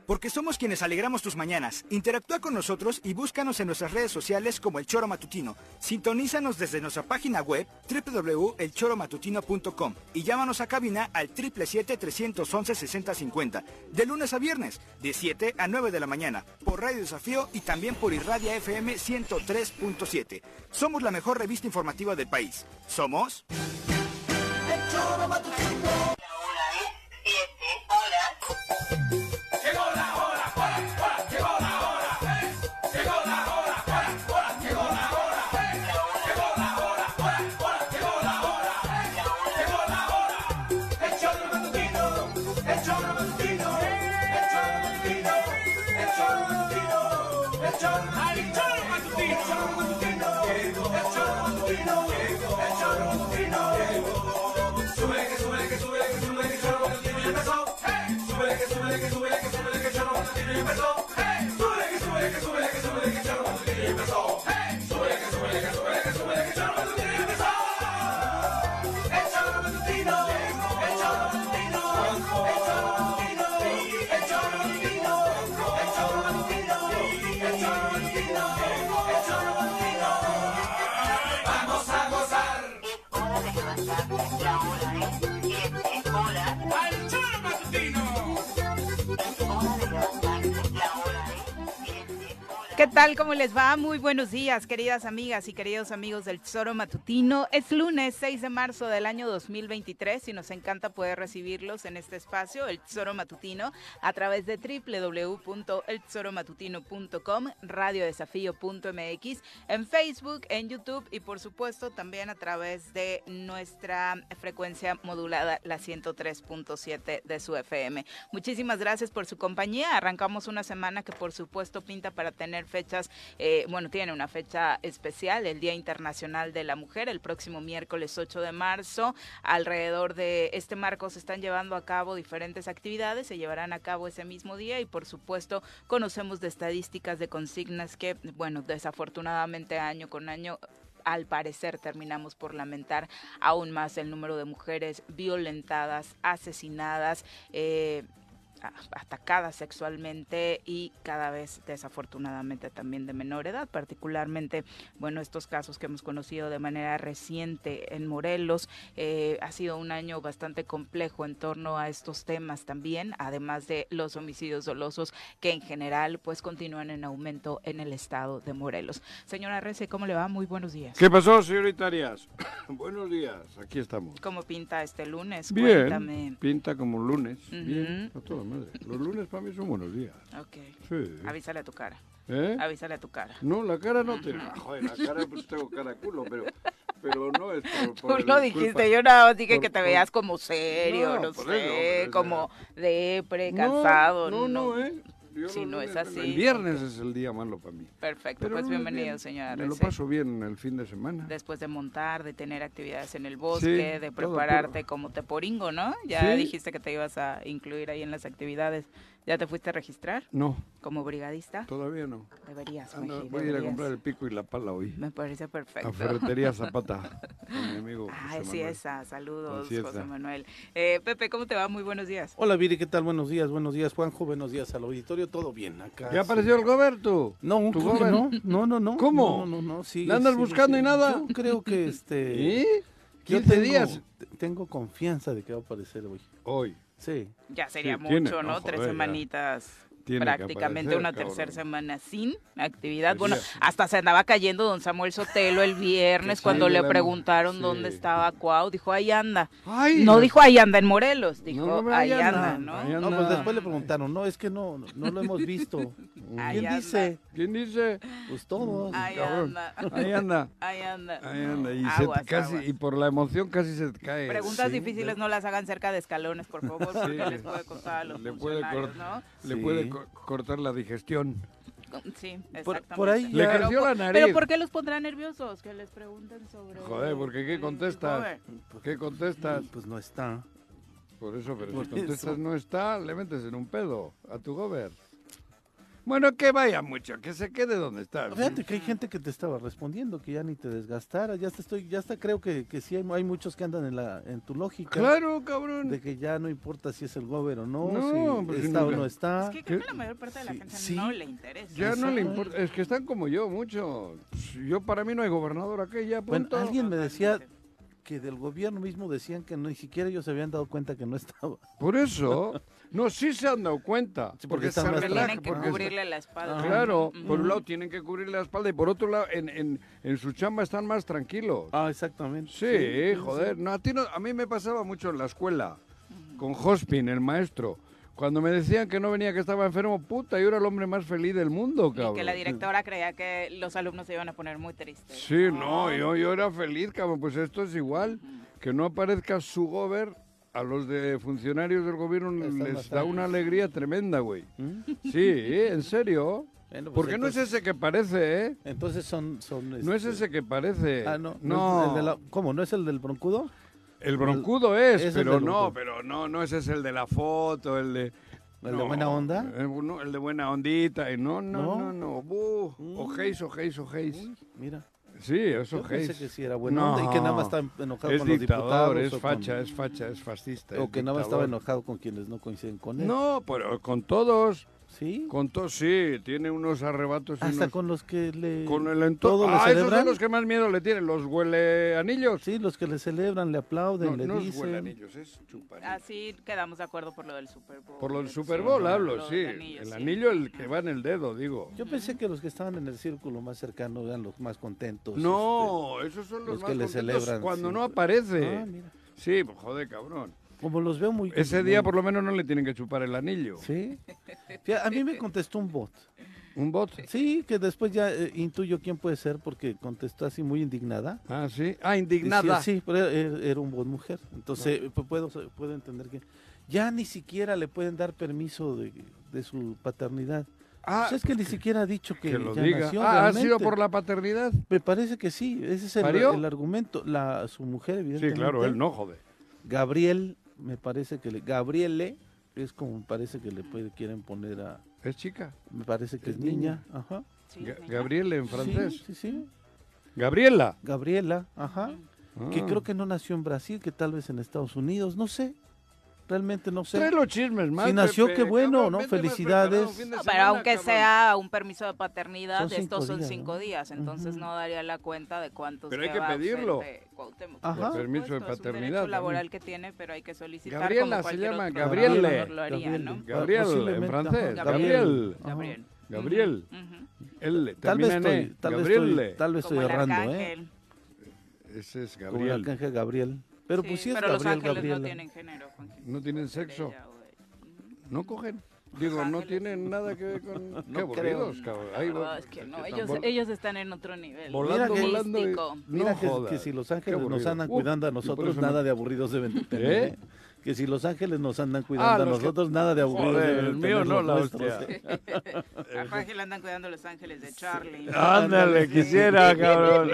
porque somos quienes alegramos tus mañanas. Interactúa con nosotros y búscanos en nuestras redes sociales como El Choro Matutino. Sintonízanos desde nuestra página web www.elchoromatutino.com y llámanos a cabina al 777-311-6050, de lunes a viernes, de 7 a 9 de la mañana, por Radio Desafío y también por Irradia FM 103.7. Somos la mejor revista informativa del país. Somos... El Choro Matutino. La hora es 7 horas. Llegó la hora, llegó la hora, llegó la hora, llegó la hora, llegó la hora, llegó la hora, llegó la hora. El Choro Matutino, el Choro Matutino, el Choro Matutino, el Choro Matutino, el Choro Matutino, el Choro Matutino, el Choro Matutino, el Choro Matutino. Sube que sube que sube que sube que el Choro Matutino ya empezó. Sube que sube que sube que sube que el Choro Matutino ya empezó. Sube que sube que sube que sube que el Choro Matutino ya empezó. Sube que sube que sube que sube que el Choro Matutino ya empezó. El Choro Matutino, el Choro Matutino, el Choro Matutino, el Choro Matutino, el Choro Matutino, el Choro Matutino, el Choro Matutino. Vamos a gozar. Es hora de levantarte. La hora es 7 horas. ¡Al Choro Matutino! Es hora de levantarte. La hora es 7 horas. ¿Qué tal? ¿Cómo les va? Muy buenos días, queridas amigas y queridos amigos del Choro Matutino. Es lunes 6 de marzo del año 2023 y nos encanta poder recibirlos en este espacio, el Choro Matutino, a través de www.elchoromatutino.com, radiodesafío.mx, en Facebook, en YouTube y por supuesto también a través de nuestra frecuencia modulada, la 103.7 de su FM. Muchísimas gracias por su compañía. Arrancamos una semana que por supuesto pinta para tener fechas, tiene una fecha especial, el Día Internacional de la Mujer, el próximo miércoles 8 de marzo. Alrededor de este marco se están llevando a cabo diferentes actividades, se llevarán a cabo ese mismo día y por supuesto conocemos de estadísticas, de consignas que, desafortunadamente año con año, al parecer terminamos por lamentar aún más el número de mujeres violentadas, asesinadas, atacadas sexualmente y cada vez desafortunadamente también de menor edad, particularmente, estos casos que hemos conocido de manera reciente en Morelos. Ha sido un año bastante complejo en torno a estos temas también, además de los homicidios dolosos que en general pues continúan en aumento en el estado de Morelos. Señora Rece, ¿cómo le va? Muy buenos días. ¿Qué pasó, señorita Arias? Buenos días, aquí estamos. ¿Cómo pinta este lunes? Bien, Cuéntame. pinta como lunes. Ujú. Bien, a toda madre. Los lunes para mí son buenos días. Ok. Sí. Avísale a tu cara. ¿Eh? Avísale a tu cara. No, la cara no te... Joder, la cara pues tengo cara culo, pero no es por Tú lo dijiste, yo nada más dije que te veías como serio, no por sé, eso, como depre, cansado. No, Si no es así. El viernes es el día malo para mí. Perfecto, Pero pues no, bienvenido, bien. señora Me lo Rece. paso bien el fin de semana. Después de montar, de tener actividades en el bosque, Sí, de todo prepararte puro. como teporingo, ¿no? Ya Sí. dijiste que te ibas a incluir ahí en las actividades. ¿Ya te fuiste a registrar No, como brigadista? todavía no. Deberías, Ah, no, Meji, voy a ir a deberías. comprar el pico y la pala hoy. Me parece perfecto. A Ferretería Zapata, con mi amigo Ay, José sí, Manuel. esa. Saludos, Así José está. Manuel. Pepe, ¿cómo te va? Muy buenos días. Hola Viri, ¿qué tal? Buenos días, Juanjo, buenos días al auditorio, todo bien acá. ¿Ya sí. apareció el Goberto? No, ¿Tu creo que Gober? no. ¿Cómo? No, sí. ¿Le andas buscando y nada? Yo creo que ¿Y? yo 15 días. Tengo confianza de que va a aparecer hoy. Hoy. Sí. Ya sería Sí, mucho, tiene, ¿no? no, 3 joder, ya. semanitas. Tiene que Prácticamente aparecer, una cabrón. tercera semana sin actividad. Pues Bueno, ya. hasta se andaba cayendo don Samuel Sotelo el viernes Que cuando sí, le de la- preguntaron sí. dónde estaba Cuau. Dijo, ahí anda. Ay, No dijo ahí anda en Morelos, dijo No, no, ahí ahí anda, anda, ¿no? ahí No, anda. pues después le preguntaron, no, es que no lo hemos visto. Ahí ¿Quién anda. dice? ¿Quién dice? Pues todos. Ahí Cabrón. anda. Ahí anda. Ahí anda. Ahí anda. Y, Aguas, casi, aguas. y por la emoción casi se te cae. Preguntas Sí, difíciles no las hagan cerca de escalones, por favor, porque Sí. les puede costar a los Le puede funcionarios, ¿no? Le Sí. puede cortar la digestión. Sí, Por exactamente. ahí Le ya- creció la nariz. Pero ¿por qué los pondrán nerviosos? Que les pregunten sobre... Joder, porque ¿qué el contestas? Gober. ¿Qué contestas? Pues no está. Por eso, pero Por si contestas eso. no está, le metes en un pedo a tu Gober. Bueno, que vaya mucho, que se quede donde está. Fíjate que hay gente que te estaba respondiendo, que ya ni te desgastara, ya está, creo que sí hay muchos que andan en tu lógica. Claro, cabrón. De que ya no importa si es el gobierno o no, No, si pues, está o no. no está. Es que creo que la mayor parte de la gente Sí. no le interesa. Ya no le Exacto. importa, es que están como yo, mucho. Yo para mí no hay gobernador aquí, ya Bueno, punto. alguien me decía que del gobierno mismo decían que ni siquiera ellos se habían dado cuenta que no estaba. Por eso, no, sí se han dado cuenta. Sí, porque porque están se más Porque relaja, tienen que porque cubrirle la espalda. Ajá. Claro, Ujú. por un lado tienen que cubrir la espalda y por otro lado en su chamba están más tranquilos. Ah, exactamente. Sí, joder. No, a mí me pasaba mucho en la escuela con Jospin, el maestro. Cuando me decían que no venía, que estaba enfermo, puta, yo era el hombre más feliz del mundo, cabrón. Y que la directora creía que los alumnos se iban a poner muy tristes. Sí, no, yo era feliz, cabrón. Pues esto es igual. Que no aparezca su gober, a los de funcionarios del gobierno Están les bastante. da una alegría tremenda, güey. ¿Mm? Sí, en serio. Bueno, pues Porque no es ese que parece, ¿eh? Entonces son No es ese que parece. Ah, no. No. Es el de ¿cómo? ¿No es el del broncudo? El broncudo es, es el pero del no, broncudo. no ese es el de la foto, el de... ¿El de buena onda? No, el de buena ondita. Y no. ¿No? Ojéis. Mira. Sí, es Yo pensé ojéis. que sí era buena onda y que nada más está enojado Es con los dictador, diputados. es o facha, con- es facha, es fascista. O es que nada más estaba dictador. enojado con quienes no coinciden con él. No, pero con todos, ¿Sí? sí, tiene unos arrebatos y Hasta unos... con los que le... Con el entorno. todo le Esos celebran. son los que más miedo le tienen, los huele anillos. Sí, los que le celebran, le aplauden, No, le no es dicen. huele anillos, es chupanillos. Así quedamos de acuerdo por lo del Super Bowl. Por lo del Sí, Super Bowl por hablo, lo sí. del anillo, El sí. anillo, el que va en el dedo, digo. Yo pensé que los que estaban en el círculo más cercano eran los más contentos. No, esos son los los más que le contentos celebran, cuando sí. no aparece. Ah, mira. Sí, pues joder, cabrón. Como los veo muy... Ese día por lo menos no le tienen que chupar el anillo. Sí. Fíjate, a mí me contestó un bot. ¿Un bot? Sí, que después ya intuyo quién puede ser porque contestó así muy indignada. Ah, sí. Ah, indignada. Decía, sí, pero era un bot mujer. Entonces puedo entender que ya ni siquiera le pueden dar permiso de su paternidad. Ah, Pues es que ni siquiera ha dicho que que lo ya diga. nació Ah, ¿ha realmente. sido por la paternidad? Me parece que sí, ese es ¿Parió? el argumento. Su mujer, Sí, evidentemente. claro, él no, joder. Gabriel, me parece que Gabriele es como me parece que quieren poner a... Es chica. Me parece que Es es niña. Ajá. Sí, venga. Gabriel en francés. Sí, sí. Gabriela. Gabriela, ajá. Que Ah. creo que no nació en Brasil, que tal vez en Estados Unidos, no sé. Realmente no sé. Trae los chismes más. Si nació, Pepe, qué bueno, cabrón, ¿no? vente más Felicidades. preparado un fin de No, semana, pero aunque cabrón. sea un permiso de paternidad, Son 5 estos son días, 5 ¿no? días, entonces Ujú. no daría la cuenta de cuántos Pero hay que lleva pedirlo. ausente Cuauhtémoc. Ajá. Por Permiso de supuesto, es un paternidad derecho también. laboral que tiene, pero hay que solicitar Gabriela como se cualquier llama, otro Gabriele. trabajador lo haría, ¿no? Gabriel, en Posiblemente, francés. ajá. Gabriel. Ajá. Gabriel. Gabriel. Ujú. L. Tal vez termina en E. tal vez Gabriele. estoy Como el errando, arcángel. Ese es Como el Gabriel. arcángel Gabriel. Pero pues sí es pero los Gabriel, ángeles Gabriela. no tienen género, Juanji. No tienen Puede ser sexo. ella o él. No cogen. Digo, no ángeles. tienen nada que ver con... No Qué aburridos, creo. cabrón. La Ahí verdad va- es que no, están ellos están en otro nivel. volando, Mira que- volando. y- Místico. Mira No que jodas. si los Qué ángeles nos aburrido. andan cuidando a Y por nosotros, eso nada no- de aburridos deben de tener. ¿Eh? ¿Eh? Que si los ángeles nos andan cuidando a los que- nosotros, nada de aburridos Joder, deben de el mío tener no, los la nuestros, hostia. ¿eh? A Juanji le andan cuidando los ángeles de Charlie. Ándale, Sí. quisiera, cabrón.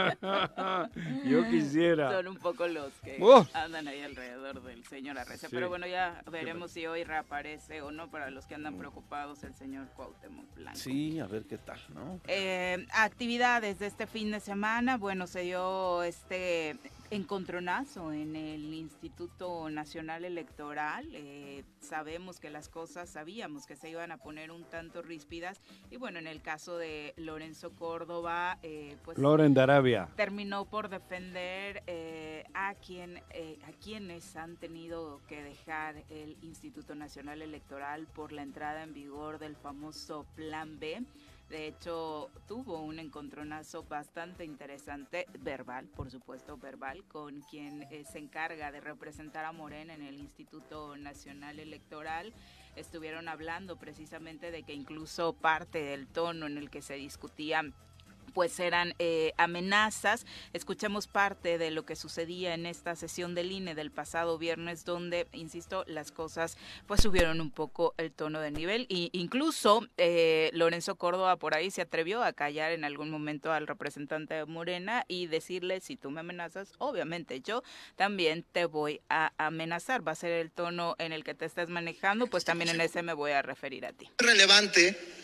Yo quisiera. Son un poco los que Uf. andan ahí alrededor del señor Arrece. Sí. Pero bueno, ya veremos si hoy reaparece o no para los que andan preocupados el señor Cuauhtémoc Blanco. Sí, a ver qué tal, ¿no? Actividades de este fin de semana, bueno, se dio este encontronazo en el Instituto Nacional Electoral. Sabemos que las cosas, sabíamos que se iban a poner un tanto ríspidas y bueno, en el caso de Lorenzo Córdoba, pues Loren de Arabia. terminó por defender a quienes han tenido que dejar el Instituto Nacional Electoral por la entrada en vigor del famoso Plan B. De hecho, tuvo un encontronazo bastante interesante, verbal, por supuesto, verbal, con quien se encarga de representar a Morena en el Instituto Nacional Electoral. Estuvieron hablando precisamente de que incluso parte del tono en el que se discutía pues eran amenazas. Escuchemos parte de lo que sucedía en esta sesión del INE del pasado viernes, donde, insisto, las cosas pues subieron un poco el tono de nivel, y incluso Lorenzo Córdoba por ahí se atrevió a callar en algún momento al representante de Morena y decirle: si tú me amenazas, obviamente yo también te voy a amenazar, va a ser el tono en el que te estés manejando, pues también en ese me voy a referir a ti. relevante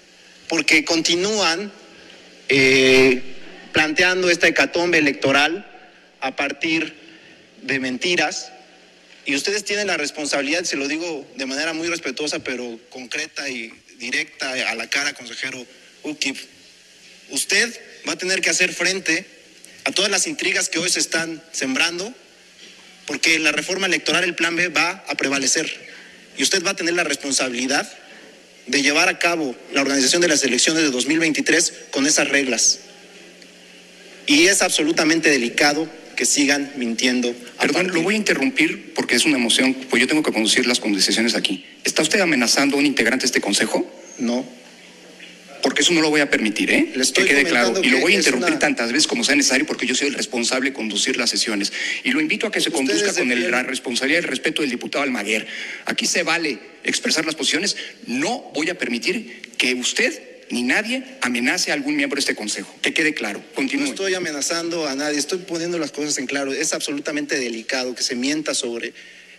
porque continúan planteando esta hecatombe electoral a partir de mentiras, y ustedes tienen la responsabilidad, se lo digo de manera muy respetuosa pero concreta y directa a la cara, consejero Ukip. Usted va a tener que hacer frente a todas las intrigas que hoy se están sembrando, porque la reforma electoral, el plan B, va a prevalecer. Y usted va a tener la responsabilidad de llevar a cabo la organización de las elecciones de 2023 con esas reglas. Y es absolutamente delicado que sigan mintiendo. Perdón, lo voy a interrumpir porque es una emoción, pues yo tengo que conducir las conversaciones aquí. ¿Está usted amenazando a un integrante de este consejo? No. Porque eso no lo voy a permitir, ¿eh? Le estoy que quede claro. comentando Y lo que voy a es interrumpir una- tantas veces como sea necesario porque yo soy el responsable de conducir las sesiones. Y lo invito a que se Ustedes conduzca con defienden- la responsabilidad y el respeto del diputado Almaguer. Aquí se vale expresar las posiciones. No voy a permitir que usted ni nadie amenace a algún miembro de este consejo. Que quede claro. No Continúe. estoy amenazando a nadie, estoy poniendo las cosas en claro. Es absolutamente delicado que se mienta sobre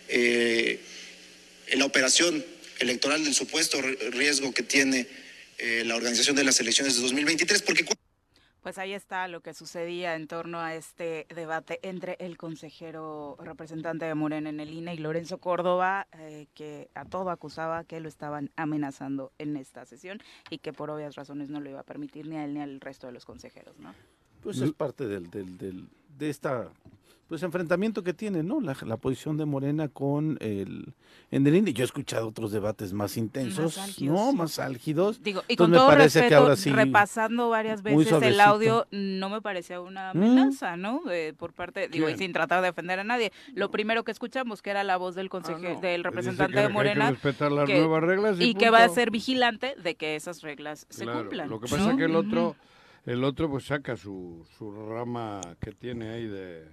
la operación electoral, del supuesto riesgo que tiene la organización de las elecciones de 2023, porque... Pues ahí está lo que sucedía en torno a este debate entre el consejero representante de Morena en el INE y Lorenzo Córdoba, que a todo acusaba que lo estaban amenazando en esta sesión y que por obvias razones no lo iba a permitir ni a él ni al resto de los consejeros, ¿no? Pues es parte de esta pues enfrentamiento que tiene, ¿no? La posición de Morena con en el INE. Yo he escuchado otros debates más intensos, Más álgidos, ¿no? sí. Más álgidos. Digo, y Entonces con me todo parece que respeto, ahora sí, repasando varias muy veces el suavecito. audio, no me parecía una amenaza, ¿no? Por parte, digo, y ¿Quién? sin tratar de defender a nadie. Lo primero que escuchamos, que era la voz del consejero, no. del Dice representante que de hay que Morena, respetar las que- nuevas reglas y que va a punto. ser vigilante de que esas reglas se Claro, cumplan. Lo que pasa ¿no? es que Ujú. el otro pues saca su rama que tiene ahí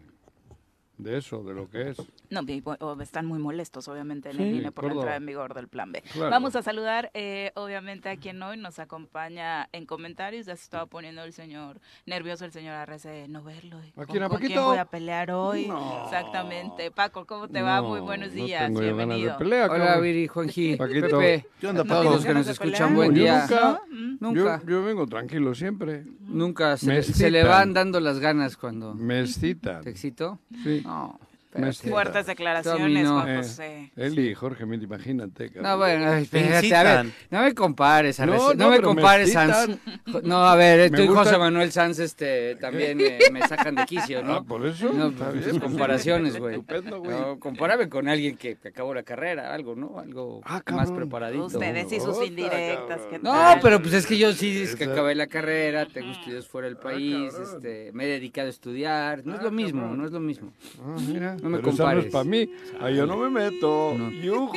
de eso, de lo que es. No, o están muy molestos, obviamente, en Sí, el INE por la Córdoba. entrada en vigor del Plan B. Claro. Vamos a saludar, obviamente, a quien hoy nos acompaña en comentarios. Ya se estaba poniendo el señor nervioso, el señor Arrece, de no verlo. ¿A quién, a ¿Con quién Paquito? voy a pelear hoy? No. Exactamente. Paco, ¿cómo te va? Muy buenos No días. tengo yo ganas de Bienvenido. pelea, Hola, cabrón. Viri, Juanji, Paquito. Pepe, ¿Qué onda, ¿No Pablo? tienes todos que ganas nos de escuchan, pelear? buen Yo día. nunca. Nunca, Yo vengo tranquilo siempre. nunca se, Me le- se le excitan. van dando las ganas cuando Me excitan. te excito. Sí. No, Me espérate. excitan. Fuertes Tú a declaraciones, mí no. Juan José. Él y Jorge, mira, imagínate. cabrón. No, bueno, espérate, a incitan. ver, no me compares, No, Arrece, no, no me pero me compares, Sanz. excitan. No, a ver, Me tú y gusta- José Manuel Sanz también me sacan de quicio, ¿no? Ah, por eso. No, está pues, bien. comparaciones, güey. Estupendo, güey. No, compárame con alguien que acabó la carrera, algo, ¿no? Algo Ah, más cabrón. preparadito. Ustedes y sus Otra, indirectas. cabrón. ¿qué No, tal? pero pues es que yo sí, es que Esa- acabé la carrera, tengo estudios fuera del país, cabrón. me he dedicado a estudiar, no es lo mismo, no es lo mismo. Ah, mira, No me pero esa no es compares. para mí. Ahí yo no me meto. Yujú.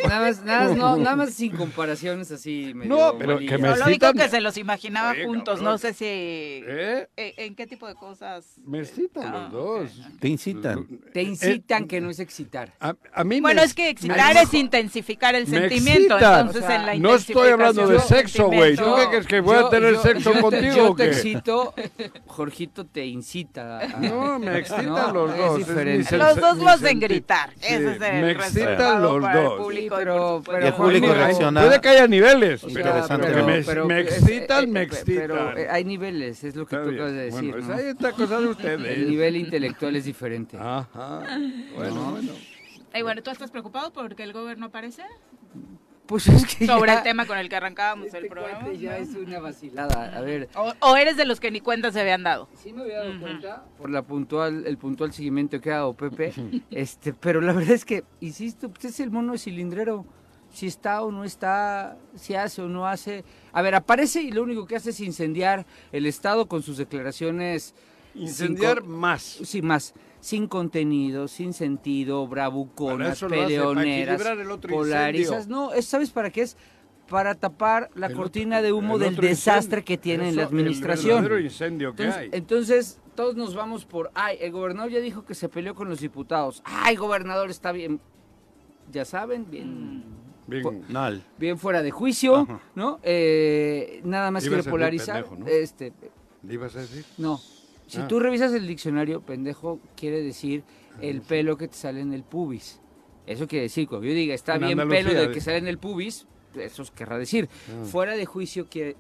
Nada más sin comparaciones así medio No, pero malillas. que me Solo digo excitan. que se los imaginaba Oye, juntos. cabrón. No sé si... ¿Eh? ¿En qué tipo de cosas? Me excitan Ah, los dos. Te incitan. Te incitan que no es excitar. A mí Bueno, me, es que excitar es intensificar el me sentimiento. excitan. Entonces, O sea, en la no estoy hablando de intensificación del sexo, güey. ¿Tú sentimiento- qué crees que voy a tener sexo contigo yo o te qué? excito, Jorgito te incita. No, me excitan No, los es dos. diferente. Los dos mi los hacen senti- gritar. Sí, Ese es el me resultado excitan los para el dos. público Sí, y, pero- por supuesto, pero Y el público Juanjo, reacciona. Puede que haya niveles, O pero, sea, Interesante, pero que pero- me excitan, me Pero excitan. hay niveles, es lo que Está tú bien. acabas de decir. Bueno, ¿no? esa es esta cosa de ustedes. El nivel intelectual es diferente. Ajá. Bueno, bueno. Y bueno, ¿tú estás preocupado porque el gobierno aparece? Pues es que Sobre ya- el tema con el que arrancábamos este el programa. cuate ya es una vacilada. A ver, O eres de los que ni cuenta se habían dado. sí me había dado cuenta por el puntual seguimiento que ha dado Pepe, pero la verdad es que, insisto, pues es el mono de cilindrero. Si está o no está, si hace o no hace. A ver, aparece y lo único que hace es incendiar el Estado con sus declaraciones. Incendiar sin más. Sí, más. Sin contenido, sin sentido, Para bravuconas, eso lo hace, para peleoneras, equilibrar el otro polarizas. incendio. No, ¿sabes para qué es? Para tapar la El cortina otro- de humo el del otro desastre incendio. que tiene en Eso, la administración. El verdadero incendio que hay. Entonces, todos nos vamos por, ay, el gobernador ya dijo que se peleó con los diputados. Ay, gobernador, está bien. Ya saben, bien, Bien. Nal. bien fuera de juicio, Ajá. ¿no? Nada más Ibas a quiere decir polarizar. pendejo, ¿no? ¿Le ibas a decir? No. Si Ah. tú revisas el diccionario, pendejo quiere decir el pelo que te sale en el pubis. Eso quiere decir, cuando yo diga, está En bien Andalucía, pelo del de- que sale en el pubis, eso querrá decir. Ah. Fuera de juicio quiere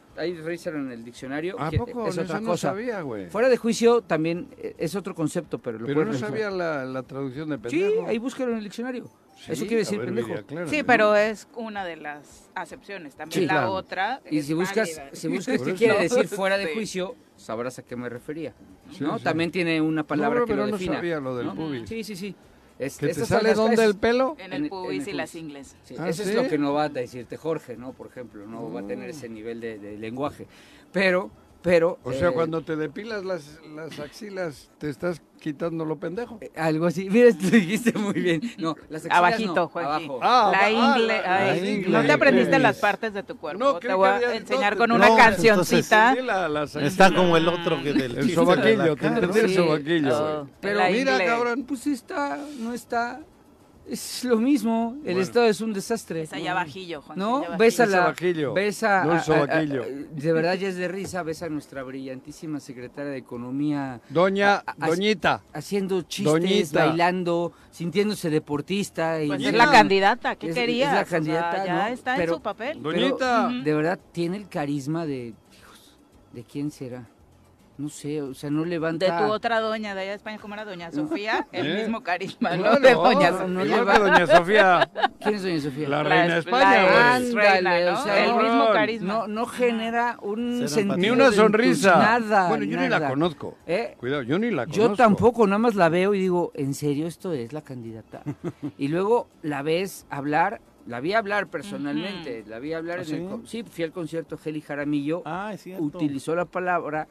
ahí revísalo en el diccionario. ¿A que poco? es otra Eso no cosa. sabía, güey. Fuera de juicio también es otro concepto, pero lo Pero no puedes sabía revisar. la traducción de Sí, pendejo. ahí búscalo en el diccionario. Sí, Eso quiere decir a ver, pendejo. Viri, aclárame, Sí, ¿no? pero es una de las acepciones. También Sí, la claro. otra Y es si buscas, válida. si buscas Por qué eso. quiere decir fuera de Sí. juicio, sabrás a qué me refería. Sí, ¿no? sí. También tiene una palabra No, que pero lo no defina. sabía lo del ¿no? pubis. Sí, sí, sí. ¿Que te estas son sale las dónde cosas- el pelo? En en el pubis y el las pubis. ingles. Sí, ¿Ah, eso sí? es lo que no va a decirte Jorge, ¿no? Por ejemplo, no va a tener ese nivel de lenguaje. Pero... O sea, cuando te depilas las axilas, ¿te estás quitando lo pendejo? Algo así. Mira, tú dijiste muy bien. No, las axilas Abajito, no, Joaquín. abajo. La ingle. la ay, ingle. no te aprendiste Ingle. las partes de tu cuerpo. No, te creo voy que a ya- enseñar no, con no, una entonces, cancioncita. Sí, las axilas. Está como el otro que del El chiste sobaquillo, de la te cara, entendí el Sí. sobaquillo, Oh, güey. Pero la Mira, ingle. cabrón. Pues está, no está. Es lo mismo. El Bueno. estado es un desastre. Es allá abajillo, Juan. ¿No? allá Ves a El la. sobaquillo, Ves a. no el sobaquillo. de verdad ya es de risa. Ves a nuestra brillantísima secretaria de Economía. Doña, a- doñita. Haciendo chistes, Doñita. bailando, sintiéndose deportista. Y Pues es Doñita. la candidata. ¿Qué Es- querías? es la O sea, candidata, ya ¿no? está Pero- en su papel. Pero, Doñita. de verdad tiene el carisma de. Hijos, ¿de quién será? No sé, o sea, no levanta. De tu otra doña de allá de España, ¿cómo era Doña Sofía? El ¿Eh? mismo carisma, ¿no? Claro, De Doña Sofía. no igual le que va- doña Sofía, ¿Quién es doña Sofía? la reina de La España, güey. Ándale, reina, ¿no? o sea, el no, mismo no, carisma. No genera un Será sentido empatía. Ni una de sonrisa. Nada. Bueno, yo ni la nada. conozco. ¿Eh? Cuidado, yo ni la conozco. Yo tampoco, nada más la veo y digo, ¿en serio esto es la candidata? Y luego la ves hablar, la vi hablar personalmente, la vi hablar ¿Ah, en el... Sí, fui al concierto Geli Jaramillo, Ah, es cierto. utilizó la palabra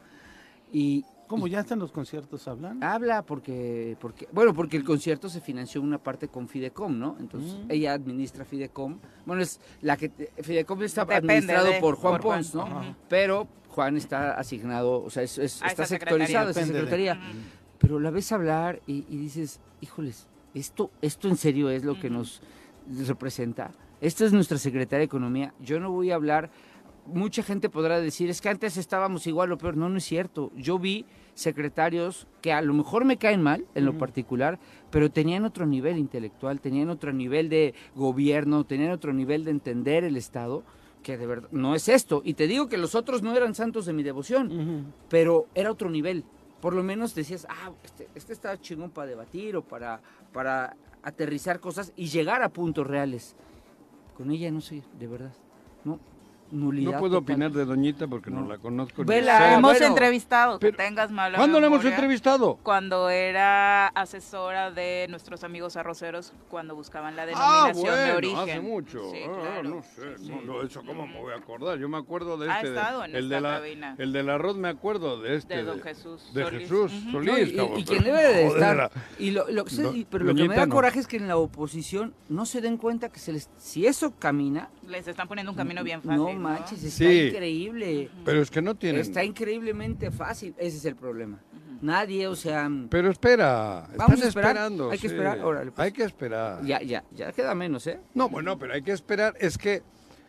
y ¿Cómo ya están los conciertos hablando? habla porque el concierto se financió una parte con Fidecom, ¿no? Entonces ella administra Fidecom. Bueno, es la que Fidecom está Depende administrado de- por Juan por Juan. Pons, ¿no? Ajá. Pero Juan está asignado, o sea, A está esa sectorizado esa secretaría. secretaría. Pero la ves hablar y dices, híjoles, esto en serio es lo que nos representa. Esta es nuestra secretaria de Economía. Yo no voy a hablar. Mucha gente podrá decir, es que antes estábamos igual o peor. No, no es cierto. Yo vi secretarios que a lo mejor me caen mal en lo particular, pero tenían otro nivel intelectual, tenían otro nivel de gobierno, tenían otro nivel de entender el Estado, que de verdad no es esto. Y te digo que los otros no eran santos de mi devoción, pero era otro nivel. Por lo menos decías, este está chingón para debatir o para aterrizar cosas y llegar a puntos reales. Con ella no sé, de verdad, no. Nulidad No puedo total. opinar de doñita porque no, No. la conozco. ni Vela, sé. La hemos bueno, entrevistado, que pero- tengas mala ¿Cuándo la hemos memoria. entrevistado? Cuando era asesora de nuestros amigos arroceros, cuando buscaban la Ah, denominación de bueno, origen. hace mucho. Sí, Ah, claro. no sé, no, eso cómo me voy a acordar. Yo me acuerdo de Ha este. estado en el, esta de la, cabina. el del arroz me acuerdo de este. De don Jesús De Solís. Jesús Ujú. Solís, No, y cabrón, quien pero- debe de joder, estar. Y pero lo que me Doñita da no. coraje es que en la oposición no se den cuenta que si eso camina, Les están poniendo un camino bien fácil. no manches, está Sí. increíble. Pero es que no tienen. Está increíblemente fácil. Ese es el problema. Nadie, o sea, Pero espera, Vamos están a esperar. esperando. Hay que sí. esperar, órale, pues. Hay que esperar. ya queda menos, ¿eh? No, bueno, pero hay que esperar. Es que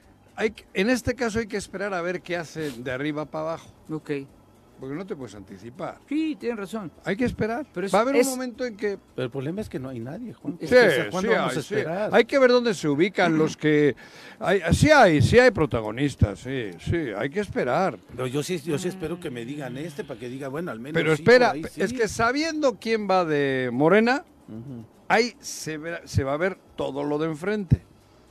en este caso hay que esperar a ver qué hacen de arriba para abajo. Ok. Porque no te puedes anticipar. Sí, tienen razón. Hay que esperar. Pero Va a haber es- un momento en que Pero el problema es que no hay nadie, Juan. Sí, ¿Cuándo sí vamos hay, a sí. esperar? Hay que ver dónde se ubican los que... sí hay protagonistas, sí, hay que esperar. Pero yo sí espero que me digan para que diga, bueno, al menos Pero sí, espera, por ahí sí. es que sabiendo quién va de Morena, Ujú. ahí se va a ver todo lo de enfrente.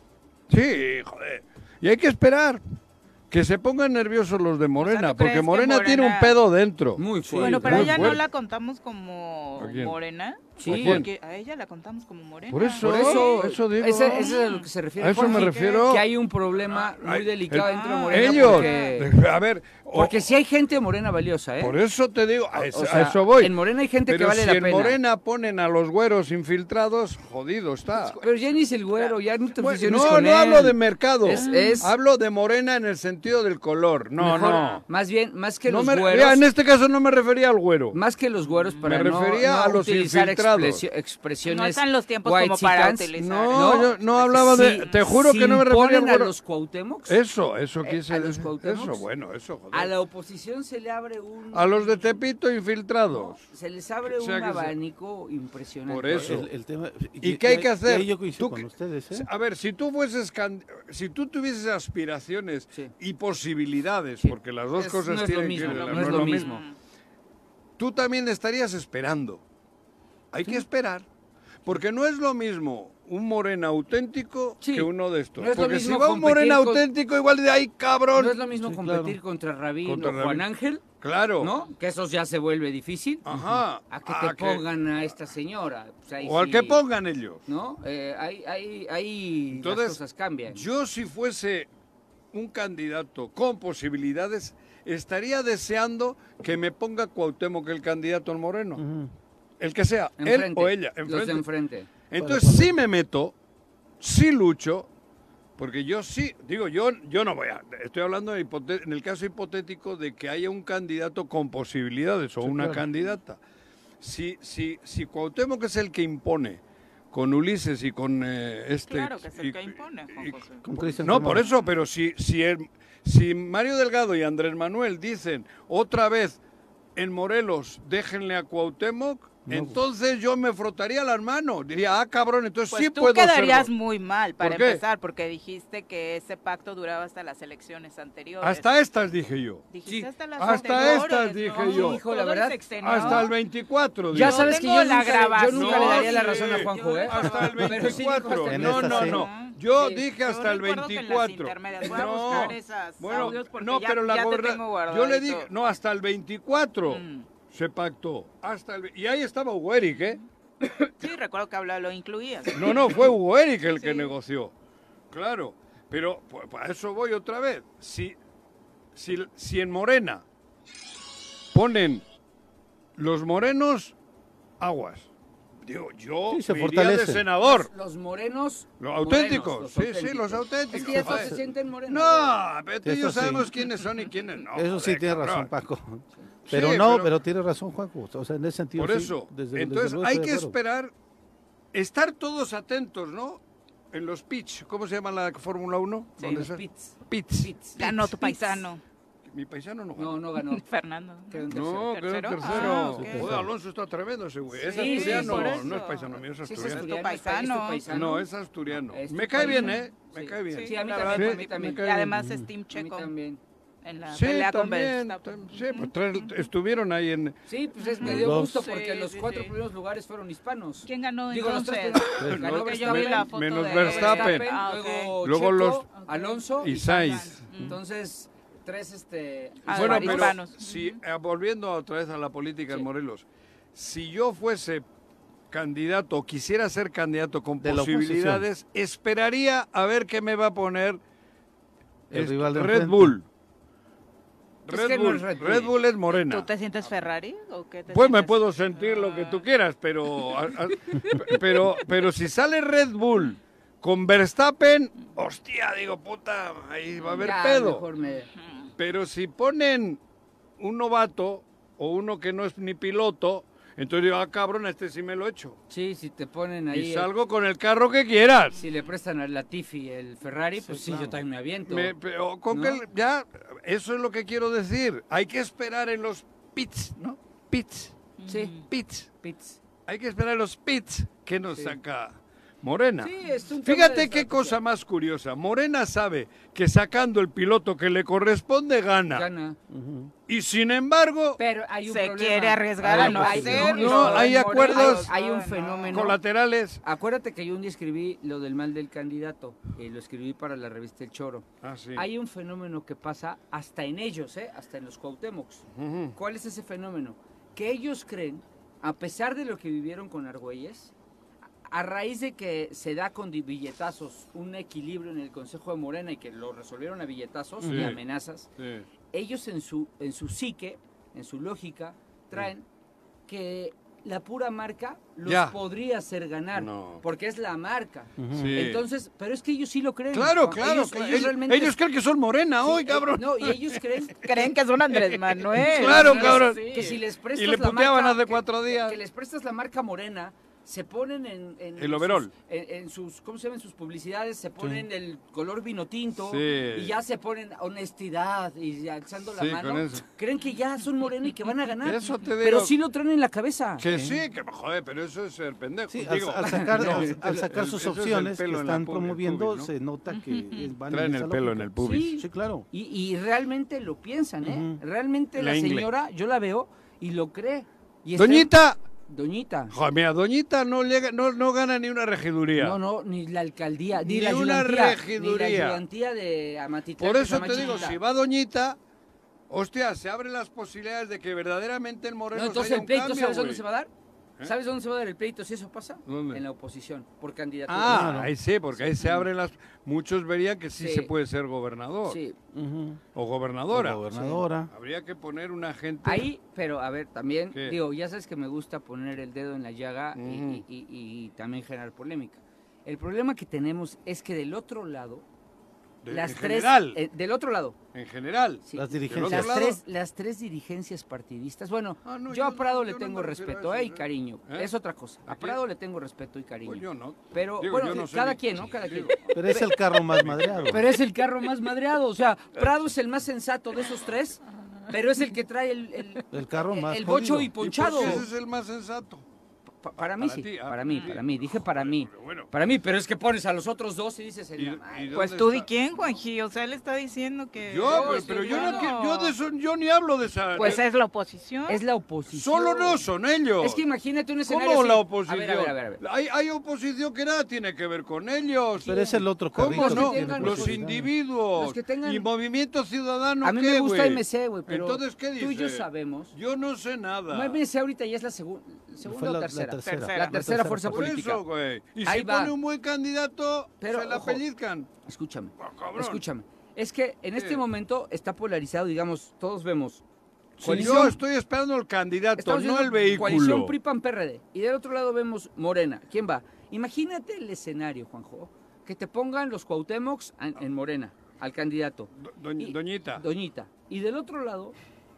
Sí, joder. Y hay que esperar. Que se pongan nerviosos los de Morena, ¿tú porque crees que Morena tiene un Morena- pedo dentro. Muy fuerte. Bueno, pero a muy ella no fuerte. la contamos como ¿A quién? morena. Sí. ¿A quién? Porque a ella la contamos como morena. Por eso, Por eso digo. ese es a lo que se refiere. A eso me Juanji, refiero. Que hay un problema muy Ay, delicado el- dentro de Morena. Ellos, Porque, a ver, porque si hay gente morena valiosa, ¿eh? por eso te digo, a O eso, sea, a eso voy. En Morena hay gente Pero que vale si la en pena. Morena ponen a los güeros infiltrados, jodido está. Pero ya ni es el güero, ya no te Bueno, fusiones no, con no él. hablo de mercado. Es- Hablo de Morena en el sentido del color. No, Mejor, no. Más bien, más que No los me, güeros. mira, en este caso no me refería al güero. Más que los güeros para Me refería no a los utilizar infiltrados. filtrados. expresiones No están los tiempos como para whitexicans. utilizar. No, yo no hablaba de... Te juro que no me refería a al los Cuauhtémocs. Eso quise a los decir. Cuauhtémocs, Eso, bueno, eso, joder. A la oposición se le abre un... A los de Tepito infiltrados. Se les abre O sea un que se- abanico impresionante. Por eso. El tema, ¿Y qué hay que hacer? ahí yo coincido Tú con que- ustedes, ¿eh? A ver, si tú tuvieses aspiraciones Sí. y posibilidades, Sí. porque las dos Es- cosas no es tienen lo mismo, que ir, no es lo mismo. tú también estarías esperando. Hay que esperar, porque no es lo mismo un Morena auténtico Sí. que uno de estos. No es lo porque si mismo va un competir Morena con- auténtico, igual de ahí, cabrón. No es lo mismo Sí, competir claro. contra Rabín Contra o Juan Rabín. Ángel, Claro. ¿no? Que eso ya se vuelve difícil. Ajá. A que Ah, te pongan a esta señora. Pues ahí O al sí, que pongan ellos. ¿no? Ahí Entonces, las cosas cambian. Yo si fuese un candidato con posibilidades, estaría deseando que me ponga Cuauhtémoc el candidato al Moreno. El que sea, él Enfrente, o ella. Los de enfrente. Entonces sí me meto, sí lucho, porque yo sí, digo, yo no voy a, estoy hablando en el caso hipotético de que haya un candidato con posibilidades o una candidata. Si Cuauhtémoc es el que impone con Ulises y con Claro que es el que impone, Juan José. Con Cristian no, Romero. por eso, pero si Mario Delgado y Andrés Manuel dicen otra vez en Morelos, déjenle a Cuauhtémoc, entonces yo me frotaría las manos. Diría, cabrón, entonces Pues sí tú puedo quedarías hacerlo. muy mal para ¿Por qué? empezar, porque dijiste que ese pacto duraba hasta las elecciones anteriores. Hasta estas dije yo. Dijiste Sí. hasta las Hasta anteriores, estas dije yo. Hijo, la Todo el verdad, sexenio. Hasta el 24. Ya digo. sabes que tengo yo la nunca, grabación. yo nunca le daría la Sí, razón a Juanjo, ¿eh? Hasta el Pero sí dijo 24. hasta el En esta sí. Yo Sí. dije Yo hasta el recuerdo que en las 24. intermedias, voy a buscar esas audios porque no, ya- pero la ya te goberna- tengo yo le guardadito. dije, no, hasta el 24 se pactó. Y ahí estaba Hugo Eric, ¿eh? Sí, recuerdo que hablaba, lo incluías. No, fue Hugo Eric el que negoció. Claro, pero a eso voy otra vez. Si en Morena ponen los morenos, aguas. Digo, yo Sí, se me iría de fortalece. senador. Los morenos. Los auténticos, morenos, sí, los auténticos. Es que ya todos joder. se sienten morenos. No, pero tú y yo Eso sí. sabemos quiénes son y quiénes no. Eso sí joder, tiene cabrón. razón, Paco. Sí, Pero tiene razón, Juanjo. O sea, en ese sentido. Por sí, eso, desde entonces luego hay estoy que de acuerdo. esperar, estar todos atentos, ¿no? En los pitch, ¿cómo se llama la Fórmula 1? Sí, ¿Dónde Los está? pits. Pitch. Pits. Ganó tu Pits. paisano. Mi paisano no ganó. No ganó. Fernando. Quedó en No, quedó en ¿Tercero? tercero. Ah, ok. Joder, Alonso está tremendo ese güey. Es Sí, asturiano, por eso. no es paisano mío, es Sí, es asturiano. asturiano, paisano. es tu paisano. No, es asturiano. Es tu Me cae bien, paisano. ¿eh? Me Sí. cae bien. Sí, a mí La también, verdad, a mí también. me Y cae además bien. es Team A mí Checo también. en la Sí, pelea con también. Verstappen. Sí, pues estuvieron ahí en... Sí, pues me dio Dos. gusto porque Sí, los sí, 4 sí. primeros lugares fueron hispanos. ¿Quién ganó Digo, los entonces? tres primeros. Ganó Porque yo vi la foto menos de Verstappen. Ah, ok. luego Luego Checo, los- Alonso y Sainz. Entonces, tres Ah, Bueno, varios pero hispanos. volviendo otra vez a la política en Sí. Morelos, si yo fuese candidato o quisiera ser candidato con De la posibilidades, esperaría a ver qué me va a poner El rival de Red enfrente. Bull. Es que no es Red Bull. Red Bull es morena. ¿Tú te sientes Ferrari o qué te Pues me sientes? puedo sentir lo que tú quieras, pero si sale Red Bull con Verstappen, hostia, digo, puta, ahí va a haber Ya, pedo. mejor me- Pero si ponen un novato o uno que no es ni piloto, entonces digo, cabrón, este sí me lo echo. Sí, si te ponen ahí. Y salgo con el carro que quieras. Si le prestan al Latifi el Ferrari, pues sí, yo también me aviento. Pero con ¿No? que ya, eso es lo que quiero decir. Hay que esperar en los pits, ¿no? Pits, Sí, pits. Pits. Hay que esperar en los pits que nos Sí. saca Morena. Sí, es un tema Fíjate de qué estrategia. cosa más curiosa. Morena sabe que sacando el piloto que le corresponde gana. Gana. Y sin embargo, Pero hay un Se problema. quiere arriesgar a no Hay- hacerlo. No, hay Morena, acuerdos Hay un No, fenómeno. colaterales. Acuérdate que yo un día escribí lo del mal del candidato. Lo escribí para la revista El Choro. Ah, sí. Hay un fenómeno que pasa hasta en ellos, hasta en los Cuauhtémocs. Ujú. ¿Cuál es ese fenómeno? Que ellos creen, a pesar de lo que vivieron con Argüelles, a raíz de que se da con billetazos un equilibrio en el Consejo de Morena y que lo resolvieron a billetazos Sí. y amenazas, Sí. ellos en su psique, en su lógica, traen que la pura marca los Ya. podría hacer ganar, No. porque es la marca. Sí. Entonces, pero es que ellos sí lo creen. Claro, Juan. claro. Ellos, claro. ellos realmente... Ellos creen que son morena hoy, cabrón. No, y ellos creen... Creen que son Andrés Manuel. Claro, Sí, cabrón. sí. Que si les prestas Y le la puteaban marca, hace 4 días. Que les prestas la marca Morena, se ponen El overol. en sus, ¿cómo se llaman? Sus publicidades, se ponen el color vino tinto Sí. y ya se ponen honestidad y alzando la Sí, mano. con eso. Creen que ya son Morena y que van a ganar. Eso te digo. Pero sí lo traen en la cabeza. Que sí, que joder, pero eso es ser pendejo. Sí, Digo, al sacar, no, al sacar sus eso es el opciones que pelo en la están pub- promoviendo, pubis, ¿no? se nota que van Traen en el esa pelo en lógica. el pubis. Sí. Sí, claro. Y realmente lo piensan, ¿eh? Realmente La la ingle. señora, yo la veo y lo cree. Y está- Doñita, Doñita. joder, mira, Doñita no, no gana ni una regiduría. No, ni la alcaldía, ni Ni la una ayudantía, regiduría. ni la ayudantía de Amatitlán. Por que eso está más te digo, chiquita. si va Doñita, hostia, se abren las posibilidades de que verdaderamente en No, Morelos entonces haya el un pleito, cambio, ¿sabes dónde güey. se va a dar? ¿Eh? ¿Sabes dónde se va a dar el pleito si eso pasa? ¿Dónde? En la oposición, por candidatura. Ah, ahí sí, porque ahí se abren las... Muchos verían que sí, Sí. se puede ser gobernador Sí, Ujú. o gobernadora. O gobernadora. Habría que poner una gente... ahí, pero a ver, también, ¿Qué? digo, ya sabes que me gusta poner el dedo en la llaga Ujú. y también generar polémica. El problema que tenemos es que del otro lado, las en tres... general, del otro lado, en general. sí, Las Del dirigencias. otro lado- las tres dirigencias partidistas. Bueno, Ah, no, yo a Prado le yo no tengo me refiero a respeto eso, y cariño. ¿Eh? Es otra cosa. ¿A A quién? Prado le tengo respeto y cariño. Pues yo no. Pero, Digo, bueno, yo no sé cada ni- quien, ¿no? Cada quien. Pero es el carro más madreado. Pero es el carro más madreado. O sea, Prado es el más sensato de esos tres, pero es el que trae El carro más el bocho jodido. y ¿Y por ponchado. qué ese es el más sensato? Para mí Para sí, ti, ah, para mí, sí. para mí. Dije para mí. Pero bueno. Para mí, pero es que pones a los otros dos y dices... ¿Y- y Pues dónde tú di está? quién, Juanji. O sea, él está diciendo que... Yo, estoy pero yo no hablando. quiero, yo de eso, yo ni hablo de esa. Pues es la oposición. Es la oposición. Solo no son ellos. Es que imagínate un escenario ¿Cómo así. la oposición? A ver. Hay oposición que nada tiene que ver con ellos. Pero es el otro carrito. ¿Cómo no? que tiene Los posibilidad. individuos. Los que tengan- Y Movimiento Ciudadano. A mí ¿qué, me gusta güey? MC, güey, pero Entonces, ¿qué dices? tú y yo sabemos. Yo no sé nada. No, MC ahorita ya es la segunda Fue o la tercera. Tercera. La tercera fuerza Por política. eso, güey. Y Ahí si va. pone un buen candidato, Pero, se la ojo. pellizcan. Escúchame, Ah, cabrón. escúchame. Es que en este ¿Qué? momento está polarizado, digamos, todos vemos. Si yo estoy esperando el candidato, estamos no viendo el vehículo. Coalición PRI-PAN-PRD. Y del otro lado vemos Morena. ¿Quién va? Imagínate el escenario, Juanjo, que te pongan los Cuauhtémocs en Morena, al candidato. Y- Doñita. Doñita. Y del otro lado,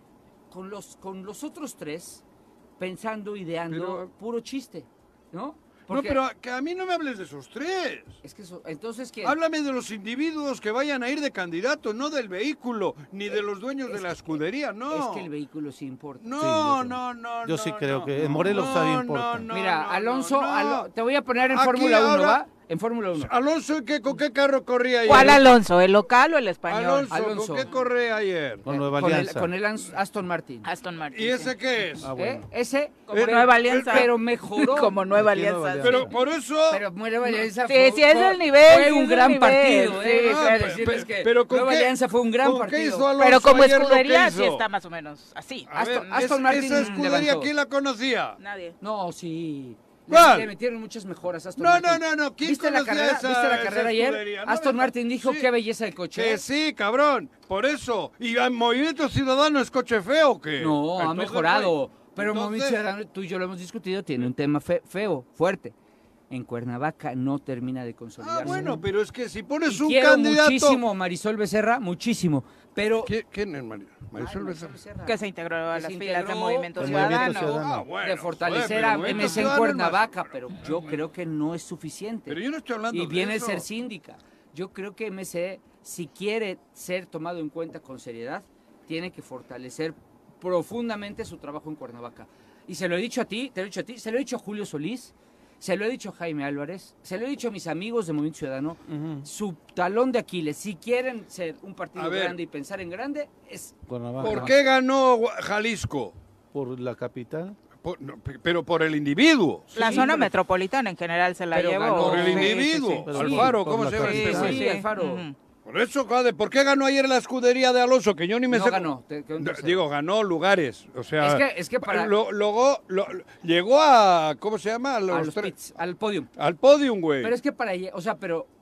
con los otros tres, pensando, ideando, Pero- puro chiste, ¿no? No, pero que a mí no me hables de esos tres. Es que eso, entonces que... Háblame de los individuos que vayan a ir de candidato, no del vehículo, ni de los dueños de la escudería, no. Es que el vehículo sí importa. No, Sí, yo no, no. Yo sí no, creo no. que en Morelos todavía importa. Mira, Alonso, no. te voy a poner en Aquí Fórmula 1, ahora- ¿va? En Fórmula 1. Alonso, ¿con qué carro corría ayer? ¿Cuál Alonso? ¿El local o el español? Alonso, ¿con qué corría ayer? Con Nueva Con Alianza. con el Aston Martin. Aston Martin. ¿Y ese qué es? Ah, bueno. Ese, Como Nueva Alianza. pero mejoró. Como Nueva Aquí Nueva Alianza. Alianza. Pero por eso... Pero Nueva Alianza Sí, sí, es el nivel, Fue sí, un es gran el nivel, partido, sí, Déjame sí. decirles que Pero ¿con Nueva qué- Alianza fue un gran ¿con qué partido. hizo Alonso Pero como ayer lo que escudería sí hizo? está más o menos así. A ver, Aston Martin esa escudería, levantó. ¿quién la conocía? Nadie. No, sí. ¿Cuál? Le metieron muchas mejoras a Aston No, Martin. no, ¿quién ¿Viste la conocía carrera, esa- ¿viste la esa carrera ayer? escudería? No, Aston no, Martin dijo sí. qué belleza de coche. Que sí, cabrón, por eso. ¿Y el Movimiento Ciudadano es coche feo o qué? No, ha Entonces, mejorado. güey, Pero entonces- Movimiento Ciudadano, tú y yo lo hemos discutido, tiene un tema feo, fuerte. En Cuernavaca no termina de consolidarse. Ah, bueno, pero es que si pones Y un quiero candidato... muchísimo a Marisol Becerra, muchísimo. Pero ¿Quién es Marisol? Marisol Becerra. Que se integró a Que las se filas de integró Movimiento al Ciudadano. Movimiento Ciudadano. Ah, bueno, de fortalecer joder, a pero Movimiento MC en Ciudadano es más- Cuernavaca, pero yo creo que no es suficiente. Pero yo no estoy hablando Y de viene eso. ser síndica. Yo creo que MC, si quiere ser tomado en cuenta con seriedad, tiene que fortalecer profundamente su trabajo en Cuernavaca. Y se lo he dicho a ti, te lo he dicho a ti, se lo he dicho a Julio Solís, se lo he dicho a Jaime Álvarez, se lo he dicho a mis amigos de Movimiento Ciudadano. Su talón de Aquiles, si quieren ser un partido A ver. grande y pensar en grande, es Cuernavaca. ¿Por qué ganó Jalisco? Por la capital. Pero por el individuo. La Sí, zona pero- metropolitana en general se la pero llevó. ganó. Por el Sí, individuo. sí, sí. Pero Alfaro, por ¿cómo la se llama capital. este güey? Sí, Alfaro. Ujú. Por eso, joder, ¿por qué ganó ayer la escudería de Alonso? Que yo ni me No sé. ganó, quedó en tercero. Digo, ganó lugares. O sea, Es que para- luego llegó a. ¿Cómo se llama? a los pits, al podium. Al podium, güey. Pero es que para, o sea, pero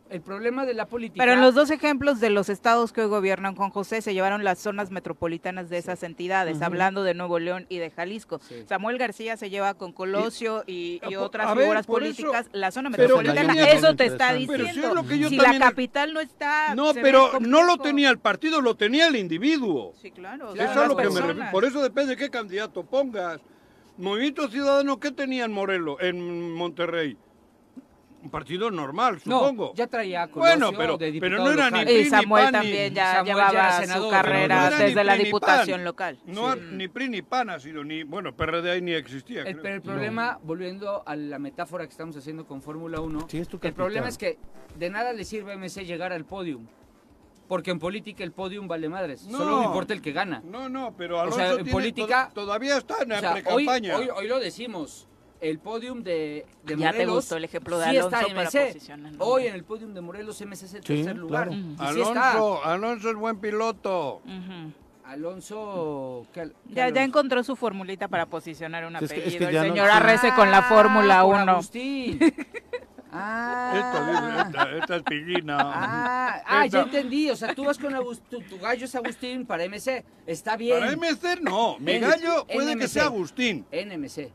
el problema de la política... Pero en los dos ejemplos de los estados que hoy gobiernan con José se llevaron las zonas metropolitanas de esas entidades, hablando de Nuevo León y de Jalisco. Sí. Samuel García se lleva con Colosio y otras a ver, figuras por políticas, eso- la zona pero metropolitana, que eso te está interesante. Pero diciendo. sí es lo que yo si también- la capital no está... No, se pero ve no lo complejo. tenía el partido, lo tenía el individuo. Sí, claro. Eso son es lo que las me refiero. personas. Por eso depende de qué candidato pongas. Movimiento Ciudadano, ¿qué tenía en Morelos, en Monterrey? Un partido normal, supongo. No, ya traía a Colosio Bueno, pero de no diputado era local. ni Y PRI, ni Samuel PAN, también ya Samuel ya llevaba era su senador, carrera pero no era ni desde la PRI ni diputación PAN. local. No, ni PRI ni PAN ha sido, ni, bueno, PRD ahí ni existía. creo. Pero el problema, volviendo a la metáfora que estamos haciendo con Fórmula 1, Sí, es tu el capital. problema es que de nada le sirve a MC llegar al podium. Porque en política el podium vale madres. No. Solo importa el que gana. No, pero Alonso sea, en tiene- política- todavía está en la O sea, pre-campaña. hoy lo decimos. El podium de Ya te Morelos gustó el ejemplo de sí Alonso está para MC. posicionar. Hoy en el podium de Morelos MC es el Sí, tercer lugar. claro. Y sí está. Alonso es buen piloto. Ujú. Alonso... ¿qué Ya Alonso? encontró su formulita para posicionar un Es que- apellido. es que el ya no- señor sí. Arrece con la Fórmula por 1. Agustín. Esta es pillina. Ya Esta- entendí. O sea, tú vas con tu gallo es Agustín para MC. Está bien. Para MC no, mi En- gallo puede que NMC. sea Agustín. NMC.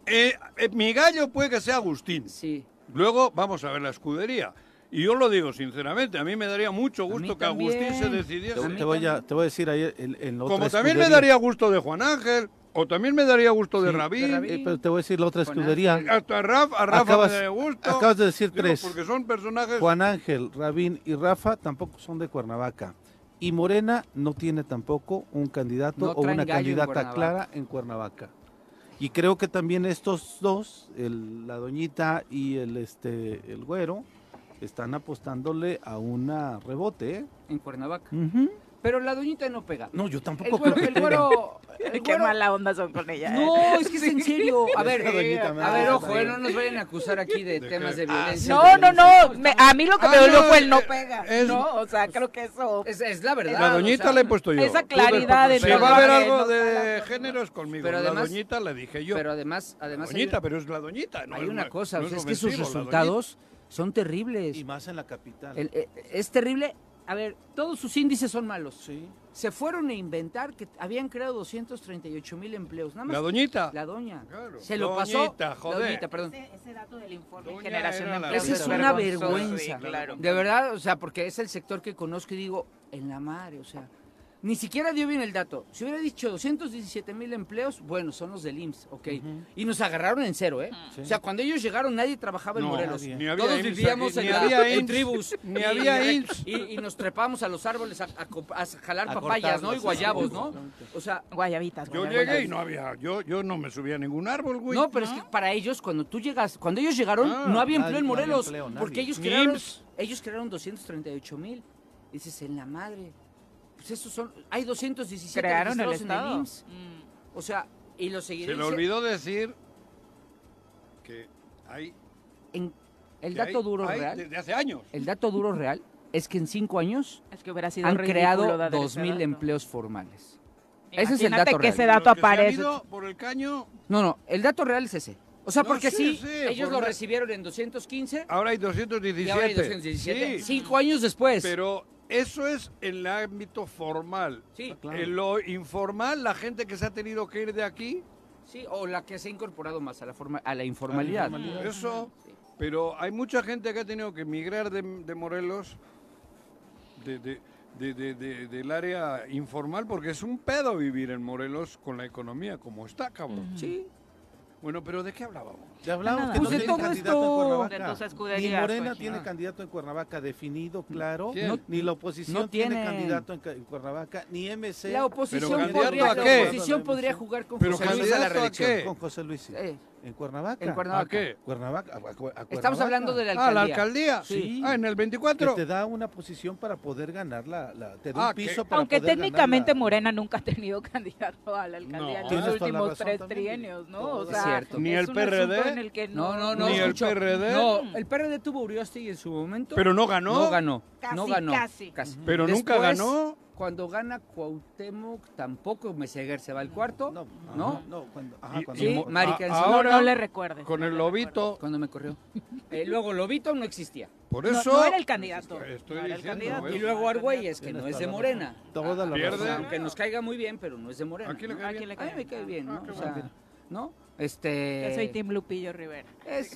Mi gallo puede que sea Agustín. Sí. Luego vamos a ver la escudería. Y yo lo digo sinceramente, a mí me daría mucho mí gusto que también. Agustín se decidiese. A mí Te voy a decir ahí en la otra Como también me escudería. daría gusto de Juan Ángel, o también me daría gusto de Sí, Rabín. Pero te voy a decir la otra Juan escudería. Hasta a Rafa Acabas- me da gusto. acabas de decir Digo, tres. Porque son personajes... Juan Ángel, Rabín y Rafa tampoco son de Cuernavaca. Y Morena no tiene tampoco un candidato No o traen una gallo en candidata Cuernavaca. clara en Cuernavaca. Y creo que también estos dos, la doñita y el güero, están apostándole a una rebote. ¿eh? En Cuernavaca. Ujú. Pero la doñita no pega. No, yo El tampoco güero, creo que el tenga. güero- el Qué güero- mala onda son con ella. ¿eh? No, es que es en serio. A ver, Esa doñita me a da ver, risa, ojo, no nos vayan a acusar aquí de temas de violencia. No. A mí lo que me dolió no, fue el no pega. es- No, o sea, creo que eso. Es la verdad. La o doñita sea, le he puesto yo. esa Tú claridad después- en Si va a haber todo, algo no de está género es conmigo. Pero la además- doñita le dije yo. Pero además hay doñita, pero es la doñita. No hay es una cosa, no o sea, es que sus ofensivo, la resultados son terribles. Y más en la capital. Es terrible. A ver, todos sus índices son malos. Sí. Se fueron a inventar que habían creado 238,000 empleos. Nada más. La doñita. La doña. Claro. Se lo Doñita, pasó. joder. La doñita, perdón. Ese dato del informe Doña generación de era la empleos Esa es doña. una vergonzoso, vergüenza. sí, claro. De verdad, o sea, porque es el sector que conozco y digo, en la madre, o sea, ni siquiera dio bien el dato. Si hubiera dicho 217,000 empleos, bueno, son los del IMSS, ok. Y nos agarraron en cero, ¿eh? O sea, cuando ellos llegaron nadie trabajaba en No, Morelos. ni había Todos IMSS vivíamos aquí, en, ni había en IMSS, tribus. ni Y- había y- IMSS. Y nos trepamos a los árboles a jalar A papayas, ¿no? cortarlos, Y guayabos, sí, ¿no? exactamente. O sea, Guayabitas. Yo guayabitas. llegué y no había, yo no me subía a ningún árbol, güey. no, pero es que para ellos, cuando ellos llegaron, Ah, no había nadie- empleo en no había Morelos. empleo, nadie. Porque Ni IMSS. ellos crearon 238,000. Dices, en la madre. Pues esos son, hay 217 Crearon el registrados en el estado. IMSS. O sea, y lo Se seguiré le olvidó decir que hay... el que dato hay- duro hay real. Desde hace años. El dato duro real es que en 5 años Es que hubiera sido han ridículo creado dar ese 2,000 dato. empleos formales. Ese es el Imagínate dato que real. ese Los dato que se han aparece. ido por el caño, No, el dato real es ese. O sea, No, porque sí, sí, sí, ellos lo formal. recibieron en 215 ahora hay y 217. ahora hay 217. Sí, 5 años después. pero eso es en el ámbito formal. Sí, En lo informal, la gente que se ha tenido que ir de aquí, sí, o la que se ha incorporado más a la informalidad. eso, pero hay mucha gente que ha tenido que emigrar de Morelos, del área informal, porque es un pedo vivir en Morelos con la economía como está, cabrón. Sí. Bueno, pero ¿de qué hablábamos? Ya hablamos Nada. que no Pues de tiene todo candidato esto. en Cuernavaca. De tus Ni escuderías, Morena pues. tiene candidato en Cuernavaca definido, claro. ¿Quién? Ni la oposición No tiene tiene. candidato en Cuernavaca, ni MC. La oposición, ¿Pero candidato podría, a la qué? oposición podría jugar con ¿Pero José Luis a la candidato a reelección. qué? Con José Luis. sí. En Cuernavaca. En Cuernavaca. ¿A qué? Cuernavaca. a Cuernavaca. Estamos hablando de la Ah, alcaldía. la alcaldía. Sí. Ah, en el Que 24. te da una posición para poder ganar te da Ah, un piso que- para Aunque poder técnicamente ganar Morena nunca ha tenido candidato a la alcaldía No. en Tienes los toda la últimos razón 3 también, trienios, ¿no? todo O es sea, cierto. Ni es el un PRD, asunto en el que No, Ni el escucho. PRD. No, el PRD tuvo Uriostegui en su momento. Pero no ganó. No ganó. Casi, no ganó. casi. Pero nunca Después, ganó. cuando gana Cuauhtémoc, tampoco Meseguer se va al cuarto, ¿no? Y Mari Carmen ahora, no le recuerdes. con el Lobito, cuando me corrió. Luego Lobito no existía. por No, eso... no era el candidato. Estoy No era el diciendo, candidato. güey. Y luego Argüelles, que no es de Morena. Toda la Pierde. razón. Aunque nos caiga muy bien, pero no es de Morena. ¿A quién le ¿no? cae ¿A quién bien? le A mí me cae bien, ¿no? qué O sea, bueno. ¿no? Yo soy Team Lupillo Rivera.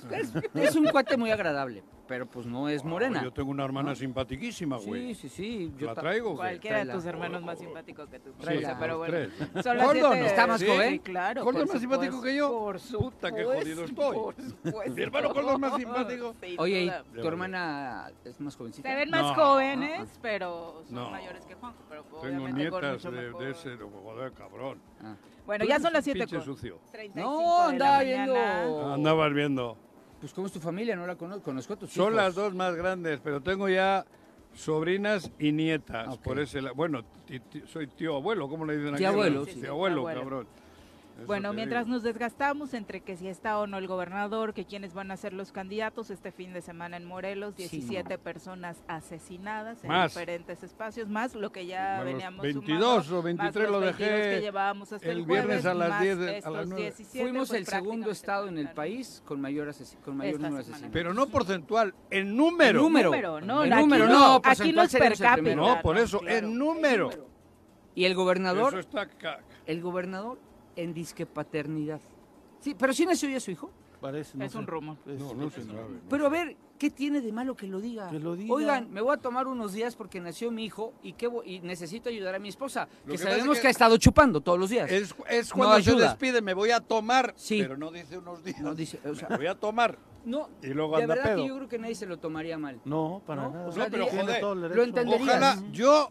Es un cuate muy agradable, pero pues no es Morena. Yo tengo una hermana simpaticísima, güey. Sí. ¿La traigo? güey? Cualquiera de Tráela. tus hermanos más simpático que tú. Tráela. José, pero Los bueno. tres. Son las ¿Gordo 7 no? ¿Está más Sí, joven? Sí, claro. ¿Gordo por es más simpático supuesto, que yo? Por Puta, qué supuesto, jodido estoy. por supuesto. Mi hermano Gordo es más simpático. Sin Oye, ¿y duda. tu hermana es más jovencita? Se ven más No. jóvenes, pero son No. mayores que Juanjo. Pero Tengo obviamente con nietas mucho mejor- de ese... Joder, cabrón. Ah. Bueno, Tú ya eres son las un 7 pinche sucio. 35 No, de la andaba mañana. viendo... Andabas viendo. Pues ¿cómo es tu familia? No la conozco, conozco a tus Son hijos. las dos más grandes, pero tengo ya sobrinas y nietas. Ok. Por ese bueno, soy tío abuelo, ¿cómo le dicen aquí? Tío abuelo, sí. Tío abuelo, Abuelo. cabrón. Eso Bueno, te mientras digo. nos desgastamos entre que si está o no el gobernador, que quiénes van a ser los candidatos, este fin de semana en Morelos, Sí, 17 personas asesinadas en Más. diferentes espacios, más lo que ya Más los veníamos 22 sumando, o 23 más los lo 22 dejé que llevábamos hasta el el viernes jueves, a las más 10 a estos las 9. 17, Fuimos pues, el segundo prácticamente estado en el 40. país con mayor, con mayor Esta número de semana. asesinatos. Pero no porcentual, en número. En número. No, En aquí número, no, no, aquí porcentual no es per seríamos el cápita. primero. No, por eso, claro. en número. Y el gobernador, Eso está el gobernador en disque paternidad. Sí, pero sí nació ya su hijo. Parece, no Es sé. un rumor. No se sabe. Pero a ver, ¿qué tiene de malo que lo diga? Que lo diga. Oigan, me voy a tomar unos días porque nació mi hijo y y necesito ayudar a mi esposa, Lo que que pasa sabemos es que ha estado chupando todos los días. Es No cuando se ayuda. despide, me voy a tomar, Sí. pero no dice unos días. No dice, o sea, Me voy a tomar. no, Y luego de anda verdad pedo. que yo creo que nadie se lo tomaría mal. No, para No, nada. o sea, No, pero diría- joder, todo el lo derecho. entenderías. Ojalá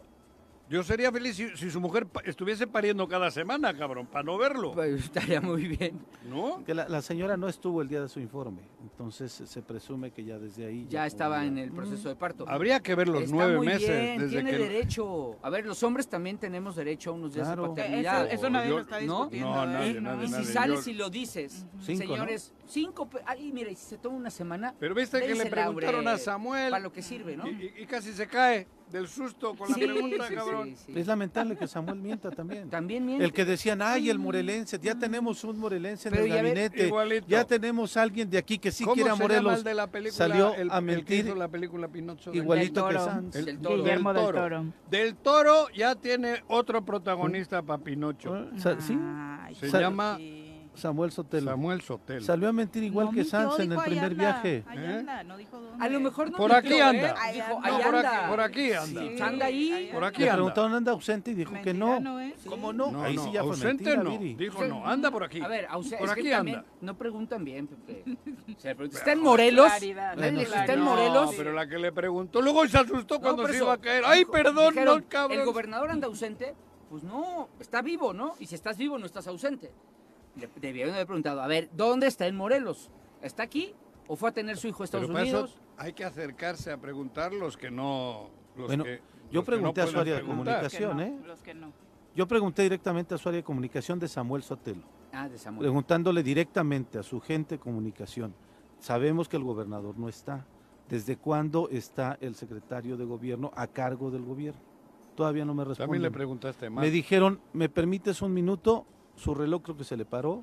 yo sería feliz si su mujer estuviese pariendo cada semana, cabrón, para no verlo. Pues, estaría muy bien. ¿No? Que la señora no estuvo el día de su informe, entonces se presume que ya desde ahí... Ya estaba podía- en el proceso de parto. Habría que ver los Está 9 muy meses bien, desde tiene que... derecho. A ver, los hombres también tenemos derecho a unos días Claro. de paternidad. Eso nadie yo- lo está ¿no? discutiendo. No, ¿eh? nadie, y nadie, si nadie. sales Yo- y lo dices, Cinco, señores, 5, ay, mira, y si se toma una semana, Pero viste que le dense preguntaron laurel, a Samuel para lo que sirve, ¿no? y casi se cae del susto con la Sí, pregunta, sí, cabrón. sí, sí. Es lamentable que Samuel mienta también. También miente. El que decían, ay, el morelense, ya tenemos un morelense en Pero el ya ve- gabinete, Igualito. ya tenemos alguien de aquí que sí ¿Cómo quiere a se llama Morelos, el de la película? salió el, a el que mentir hizo la película Pinocho. igualito Del que Toro. Sanz. El Toro. Guillermo del Toro. Del Toro ya tiene otro protagonista para Pinocho. Sí, Ay, Se Sa- llama sí. Samuel Sotelo. Samuel Sotelo. Salió a mentir igual No que mintió, Sanz en el dijo, ahí primer anda, viaje. ahí ¿Eh? anda, no dijo dónde. A lo mejor no Por mintió, aquí anda. ¿eh? Dijo, No, ahí por anda. por aquí anda. Sí, anda ahí. Por aquí Le anda. preguntaron, ¿anda ausente? Y dijo que no. Mentira, ¿no es? ¿Cómo no? No, Ahí no, sí ya fue ausente mentira, no. Viri. Dijo no, anda por aquí. A ver, por es aquí que también anda. no preguntan bien, Pepe. O sea, está en Morelos. Claridad, Nadie le dijo, claridad. está en No, Morelos. pero la que le preguntó, luego se asustó No, cuando por se eso, iba a caer. ¡Ay, dijo- perdón, dijeron, no, cabrón! El gobernador anda ausente. Pues no, está vivo, ¿no? Y si estás vivo, no estás ausente. Debieron haber preguntado, a ver, ¿dónde está en Morelos? ¿Está aquí o fue a tener su hijo a Estados Pero para eso Unidos? hay que acercarse a preguntar los que no... Los Bueno, que, yo los que pregunté no a su pueden área de preguntar. Los que no, comunicación, los que no. Yo pregunté directamente a su área de comunicación de Samuel Sotelo, Ah, de Samuel. preguntándole directamente a su gente de comunicación. Sabemos que el gobernador no está. ¿Desde cuándo está el secretario de gobierno a cargo del gobierno? Todavía no me También le responden. preguntaste mal. Me dijeron, ¿me permites un minuto? Su reloj creo que se le paró.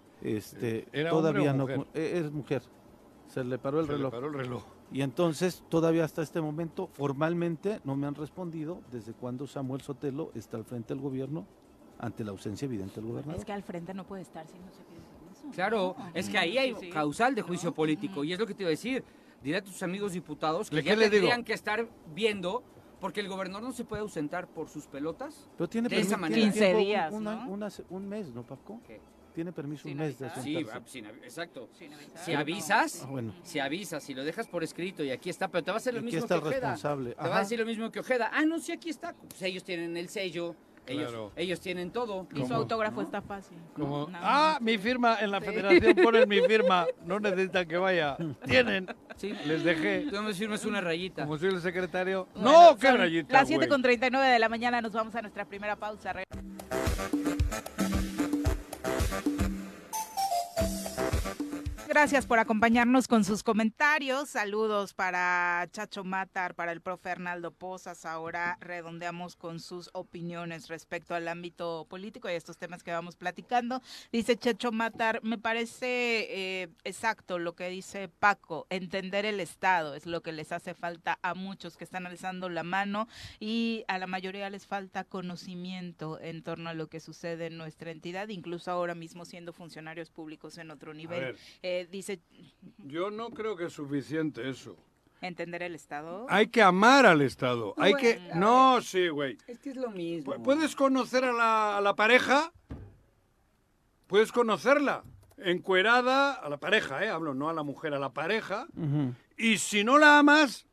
¿Era Todavía hombre o no. mujer? Es mujer. Se le paró el Se le reloj. paró el reloj. Y entonces, todavía hasta este momento, formalmente no me han respondido desde cuándo Samuel Sotelo está al frente del gobierno ante la ausencia evidente del gobernador. Es que al frente no puede estar si no se pide permiso. Claro, ¿no? es que ahí hay Sí, sí. causal de juicio político. Y es lo que te iba a decir. Dile a tus amigos diputados que ¿De ya qué les digo? tendrían que estar viendo, porque el gobernador no se puede ausentar por sus pelotas. Pero tiene de esa permiso, manera. tiene 15 tiempo, días, un mes, ¿no, Paco? ¿Qué? Tiene permiso Sin un mes de avisar. Sí, ausentarse. exacto. Sin avisar. Si avisas, Ah, bueno, si avisas, si lo dejas por escrito y aquí está, pero te va a hacer lo aquí mismo está que el Ojeda. responsable. Te va a Ajá. decir lo mismo que Ojeda. Ah, no, sí, aquí está. Pues ellos tienen el sello, Claro. ellos tienen todo. Y su autógrafo está fácil. Como, Nada más. mi firma, en la federación ponen mi firma, no necesitan que vaya. Tienen, Sí. les dejé. Tú me firmas una rayita. Como soy el secretario. Bueno, ¡No, qué son rayita, Las güey! 7:39 de la mañana nos vamos a nuestra primera pausa. gracias por acompañarnos con sus comentarios. Saludos para Chacho Matar, para el profe Arnaldo Pozas. Ahora redondeamos con sus opiniones respecto al ámbito político y estos temas que vamos platicando. Dice Chacho Matar, me parece exacto lo que dice Paco, entender el Estado es lo que les hace falta a muchos que están alzando la mano y a la mayoría les falta conocimiento en torno a lo que sucede en nuestra entidad, incluso ahora mismo siendo funcionarios públicos en otro nivel. Dice, yo no creo que es suficiente eso. ¿Entender el Estado? Hay que amar al Estado. No, Hay güey, que... No, sí, güey. Es que es lo mismo. ¿Puedes conocer a la pareja? Puedes conocerla. Encuerada a la pareja, hablo, no a la mujer, a la pareja. Y si no la amas,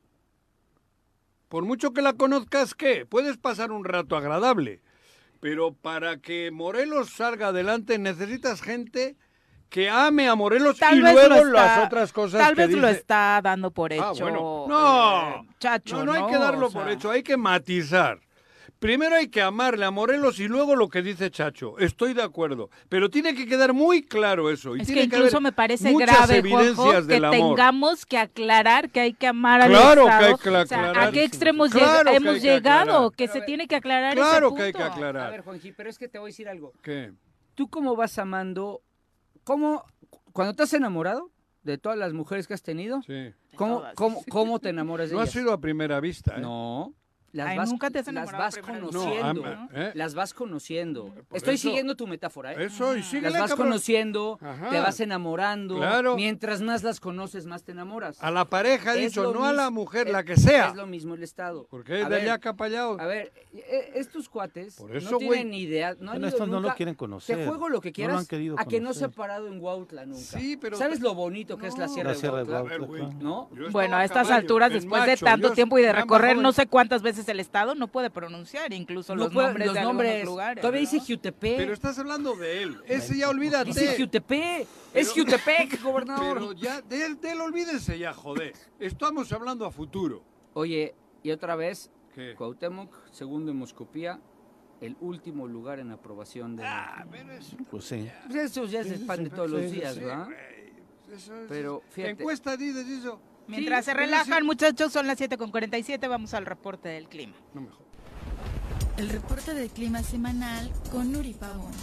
por mucho que la conozcas, ¿qué? Puedes pasar un rato agradable. Pero para que Morelos salga adelante necesitas gente que ame a Morelos y luego las otras cosas tal que vez dice. lo está dando por hecho. Bueno. No, Chacho, no hay que darlo O sea, por hecho, hay que matizar. Primero hay que amarle a Morelos y luego lo que dice Chacho. Estoy de acuerdo. Pero tiene que quedar muy claro eso. Y es tiene que incluso haber me parece muchas grave, evidencias Juanjo, que del amor. tengamos que aclarar que hay que amar al Claro Estado. que hay que O sea, aclarar. ¿a qué extremos Claro que hemos hay que llegado? aclarar. Que se tiene que aclarar Claro ese punto. que hay que aclarar. A ver, Juanji, pero es que te voy a decir algo. ¿Qué? ¿Tú cómo vas amando? ¿Cómo, cuando te has enamorado de todas las mujeres que has tenido, Sí. cómo te enamoras de No ha ellas? sido a primera vista. No. Ay, nunca te has las enamorado vas a primera vista. conociendo. No, Las vas conociendo. Por Estoy eso- siguiendo tu metáfora, ¿eh? Eso, y síguele, Las vas cabrón. conociendo, Ajá. te vas enamorando. Claro. Mientras más las conoces, más te enamoras. A la pareja, he Es dicho, lo no a la mismo- mujer, es- la que sea. Es lo mismo el Estado. Porque es A de ver, allá acá para allá. A ver, estos cuates Por eso, no güey. tienen ni idea. No han Bueno, ido estos no lo nunca. quieren conocer. Te juego lo que No lo quieras han querido a que no se conocer. ha parado en Huautla nunca. Sí, pero- ¿Sabes lo bonito que es la Sierra La Sierra de de Huautla? A ver, güey. Claro. ¿No? Yo Bueno, estaba a estas caballo, alturas, en después de macho, tanto yo tiempo y de me han recorrer bajado no de- sé cuántas veces el Estado, no puede pronunciar incluso los puede- nombres de algunos lugares. Todavía ¿no? dice Jutepec. Pero estás hablando de él. Ese ya olvídate. Dice Jutepec. Es Jutepec, gobernador. Pero ya, de él olvídense ya, joder. Estamos hablando a futuro. Oye, y otra vez, ¿Qué? Cuauhtémoc, segundo en Moscopía, el último lugar en aprobación de... Pues sí. Pues eso ya se expande todos los días, ¿verdad? Eso es- Pero, fíjate. Encuesta dices eso. Mientras Sí, se pero relajan, sí. muchachos, son las 7:47, vamos al reporte del clima. No me jodas. El reporte del clima semanal con Nuri Pavón.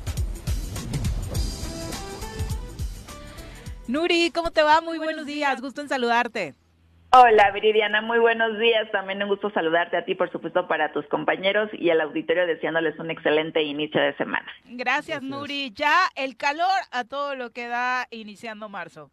Nuri, ¿cómo te va? Muy buenos días, gusto en saludarte. Hola Viridiana, muy buenos días. También un gusto saludarte a ti, por supuesto, para tus compañeros y al auditorio deseándoles un excelente inicio de semana. Gracias, Nuri. Ya el calor a todo lo que da iniciando marzo.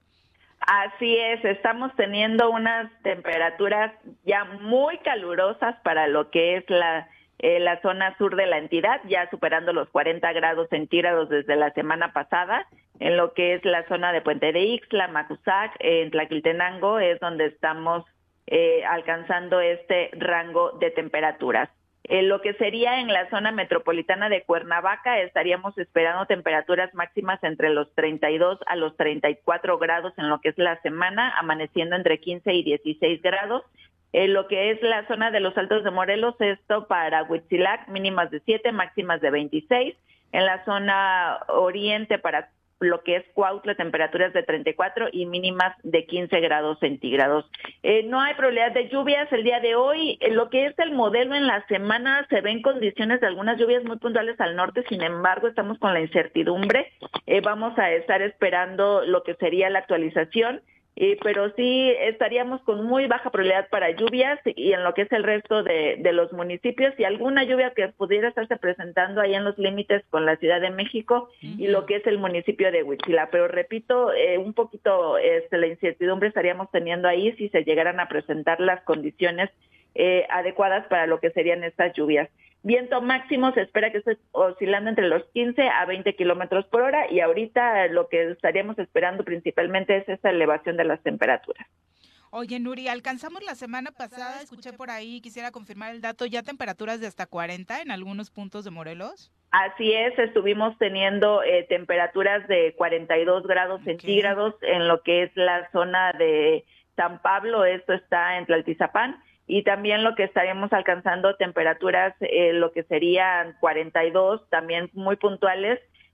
Así es, estamos teniendo unas temperaturas ya muy calurosas para lo que es la zona sur de la entidad, ya superando los 40 grados centígrados desde la semana pasada. En lo que es la zona de Puente de Ixtla, Macusac, en Tlaquiltenango, es donde estamos alcanzando este rango de temperaturas. Lo que sería en la zona metropolitana de Cuernavaca, estaríamos esperando temperaturas máximas entre los 32 a los 34 grados en lo que es la semana, amaneciendo entre 15 y 16 grados. Lo que es la zona de los Altos de Morelos, esto para Huitzilac, mínimas de 7, máximas de 26. En la zona oriente para lo que es Cuautla, temperaturas de 34 y mínimas de 15 grados centígrados. No hay probabilidad de lluvias el día de hoy. Lo que es el modelo en la semana, se ven condiciones de algunas lluvias muy puntuales al norte, sin embargo, estamos con la incertidumbre. Vamos a estar esperando lo que sería la actualización. Pero sí estaríamos con muy baja probabilidad para lluvias y en lo que es el resto de los municipios y alguna lluvia que pudiera estarse presentando ahí en los límites con la Ciudad de México y lo que es el municipio de Huitzila. Pero repito, un poquito la incertidumbre estaríamos teniendo ahí si se llegaran a presentar las condiciones adecuadas para lo que serían estas lluvias. Viento máximo se espera que esté oscilando entre los 15 a 20 kilómetros por hora y ahorita lo que estaríamos esperando principalmente es esta elevación de las temperaturas. Oye, Nuri, alcanzamos la semana pasada, escuché por ahí, quisiera confirmar el dato, ya temperaturas de hasta 40 en algunos puntos de Morelos. Así es, estuvimos teniendo temperaturas de 42 grados centígrados en lo que es la zona de San Pablo, esto está en Tlaltizapán. Y también lo que estaremos alcanzando temperaturas, lo que serían 42, también muy puntuales,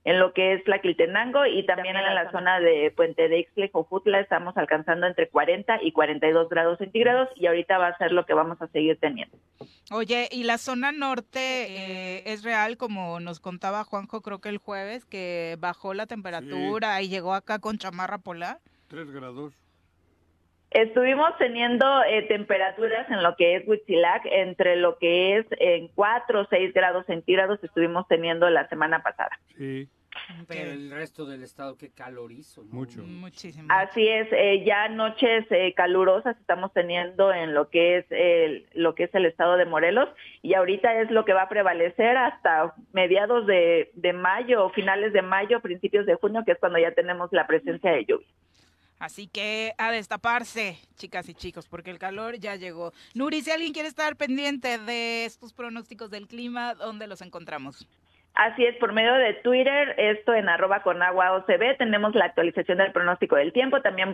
en lo que es Tlaquiltenango y también en la zona de Puente de Ixtle, Jojutla, estamos alcanzando entre 40 y 42 grados centígrados y ahorita va a ser lo que vamos a seguir teniendo. Oye, ¿y la zona norte es real, como nos contaba Juanjo, creo que el jueves, que bajó la temperatura y llegó acá con chamarra polar? 3 grados. Estuvimos teniendo temperaturas en lo que es Huitzilac, entre lo que es en 4 o 6 grados centígrados estuvimos teniendo la semana pasada. Sí. Pero el resto del estado, qué calorizo, ¿no? Mucho. Muchísimo. Así es, ya noches calurosas estamos teniendo en lo que es el estado de Morelos y ahorita es lo que va a prevalecer hasta mediados de mayo, finales de mayo, principios de junio, que es cuando ya tenemos la presencia de lluvia. Así que a destaparse, chicas y chicos, porque el calor ya llegó. Nuri, si alguien quiere estar pendiente de estos pronósticos del clima, ¿dónde los encontramos? Así es, por medio de Twitter, esto en @ConAguaOCB, tenemos la actualización del pronóstico del tiempo, también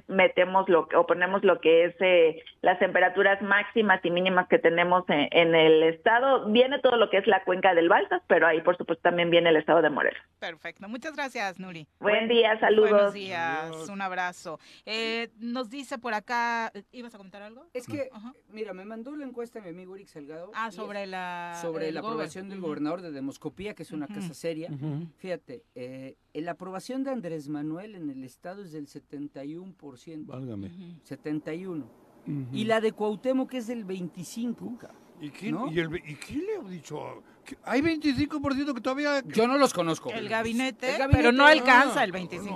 ponemos lo que es las temperaturas máximas y mínimas que tenemos en el estado. Viene todo lo que es la cuenca del Balsas, pero ahí por supuesto también viene el estado de Morelos. Perfecto, muchas gracias, Nuri. Buen día, saludos. Buenos días, un abrazo. Nos dice por acá, ¿ibas a comentar algo? Es que, mira, me mandó la encuesta mi amigo Eric Salgado. Sobre la aprobación del gobernador de Demoscopía, que es una casa seria. Fíjate, la aprobación de Andrés Manuel en el estado es del 71%. Válgame. 71. Y la de Cuauhtémoc es del 25%. ¿Y quién, ¿no? quién le ha dicho? ¿Hay 25% que todavía...? Yo no los conozco. El gabinete, pero no alcanza el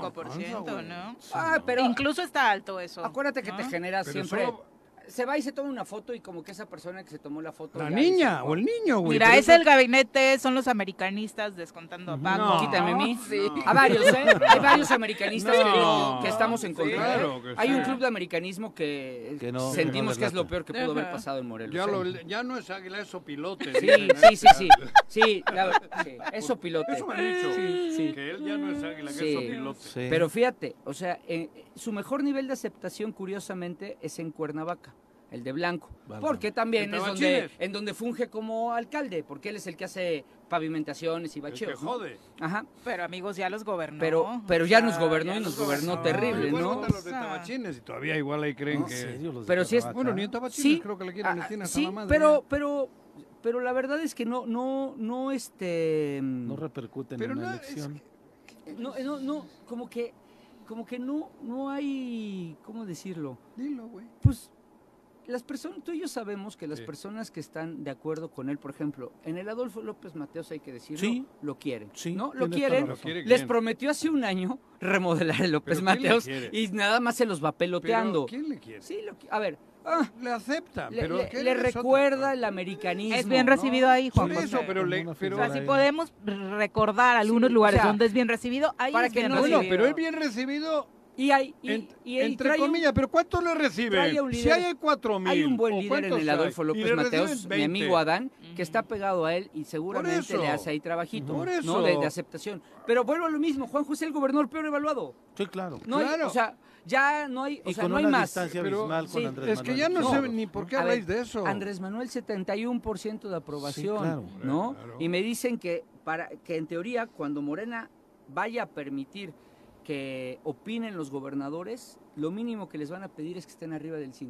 25%, ¿no? Pero incluso está alto eso. Acuérdate que te genera Pero siempre... solo- Se va y se toma una foto y como que esa persona que se tomó la foto... La ya niña dice, o el niño, güey. Mira, pero es el gabinete, son los americanistas descontando a Paco. No. Quítame a mí. Sí. A varios, ¿eh? Hay varios americanistas que estamos en contra. claro que Hay sí. un club de americanismo que no, sentimos que no que es lo relata. peor que pudo haber pasado en Morelos. Ya no es águila, es sopilote. Sí, dicen, sí, ¿eh? sí, sí. Sí, sí, es sopilote. Eso me han dicho. Sí, sí. Que él ya no es águila, que Sí. es sopilote. Sí. Pero fíjate, o sea, su mejor nivel de aceptación, curiosamente, es en Cuernavaca, el de Blanco. Válgame. Porque también ¿En es Tabachines? en donde funge como alcalde, porque él es el que hace pavimentaciones y El que bacheos. ¿no? jode. Ajá. Pero amigos, ya los gobernó. Pero ya nos O sea, gobernó ya y nos los gobernó gobernó. terrible, Igual ¿no? votan los de Tabachines y todavía igual ahí creen que... ¿En serio? Los de Pero sí es- Cuernavaca? Bueno, ni en Tabachines Sí, creo que le quieren meter hasta sí, la madre. pero la verdad es que no, No repercuten Pero en una no, es elección. no, como que no hay, ¿cómo decirlo? Dilo, güey. Pues las personas, tú y yo sabemos que las Sí. personas que están de acuerdo con él, por ejemplo, en el Adolfo López Mateos hay que decirlo, Sí. lo quieren, Sí, ¿no? Lo tienes quieren, toda la razón. quiere les quién. prometió hace un año remodelar el López ¿Pero quién le Mateos quiere? y nada más se los va peloteando. Pero ¿quién le quiere? Sí, a ver, Le acepta, le, pero le- ¿qué le es otra recuerda cosa? el americanismo. Es bien ¿no? recibido ahí, Juan Por José. eso, pero, Como le, una pero O sea, figura si ahí. podemos recordar algunos lugares o sea, donde es bien recibido, ahí para es que bien no- recibido. bueno, pero es bien recibido Y hay, entre trae un- comillas, pero ¿cuánto le reciben? trae un Si líder- hay 4,000. Hay un buen ¿o líder en cuántos el hay? Adolfo Y López le Mateos, reciben mi 20. amigo Adán, que está pegado a él y seguramente eso. le hace ahí trabajito, Por ¿no? eso. De aceptación. Pero vuelvo a lo mismo, Juanjo es el gobernador peor evaluado. Sí, claro. No hay, Claro. o sea, ya no hay, o Y sea, con no hay una más. distancia Pero- abismal con sí, Andrés Es que Manuel. ya no No. sé ni por qué A habláis ver, de eso. Andrés Manuel 71% de aprobación, Sí, claro. ¿no? Claro. Y me dicen que en teoría cuando Morena vaya a permitir que opinen los gobernadores, lo mínimo que les van a pedir es que estén arriba del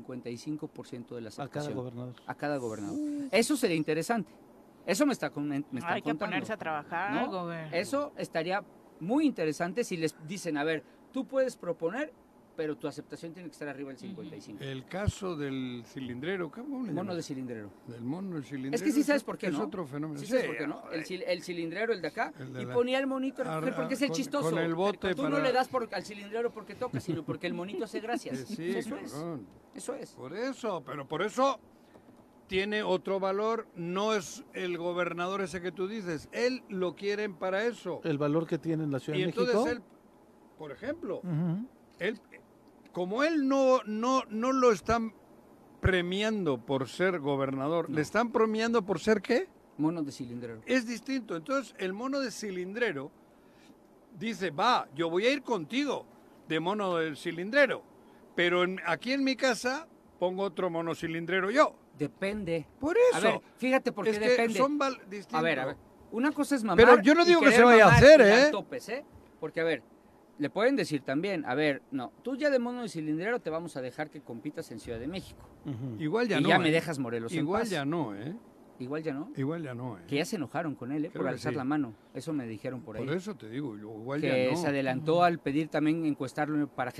55% de la A cada aceptación. gobernador. A cada gobernador. Eso sería interesante. Eso me está Hay que contando, ponerse a trabajar, ¿no? gobernador. Eso estaría muy interesante si les dicen, a ver, tú puedes proponer, pero tu aceptación tiene que estar arriba del 55. El caso del cilindrero, ¿cómo le Mono llamas? de cilindrero. Del mono del cilindrero. Es que sí sabes por qué, es ¿no? otro fenómeno. Sí, ¿sabes Sí, por qué no? hombre. El cilindrero, el de acá, El de y la- ponía el monito a recoger porque es el con- chistoso. con el bote Tú no para- le das al cilindrero porque toca, sino porque el monito hace gracias. Sí, Eso es. cabrón. Eso es. Por eso, pero por eso tiene otro valor, no es el gobernador ese que tú dices, él lo quieren para eso. El valor que tiene en la Ciudad Y de entonces México. él, por ejemplo, Ujú. él, como él no lo están premiando por ser gobernador, ¿le están premiando por ser qué? Mono de cilindrero. Es distinto. Entonces, el mono de cilindrero dice, va, yo voy a ir contigo, de mono del cilindrero, pero aquí en mi casa pongo otro mono cilindrero yo. Depende. Por A eso. ver, fíjate por qué es que depende. son distintos. A ver, Una cosa es mamar. Pero yo no digo y que querer se vaya a mamar hacer, y dar ¿eh? topes, Porque, a ver, le pueden decir también, a ver, no, tú ya de mono de cilindrero te vamos a dejar que compitas en Ciudad de México. Igual ya y no. ya me dejas Morelos en Igual paz. ya no, ¿eh? Igual ya no. Igual ya no, ¿eh? Que ya se enojaron con él, Creo por que alzar sí. la mano. Eso me dijeron por ahí. Por eso te digo, igual que ya no. se adelantó al pedir también encuestarlo para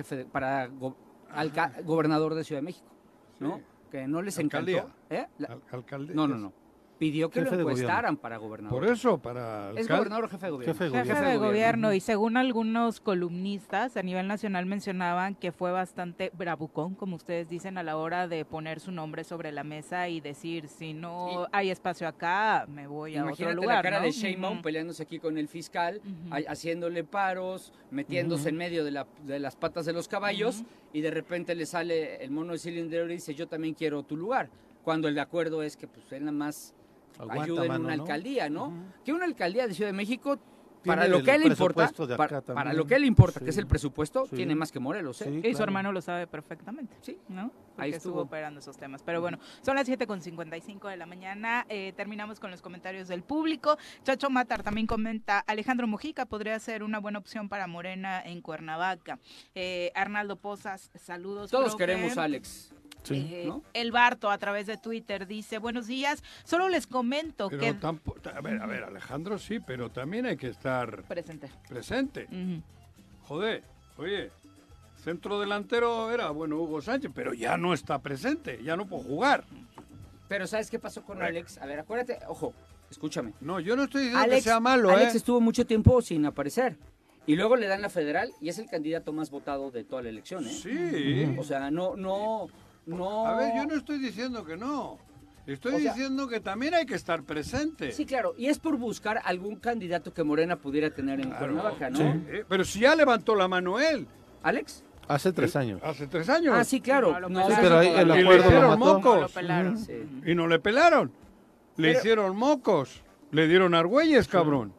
gobernador de Ciudad de México, ¿no? Sí. Que no les Alcaldía. encantó. Alcalde. No. Pidió que Jefe lo de encuestaran para gobernador. Por eso, para ¿Es alcalde. gobernador o jefe de gobierno? Jefe de gobierno, y según algunos columnistas a nivel nacional mencionaban que fue bastante bravucón, como ustedes dicen, a la hora de poner su nombre sobre la mesa y decir, si no hay espacio acá, me voy a Imagínate otro lugar, la cara ¿no? de Sheinbaum Ujú. peleándose aquí con el fiscal, Ujú. haciéndole paros, metiéndose en medio de las patas de los caballos, y de repente le sale el mono de cilindrero y dice, yo también quiero tu lugar, cuando el acuerdo es que pues él nada más Aguanta, ayuda en mano, una ¿no? alcaldía, ¿no? Ujú. Que una alcaldía de Ciudad de México, Tiene para lo el que a él le importa, presupuesto de acá para también. lo que a él le importa, Sí. que es el presupuesto, Sí. tiene más que Morelos, ¿eh? Sí, Y su claro. hermano lo sabe perfectamente, Sí. ¿no? Porque Ahí estuvo estuvo. operando esos temas. Pero bueno, son las 7:55 de la mañana. Terminamos con los comentarios del público. Chacho Matar también comenta, Alejandro Mujica podría ser una buena opción para Morena en Cuernavaca. Arnaldo Pozas, saludos. Todos profe. queremos a Alex. ¿no? El Barto a través de Twitter dice, buenos días, solo les comento Pero que... a ver, Alejandro sí, pero también hay que estar presente. Ujú. Joder, oye, centro delantero era, Hugo Sánchez, pero ya no está presente, ya no puede jugar. Pero ¿sabes qué pasó con Alex? A ver, acuérdate, ojo, escúchame. No, yo no estoy diciendo que sea malo, Alex estuvo mucho tiempo sin aparecer. Y luego le dan la federal y es el candidato más votado de toda la elección, ¿eh? Sí. O sea, no. A ver, yo no estoy diciendo que no. Estoy O sea, diciendo que también hay que estar presente. Sí, claro. Y es por buscar algún candidato que Morena pudiera tener en Cuernavaca, ¿no? Pero si ya levantó la mano él. ¿Alex? Hace 3 años. Hace 3 años. Ah, sí, claro. No, No, Sí, eso pero ahí todavía. el Y le acuerdo lo hicieron mató. mocos. No lo pelaron. Sí. Y no le pelaron. Le Pero- hicieron mocos. Le dieron argüelles, cabrón.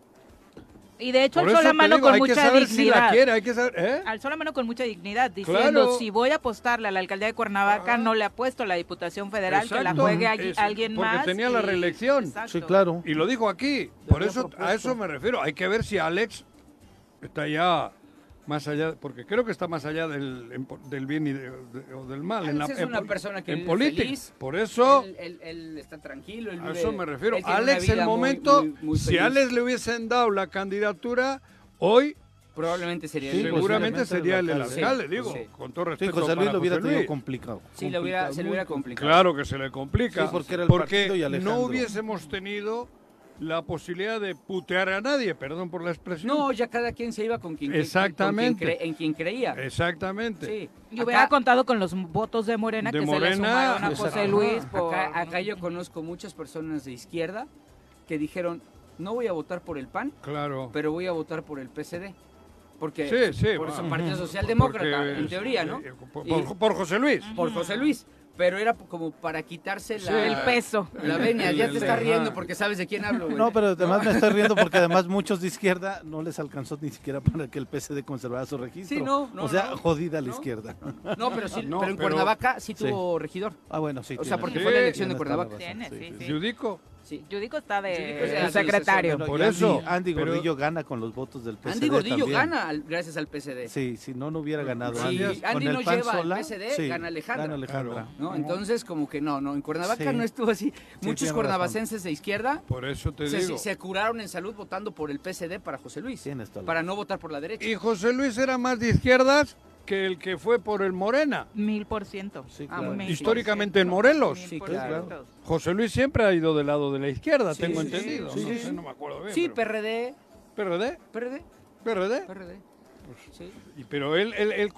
Y de hecho Por alzó eso la te mano digo, con hay que mucha saber si dignidad. la quiere, hay que saber, ¿eh? Alzó la mano con mucha dignidad, diciendo, Claro. si voy a apostarle a la alcaldía de Cuernavaca, no le apuesto a la Diputación Federal, que la Exacto. juegue Eso, alguien porque más. tenía la reelección. Exacto. Sí, claro. Y lo dijo aquí. Por había eso, a propuesto. eso me refiero. Hay que ver si Alex está ya más allá, porque creo que está más allá del bien o del mal. Alex es una persona que en vive política. feliz. Por eso, Él está tranquilo. Él a vive- eso me refiero. él tiene una Alex, el vida muy- momento, muy si feliz. a Alex le hubiesen dado la candidatura, hoy Probablemente sería Sí, el seguramente posiblemente sería el el alcalde, alcalde. digo, Sí. con todo Sí, respeto José Luis para lo hubiera José tenido Luis. complicado. Sí, le hubiera complicado. Claro que se le complica. Sí, porque era el porque partido y Alejandro. no hubiésemos tenido la posibilidad de putear a nadie, perdón por la expresión. No, ya cada quien se iba con quien, Exactamente. en quien creía. Exactamente. Sí. Y hubiera Acá- contado con los votos de Morena De que Morena, se le sumaron a José exacto. Luis. Por... Acá yo conozco muchas personas de izquierda que dijeron, no voy a votar por el PAN, Claro. pero voy a votar por el PSD. Porque Sí, sí, por bueno. eso Partido Socialdemócrata, Porque, en teoría, ¿no? Por, Y- por José Luis. por José Luis. Pero era como para quitarse la... el peso. La venia, ya te estás Ajá. riendo porque sabes de quién hablo, güey. No, pero además me estoy riendo porque además muchos de izquierda no les alcanzó ni siquiera para que el PSD conservara su registro. Sí, no, o sea, no. jodida la No. izquierda. No, pero sí, No, pero en pero- Cuernavaca sí Sí. tuvo regidor. Ah, bueno, sí. O sea, tienes porque razón. fue la elección de Tienes toda la Cuernavaca. razón, Tiene, sí. Judico. Sí. Yudico está Yudico es de de la secretario. Bueno, Por y eso, Andy pero- Gordillo gana con los votos del PSD. Andy Gordillo también. gana gracias al PSD. Sí, si no, no hubiera ganado. Si Andy. Andy Con el no PAN lleva al sola, PSD, sí, gana Alejandra. gana Alejandra. ¿No? Entonces, como que no, en Cuernavaca Sí. no estuvo así. Muchos tienes cuernavacenses de izquierda Por eso te se, digo. se curaron en salud votando por el PSD para José Luis. Tienes toda la Para no votar por la derecha. Y José Luis era más de izquierdas que el que fue por el Morena. 1000%. Sí, Ah, claro. bueno. Históricamente en Morelos. Sí, 1000%. claro. José Luis siempre ha ido del lado de la izquierda, Sí, tengo sí, sí, entendido. sí, no sí, sé, sí. no me acuerdo bien. Sí, pero- PRD, ¿PRD? PRD, ¿PRD? PRD. Sí. Pero él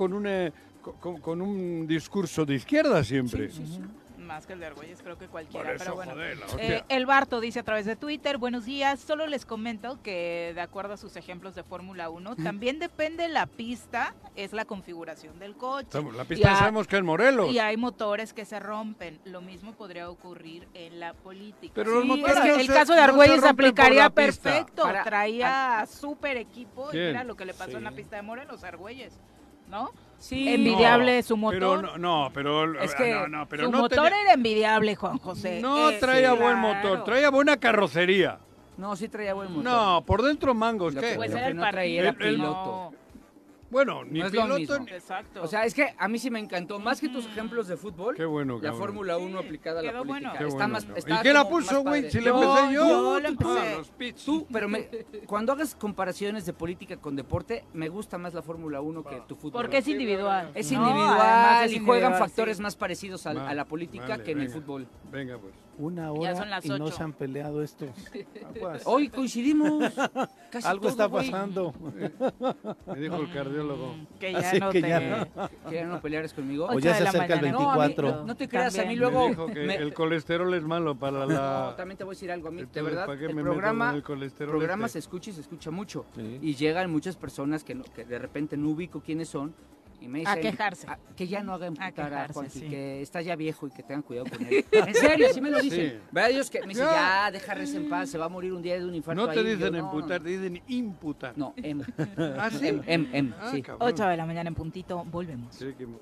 con un discurso de izquierda siempre. Más que el de Argüelles, creo que Por cualquiera, eso, pero bueno. joder, la hostia. El Barto dice a través de Twitter, buenos días, solo les comento que de acuerdo a sus ejemplos de Fórmula 1, también depende la pista, es la configuración del coche. La pista Y sabemos que es Morelos. Y hay motores que se rompen, lo mismo podría ocurrir en la política. Pero los Sí, motores es que no el se- caso de no se Argüelles rompen por aplicaría la pista. perfecto, Para- traía súper equipo y ¿Quién? mira lo que le pasó Sí. en la pista de Morelos, Argüelles, ¿no? Sí. Envidiable su motor. Pero Es que pero Su no motor tenía- era envidiable, Juan José. no traía buen claro. motor, traía buena carrocería. No, sí traía buen motor. No, por dentro mangos, Lo ¿qué? que- Pues lo era que el no traía era partido. piloto. Bueno, ni No es lo piloto mismo. ni... Exacto. O sea, es que a mí sí me encantó, más que tus ejemplos de fútbol, Qué bueno, la cabrón. Fórmula 1 aplicada a la quedó política. bueno. Qué Está bueno, más, cabrón. está ¿Y quién la como puso, más güey? padre. Si le empecé yo. yo lo Ah, empecé. los pits. Tú, pero cuando hagas comparaciones de política con deporte, me gusta más la Fórmula 1 que tu fútbol. Porque es individual. Es No, individual además es y juegan individual, factores sí. más parecidos a la política Vale, que en el venga. fútbol. Venga, pues. Una Ya son hora las y no 8. se han peleado estos. Aguas. Hoy coincidimos. Casi Algo todo, está güey. pasando. Me dijo el cardiólogo. Que ya Así no que te... ya no. ¿Quieren no peleares conmigo? O 8 ya de se la acerca el mañana. No, a mí, 24. no te creas, a mí También. luego... Me dijo que el colesterol es malo para No, la... también te voy a decir algo a mí, de Entonces, verdad, ¿para qué el me meto programa, con el colesterol programa este? se escucha y se escucha mucho. Sí. Y llegan muchas personas que de repente no ubico quiénes son y me dicen... A quejarse. que ya no hagan A emputar a quejarse, Juanqui, sí. que está ya viejo y que tengan cuidado con él. En serio, así me lo dicen. Sí. Vea Dios que me dicen, Ya. ya, déjales en paz, se va a morir un día de un infarto No te ahí. Yo, dicen no, emputar, no, te dicen imputar. no, ¿Ah, sí? sí. Cabrón. 8 de la mañana en puntito, volvemos. Sí, que-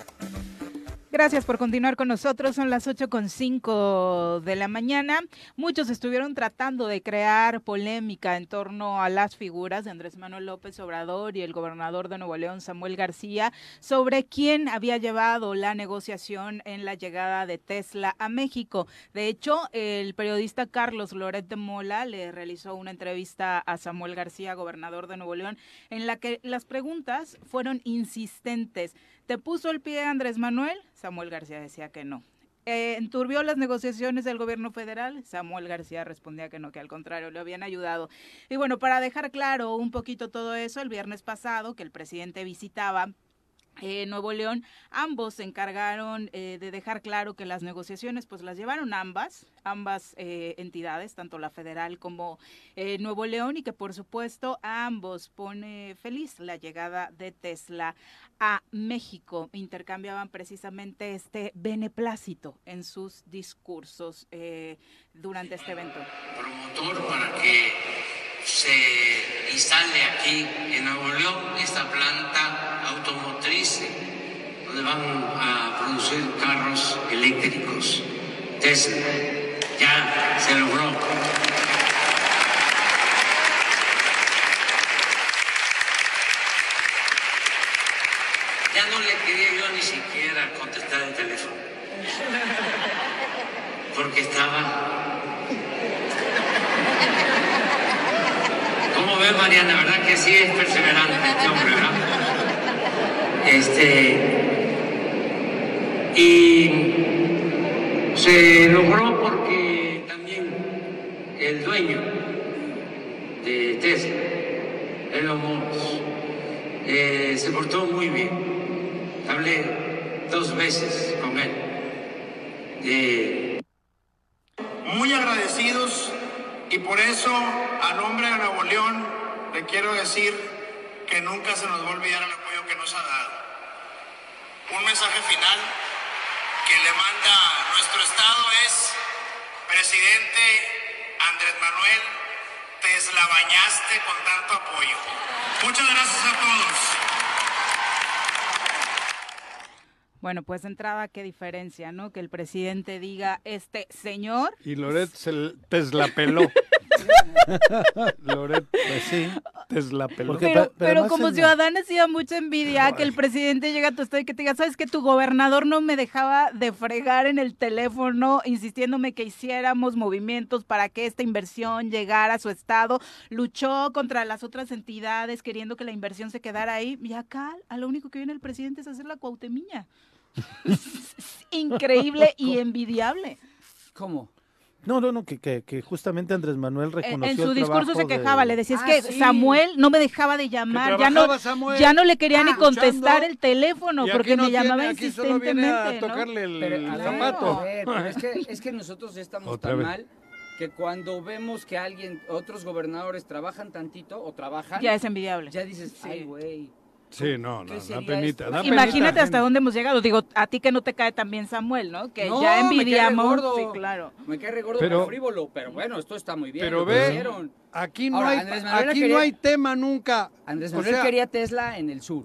Gracias por continuar con nosotros. Son las 8:05 de la mañana. Muchos estuvieron tratando de crear polémica en torno a las figuras de Andrés Manuel López Obrador y el gobernador de Nuevo León, Samuel García, sobre quién había llevado la negociación en la llegada de Tesla a México. De hecho, el periodista Carlos Loret de Mola le realizó una entrevista a Samuel García, gobernador de Nuevo León, en la que las preguntas fueron insistentes. ¿Te puso el pie Andrés Manuel? Samuel García decía que no. ¿Enturbió las negociaciones del gobierno federal? Samuel García respondía que no, que al contrario, le habían ayudado. Y bueno, para dejar claro un poquito todo eso, el viernes pasado que el presidente visitaba Nuevo León, ambos se encargaron de dejar claro que las negociaciones pues las llevaron ambas entidades, tanto la federal como Nuevo León, y que por supuesto a ambos pone feliz la llegada de Tesla a México. Intercambiaban precisamente este beneplácito en sus discursos durante este evento. Promotor para que se instale aquí en Nuevo León esta planta automotriz donde van a producir carros eléctricos. Tesla ya se logró. Ya no le quería yo ni siquiera contestar el teléfono porque estaba... ¿Cómo ves, Mariana? ¿Verdad que sí es perseverante este hombre, verdad? Y se logró porque también el dueño de Tesla, Elon Musk, se portó muy bien. Hablé 2 veces con él. Muy agradecidos y por eso, a nombre de Nuevo León, le quiero decir que nunca se nos va a olvidar el apoyo que nos ha dado. Un mensaje final que le manda nuestro estado es: presidente Andrés Manuel, te deslabañaste con tanto apoyo. Muchas gracias a todos. Bueno, pues de entrada, qué diferencia, ¿no? Que el presidente diga, este señor... Y Loret se Tesla peló. Loret, pues sí. Tesla peló. Pero además como en la- ciudadana sí da mucha envidia que el presidente llegue a tu estado y que te diga, ¿sabes qué? Tu gobernador no me dejaba de fregar en el teléfono, insistiéndome que hiciéramos movimientos para que esta inversión llegara a su estado. Luchó contra las otras entidades queriendo que la inversión se quedara ahí. Y acá, a lo único que viene el presidente es hacer la cuauhtemiña. Es increíble y envidiable. ¿Cómo? No, que justamente Andrés Manuel reconoció En su el discurso se trabajo de- quejaba, le decía, es Ah, que sí. Samuel no me dejaba de llamar, ya trabajaba Samuel. ya no le quería ni escuchando, contestar el teléfono Y porque aquí no me llamaba tiene, aquí solo viene insistentemente, a ¿no? tocarle el Pero, a ver, zapato. a ver, pero es que nosotros ya estamos Otra tan vez. mal que cuando vemos que otros gobernadores trabajan tantito o trabajan, Ya es envidiable. ya dices, ay, güey. Sí, no, ¿Qué da sería penita. esto? Da Imagínate penita, hasta dónde hemos llegado. Digo, a ti que no te cae tan bien Samuel, ¿no? Que No, ya me cae re envidiamos. gordo. Sí, claro. Me cae re gordo, Pero- pero frívolo, pero bueno, esto está muy bien. Pero lo que ve, hicieron. aquí no Ahora, hay, Andrés Manuel aquí quería- no hay tema nunca. Andrés O Manuel sea, quería Tesla en el sur.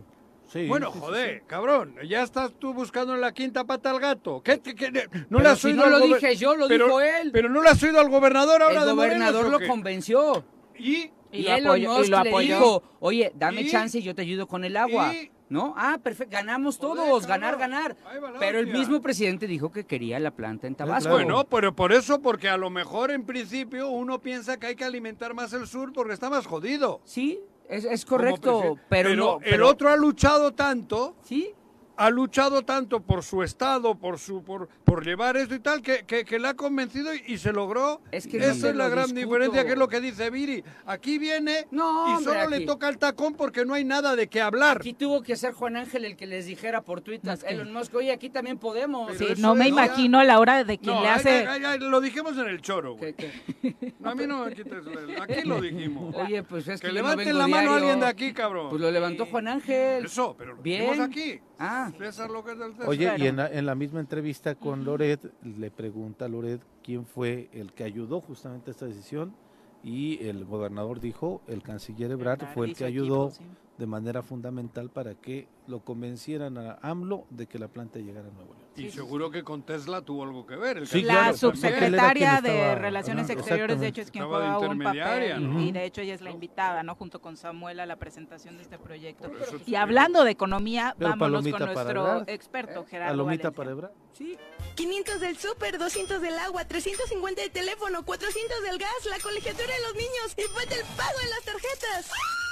Sí, Bueno, sí, sí, joder, sí. cabrón, ya estás tú buscando la quinta pata al gato. ¿Qué? ¿No Pero le has si oído no al lo gober- dije yo, lo pero, dijo él. Pero no le has oído al gobernador ahora El de Morelos, gobernador ¿o lo qué? convenció. ¿Y? Y lo Elon apoyó, Musk y lo le apoyó. dijo, oye, dame ¿Y? chance y yo te ayudo con el agua. ¿Y? ¿No? Ah, perfecto, ganamos Joder, todos, cabrón. ganar. Ahí va la Pero el hostia. mismo presidente dijo que quería la planta en Tabasco. claro. Bueno, pero por eso, porque a lo mejor en principio uno piensa que hay que alimentar más el sur porque está más jodido. Sí, es Como correcto, presidente. pero no... el otro ha luchado tanto, Sí, por su estado, por llevar esto y tal, que le ha convencido y se logró. Es que no esa te es la lo gran discuto. diferencia, que es lo que dice Viri. Aquí viene No, y hombre, solo le aquí. toca el tacón porque no hay nada de qué hablar. aquí tuvo que ser Juan Ángel el que les dijera por Twitter, Elon Musk, oye, aquí también podemos. Pero Sí, eso no me es- imagino a la hora de quien No, le hace... lo dijimos en el choro, güey. Que- A mí no me quites aquí lo dijimos. Oye, pues es que, Que yo no levanten vengo la mano diario. alguien de aquí, cabrón. Pues lo levantó Juan Ángel. Eso, pero lo Bien. dijimos aquí. Ah, César lo que es del César. Oye, Claro. y en la misma entrevista con Loret, le pregunta a Loret quién fue el que ayudó justamente a esta decisión, y el gobernador dijo, el canciller Ebrard Ebrard fue el y que su ayudó equipo, sí. de manera fundamental para que lo convencieran a AMLO de que la planta llegara a Nuevo León. Y seguro que con Tesla tuvo algo que ver. El Sí, canciller La claro, también. subsecretaria porque él era quien de estaba- Relaciones Ajá, Exteriores, de hecho, es quien Estaba de juega un intermediaria, papel ¿no? y de hecho ella es la invitada, ¿no? Junto con Samuel a la presentación de este proyecto. Por eso Y hablando de economía, Pero vámonos palomita con para nuestro Ebrard. experto, Gerardo Palomita Valencia. para Ebrard. sí. 500 del súper, 200 del agua, 350 de teléfono, 400 del gas, la colegiatura de los niños y falta el pago en las tarjetas.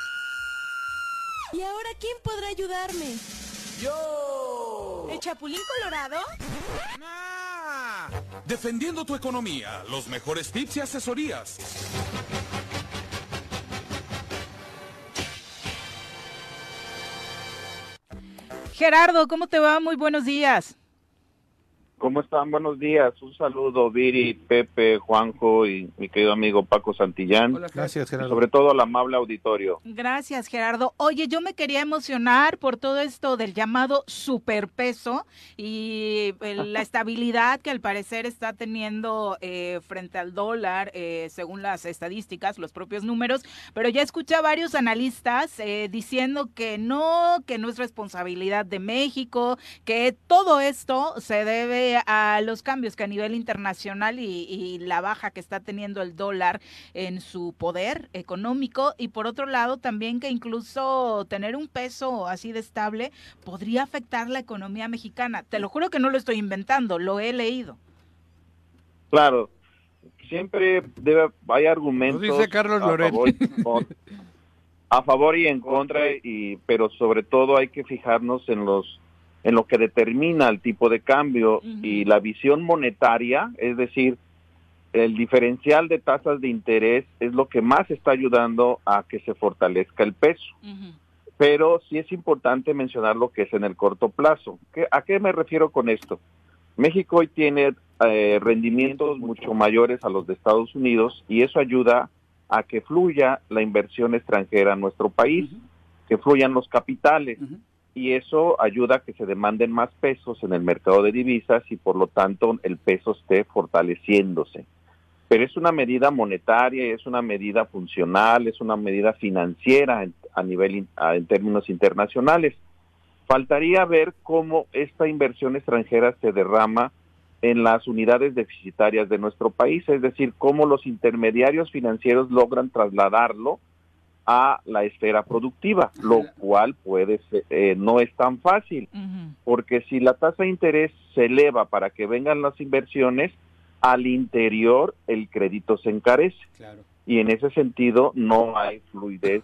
¿Y ahora quién podrá ayudarme? ¡Yo! ¿El Chapulín Colorado? Defendiendo tu economía, los mejores tips y asesorías. Gerardo, ¿cómo te va? Muy buenos días. ¿Cómo están? Buenos días. Un saludo, Viri, Pepe, Juanjo y mi querido amigo Paco Santillán. Hola, Gracias, Y Gerardo. sobre todo al amable auditorio. Gracias, Gerardo. Oye, yo me quería emocionar por todo esto del llamado superpeso y la estabilidad que al parecer está teniendo frente al dólar, según las estadísticas, los propios números, pero ya escuché a varios analistas diciendo que no es responsabilidad de México, que todo esto se debe a los cambios que a nivel internacional y la baja que está teniendo el dólar en su poder económico, y por otro lado también que incluso tener un peso así de estable podría afectar la economía mexicana. Te lo juro que no lo estoy inventando, lo he leído. Claro, siempre hay argumentos Lo dice Carlos Loret. A favor y en contra, pero sobre todo hay que fijarnos en lo que determina el tipo de cambio y la visión monetaria, es decir, el diferencial de tasas de interés es lo que más está ayudando a que se fortalezca el peso. Pero sí es importante mencionar lo que es en el corto plazo. ¿A qué me refiero con esto? México hoy tiene rendimientos mucho mayores a los de Estados Unidos y eso ayuda a que fluya la inversión extranjera en nuestro país, que fluyan los capitales. Y eso ayuda a que se demanden más pesos en el mercado de divisas y por lo tanto el peso esté fortaleciéndose. Pero es una medida monetaria, es una medida funcional, es una medida financiera en términos internacionales. Faltaría ver cómo esta inversión extranjera se derrama en las unidades deficitarias de nuestro país, es decir, cómo los intermediarios financieros logran trasladarlo a la esfera productiva, lo cual no es tan fácil, porque si la tasa de interés se eleva para que vengan las inversiones, al interior el crédito se encarece. Claro. Y en ese sentido no hay fluidez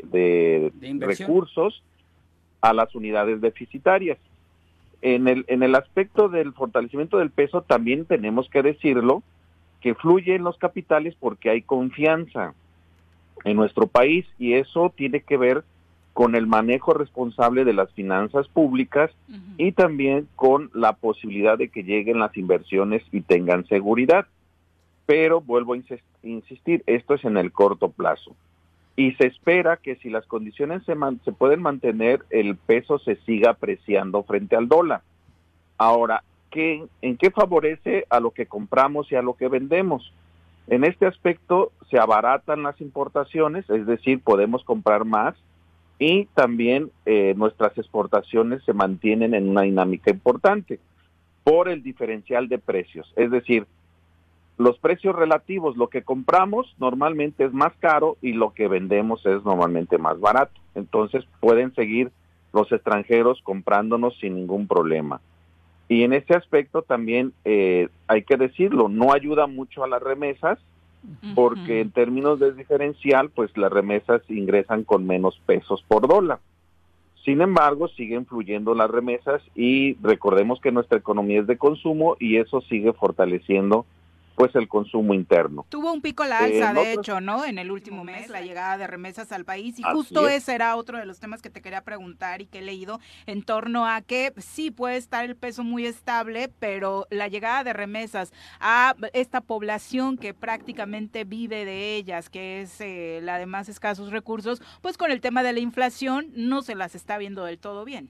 de recursos a las unidades deficitarias. En el aspecto del fortalecimiento del peso también tenemos que decirlo, que fluyen los capitales porque hay confianza en nuestro país y eso tiene que ver con el manejo responsable de las finanzas públicas y también con la posibilidad de que lleguen las inversiones y tengan seguridad. Pero vuelvo a insistir, esto es en el corto plazo. Y se espera que si las condiciones se pueden mantener, el peso se siga apreciando frente al dólar. Ahora, ¿en qué favorece a lo que compramos y a lo que vendemos? En este aspecto se abaratan las importaciones, es decir, podemos comprar más y también nuestras exportaciones se mantienen en una dinámica importante por el diferencial de precios. Es decir, los precios relativos, lo que compramos normalmente es más caro y lo que vendemos es normalmente más barato. Entonces pueden seguir los extranjeros comprándonos sin ningún problema. Y en ese aspecto también hay que decirlo, no ayuda mucho a las remesas, porque en términos de diferencial, pues las remesas ingresan con menos pesos por dólar. Sin embargo, siguen fluyendo las remesas y recordemos que nuestra economía es de consumo y eso sigue fortaleciendo pues el consumo interno. Tuvo un pico la alza, de hecho, ¿no? En el último mes, la llegada de remesas al país, y justo ese era otro de los temas que te quería preguntar y que he leído en torno a que sí puede estar el peso muy estable, pero la llegada de remesas a esta población que prácticamente vive de ellas, que es la de más escasos recursos, pues con el tema de la inflación no se las está viendo del todo bien.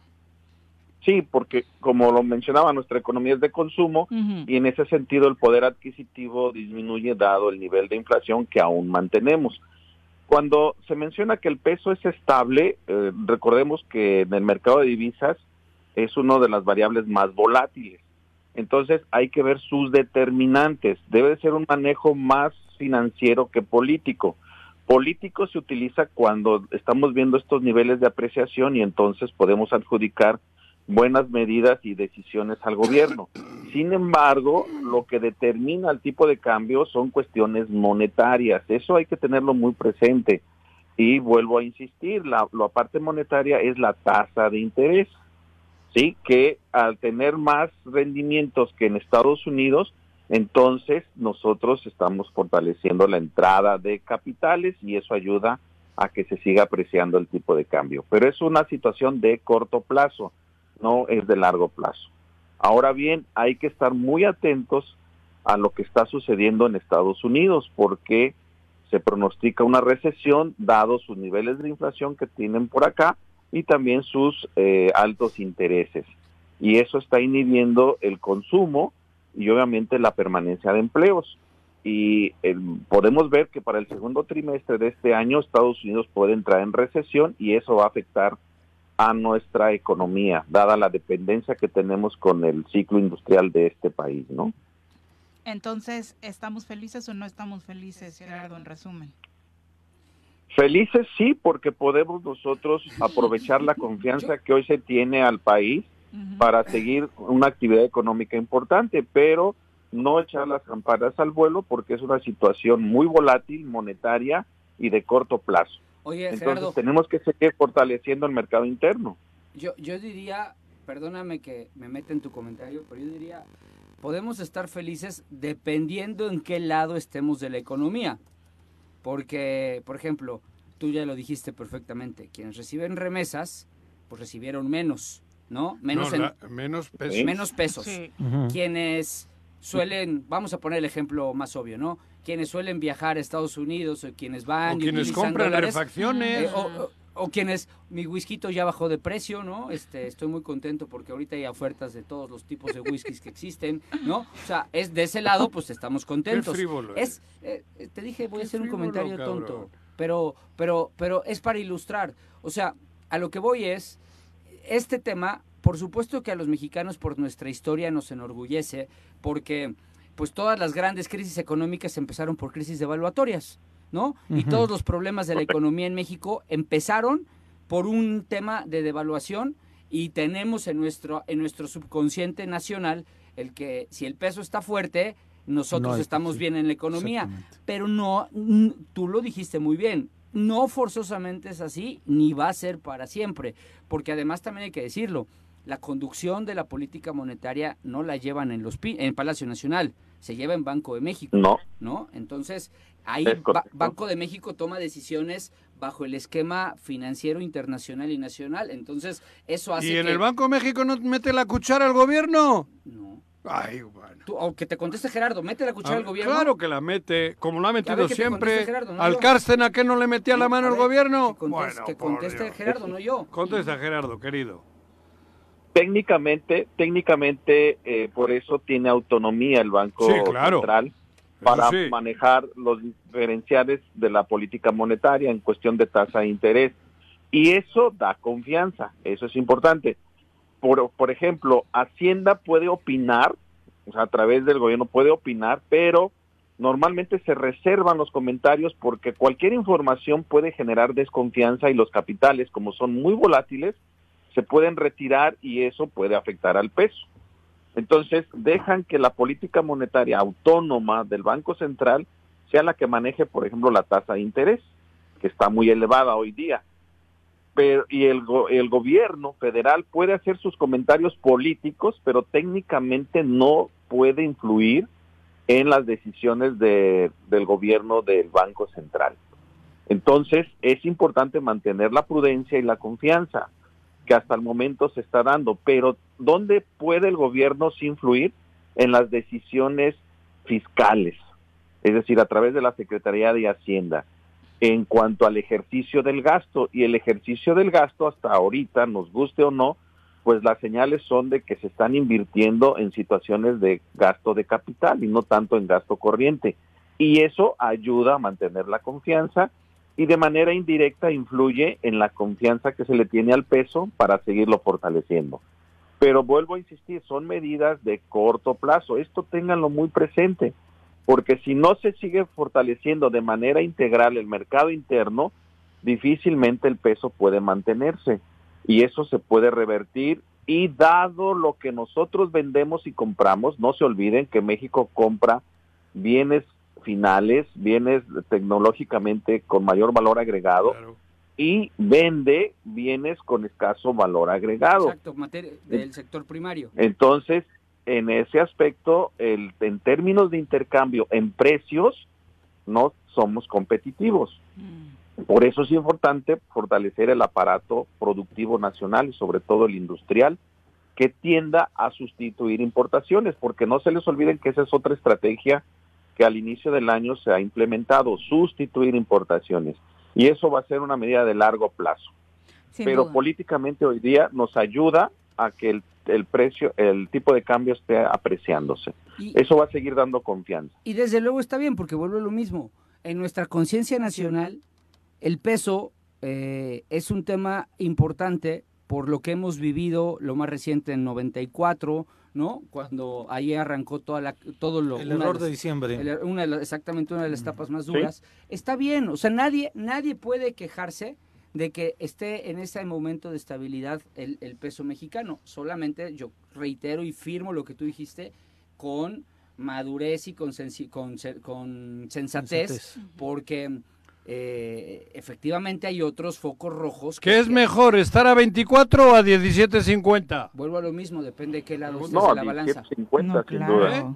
Sí, porque como lo mencionaba, nuestra economía es de consumo y en ese sentido el poder adquisitivo disminuye dado el nivel de inflación que aún mantenemos. Cuando se menciona que el peso es estable, recordemos que en el mercado de divisas es una de las variables más volátiles. Entonces hay que ver sus determinantes. Debe ser un manejo más financiero que político. Político se utiliza cuando estamos viendo estos niveles de apreciación y entonces podemos adjudicar buenas medidas y decisiones al gobierno. Sin embargo, lo que determina el tipo de cambio son cuestiones monetarias. Eso hay que tenerlo muy presente. Y vuelvo a insistir, la parte monetaria es la tasa de interés, ¿sí? Que al tener más rendimientos que en Estados Unidos, entonces nosotros estamos fortaleciendo la entrada de capitales y eso ayuda a que se siga apreciando el tipo de cambio. Pero es una situación de corto plazo, no es de largo plazo. Ahora bien, hay que estar muy atentos a lo que está sucediendo en Estados Unidos, porque se pronostica una recesión, dado sus niveles de inflación que tienen por acá y también sus altos intereses. Y eso está inhibiendo el consumo y obviamente la permanencia de empleos. Y podemos ver que para el segundo trimestre de este año Estados Unidos puede entrar en recesión y eso va a afectar a nuestra economía, dada la dependencia que tenemos con el ciclo industrial de este país, ¿no? Entonces, ¿estamos felices o no estamos felices, Gerardo, en resumen? Felices sí, porque podemos nosotros aprovechar la confianza que hoy se tiene al país para seguir una actividad económica importante, pero no echar las campanas al vuelo porque es una situación muy volátil, monetaria y de corto plazo. Oye, entonces Gerardo, tenemos que seguir fortaleciendo el mercado interno. Yo diría, perdóname que me meta en tu comentario, pero yo diría, podemos estar felices dependiendo en qué lado estemos de la economía. Porque, por ejemplo, tú ya lo dijiste perfectamente, quienes reciben remesas, pues recibieron menos, ¿no? Menos pesos. Menos pesos. Sí. Quienes suelen, vamos a poner el ejemplo más obvio, ¿no? Quienes suelen viajar a Estados Unidos o quienes van o quienes compran refacciones o quienes mi whisky ya bajó de precio, ¿no? Estoy muy contento porque ahorita hay ofertas de todos los tipos de whiskies que existen, ¿no? O sea, es de ese lado, pues estamos contentos. Qué frívolo te dije, voy a hacer un comentario cabrón. tonto, pero es para ilustrar. O sea, a lo que voy es, este tema, por supuesto que a los mexicanos por nuestra historia nos enorgullece, porque pues todas las grandes crisis económicas empezaron por crisis devaluatorias, ¿no? Y todos los problemas de la economía en México empezaron por un tema de devaluación y tenemos en nuestro subconsciente nacional el que si el peso está fuerte, nosotros estamos bien en la economía, pero no, tú lo dijiste muy bien, no forzosamente es así, ni va a ser para siempre, porque además también hay que decirlo, la conducción de la política monetaria no la llevan en Palacio Nacional, se lleva en Banco de México, ¿no? Entonces, ahí Banco de México toma decisiones bajo el esquema financiero internacional y nacional, entonces eso hace ¿Y en el Banco de México no mete la cuchara el gobierno? No. Ay, bueno. O que te conteste Gerardo, ¿mete la cuchara al gobierno? Claro que la mete, como lo ha metido siempre. Gerardo, no ¿Al yo? Cárcena a qué no le metía la mano el gobierno? Que conteste Gerardo, no yo. Contesta Gerardo, querido. Técnicamente, por eso tiene autonomía el Banco Central para manejar los diferenciales de la política monetaria en cuestión de tasa de interés. Y eso da confianza, eso es importante. Por ejemplo, Hacienda puede opinar, o sea, a través del gobierno puede opinar, pero normalmente se reservan los comentarios porque cualquier información puede generar desconfianza y los capitales, como son muy volátiles, se pueden retirar y eso puede afectar al peso. Entonces, dejan que la política monetaria autónoma del Banco Central sea la que maneje, por ejemplo, la tasa de interés, que está muy elevada hoy día. Y el gobierno federal puede hacer sus comentarios políticos, pero técnicamente no puede influir en las decisiones del gobierno del Banco Central. Entonces, es importante mantener la prudencia y la confianza que hasta el momento se está dando, pero ¿dónde puede el gobierno sí influir? En las decisiones fiscales, es decir, a través de la Secretaría de Hacienda, en cuanto al ejercicio del gasto, y el ejercicio del gasto hasta ahorita, nos guste o no, pues las señales son de que se están invirtiendo en situaciones de gasto de capital y no tanto en gasto corriente, y eso ayuda a mantener la confianza y de manera indirecta influye en la confianza que se le tiene al peso para seguirlo fortaleciendo. Pero vuelvo a insistir, son medidas de corto plazo, esto ténganlo muy presente, porque si no se sigue fortaleciendo de manera integral el mercado interno, difícilmente el peso puede mantenerse y eso se puede revertir. Y dado lo que nosotros vendemos y compramos, no se olviden que México compra bienes finales, bienes tecnológicamente con mayor valor agregado, claro, y vende bienes con escaso valor agregado. Exacto, del sector primario. Entonces, en ese aspecto, en términos de intercambio en precios, no somos competitivos. Por eso es importante fortalecer el aparato productivo nacional y sobre todo el industrial, que tienda a sustituir importaciones, porque no se les olviden que esa es otra estrategia que al inicio del año se ha implementado, sustituir importaciones. Y eso va a ser una medida de largo plazo. Pero políticamente hoy día nos ayuda a que el precio, el tipo de cambio esté apreciándose. Eso va a seguir dando confianza. Y desde luego está bien, porque vuelve lo mismo. En nuestra conciencia nacional, el peso es un tema importante por lo que hemos vivido, lo más reciente en 94, ¿no? Cuando ahí arrancó el error de diciembre. Exactamente una de las etapas más duras. ¿Sí? Está bien, o sea, nadie puede quejarse de que esté en ese momento de estabilidad el peso mexicano. Solamente yo reitero y firmo lo que tú dijiste con madurez y con sensatez, porque efectivamente hay otros focos rojos. ¿Qué es mejor, estar a 24 o a 17.50? Vuelvo a lo mismo, depende de qué lado estés en la balanza. 17.50 sin duda.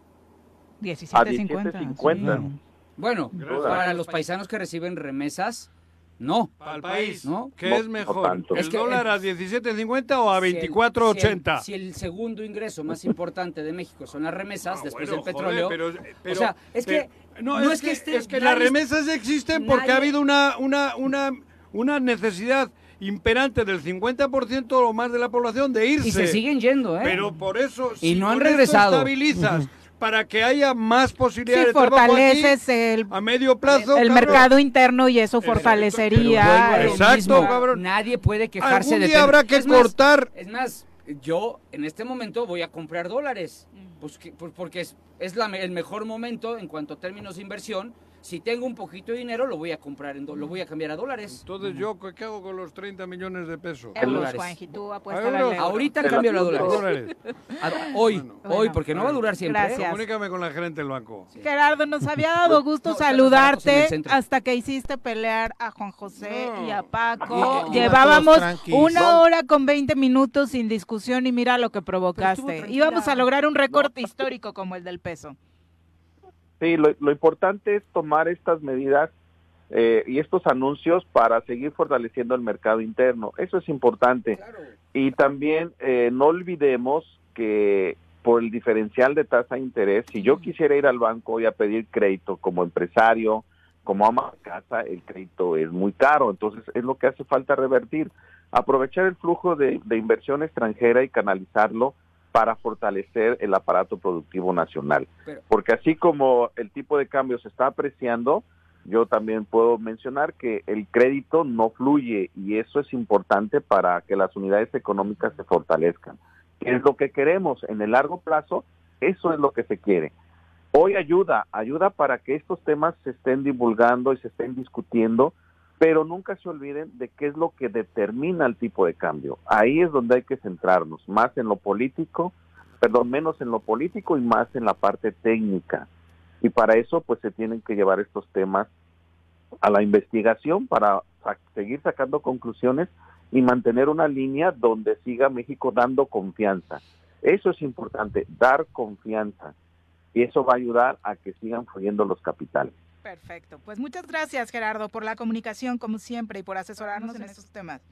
17.50. Sí. Bueno, para los paisanos que reciben remesas, no. Al país, ¿no? ¿Qué es mejor? ¿El dólar a 17.50 o a 24.80? Si el segundo ingreso más importante de México son las remesas, después del petróleo. Pero, o sea, es que las remesas existen porque ha habido una necesidad imperante del 50% o más de la población de irse. Y se siguen yendo, ¿eh? Pero por eso, y no han regresado. Estabilizas para que haya más posibilidades de trabajo aquí, a medio plazo. El mercado interno y eso fortalecería. Exacto, cabrón. Nadie puede quejarse de día habrá que cortar. Es más, yo en este momento voy a comprar dólares, pues porque es el mejor momento en cuanto a términos de inversión. Si tengo un poquito de dinero, lo voy a comprar, lo voy a cambiar a dólares. Entonces, ¿qué hago con los 30 millones de pesos? Euros, Juanji, tú apuesta la ahorita cambio a dólares. Hoy, porque no va a durar siempre. Gracias. Comunícame con la gerente del banco. Sí. Gerardo, nos había dado gusto saludarte hasta que hiciste pelear a Juan José y a Paco. Llevábamos 1 hora con 20 minutos sin discusión y mira lo que provocaste. Íbamos a lograr un récord histórico como el del peso. Sí, lo importante es tomar estas medidas y estos anuncios para seguir fortaleciendo el mercado interno. Eso es importante. Claro. Y también no olvidemos que por el diferencial de tasa de interés, si yo quisiera ir al banco y a pedir crédito como empresario, como ama de casa, el crédito es muy caro. Entonces es lo que hace falta revertir. Aprovechar el flujo de inversión extranjera y canalizarlo para fortalecer el aparato productivo nacional. Porque así como el tipo de cambio se está apreciando, yo también puedo mencionar que el crédito no fluye y eso es importante para que las unidades económicas se fortalezcan. ¿Qué es lo que queremos? En el largo plazo, eso es lo que se quiere. Hoy ayuda para que estos temas se estén divulgando y se estén discutiendo, pero nunca se olviden de qué es lo que determina el tipo de cambio. Ahí es donde hay que centrarnos, más en lo político, menos en lo político y más en la parte técnica. Y para eso, pues, se tienen que llevar estos temas a la investigación para seguir sacando conclusiones y mantener una línea donde siga México dando confianza. Eso es importante, dar confianza. Y eso va a ayudar a que sigan fluyendo los capitales. Perfecto. Pues muchas gracias, Gerardo, por la comunicación, como siempre, y por asesorarnos en estos temas.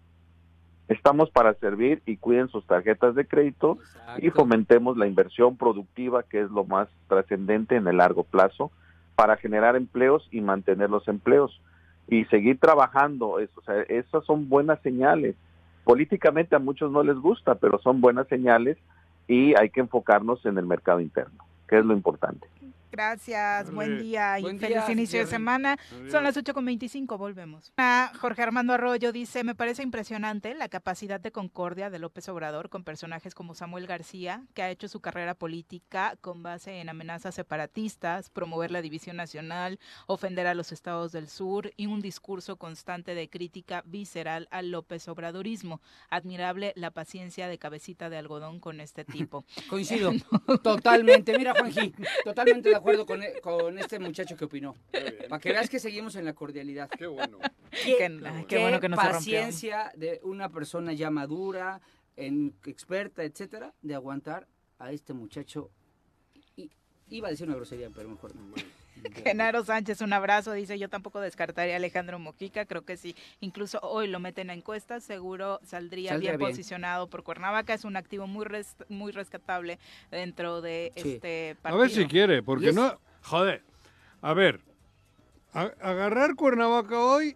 Estamos para servir y cuiden sus tarjetas de crédito. Exacto. Y fomentemos la inversión productiva, que es lo más trascendente en el largo plazo, para generar empleos y mantener los empleos. Y seguir trabajando, eso, o sea, esas son buenas señales. Políticamente a muchos no les gusta, pero son buenas señales y hay que enfocarnos en el mercado interno, que es lo importante. Gracias, buen día y Buen feliz día, inicio de Jerry. semana. Adiós. Son las 8:25, volvemos. Jorge Armando Arroyo dice, me parece impresionante la capacidad de concordia de López Obrador con personajes como Samuel García, que ha hecho su carrera política con base en amenazas separatistas, promover la división nacional, ofender a los estados del sur y un discurso constante de crítica visceral al López Obradorismo. Admirable la paciencia de cabecita de algodón con este tipo. Coincido, totalmente. Mira, Juanji, totalmente de acuerdo con este muchacho que opinó. Para que veas que seguimos en la cordialidad. Qué bueno. Qué bueno que no se rompió. Paciencia de una persona ya madura, experta, etcétera, de aguantar a este muchacho. Iba a decir una grosería, pero mejor no. Genaro Sánchez, un abrazo, dice, yo tampoco descartaría a Alejandro Mojica, creo que sí, incluso hoy lo meten a encuestas, seguro saldría bien posicionado por Cuernavaca, es un activo muy rescatable dentro de este partido. A ver si quiere, porque no, joder, a ver, agarrar Cuernavaca hoy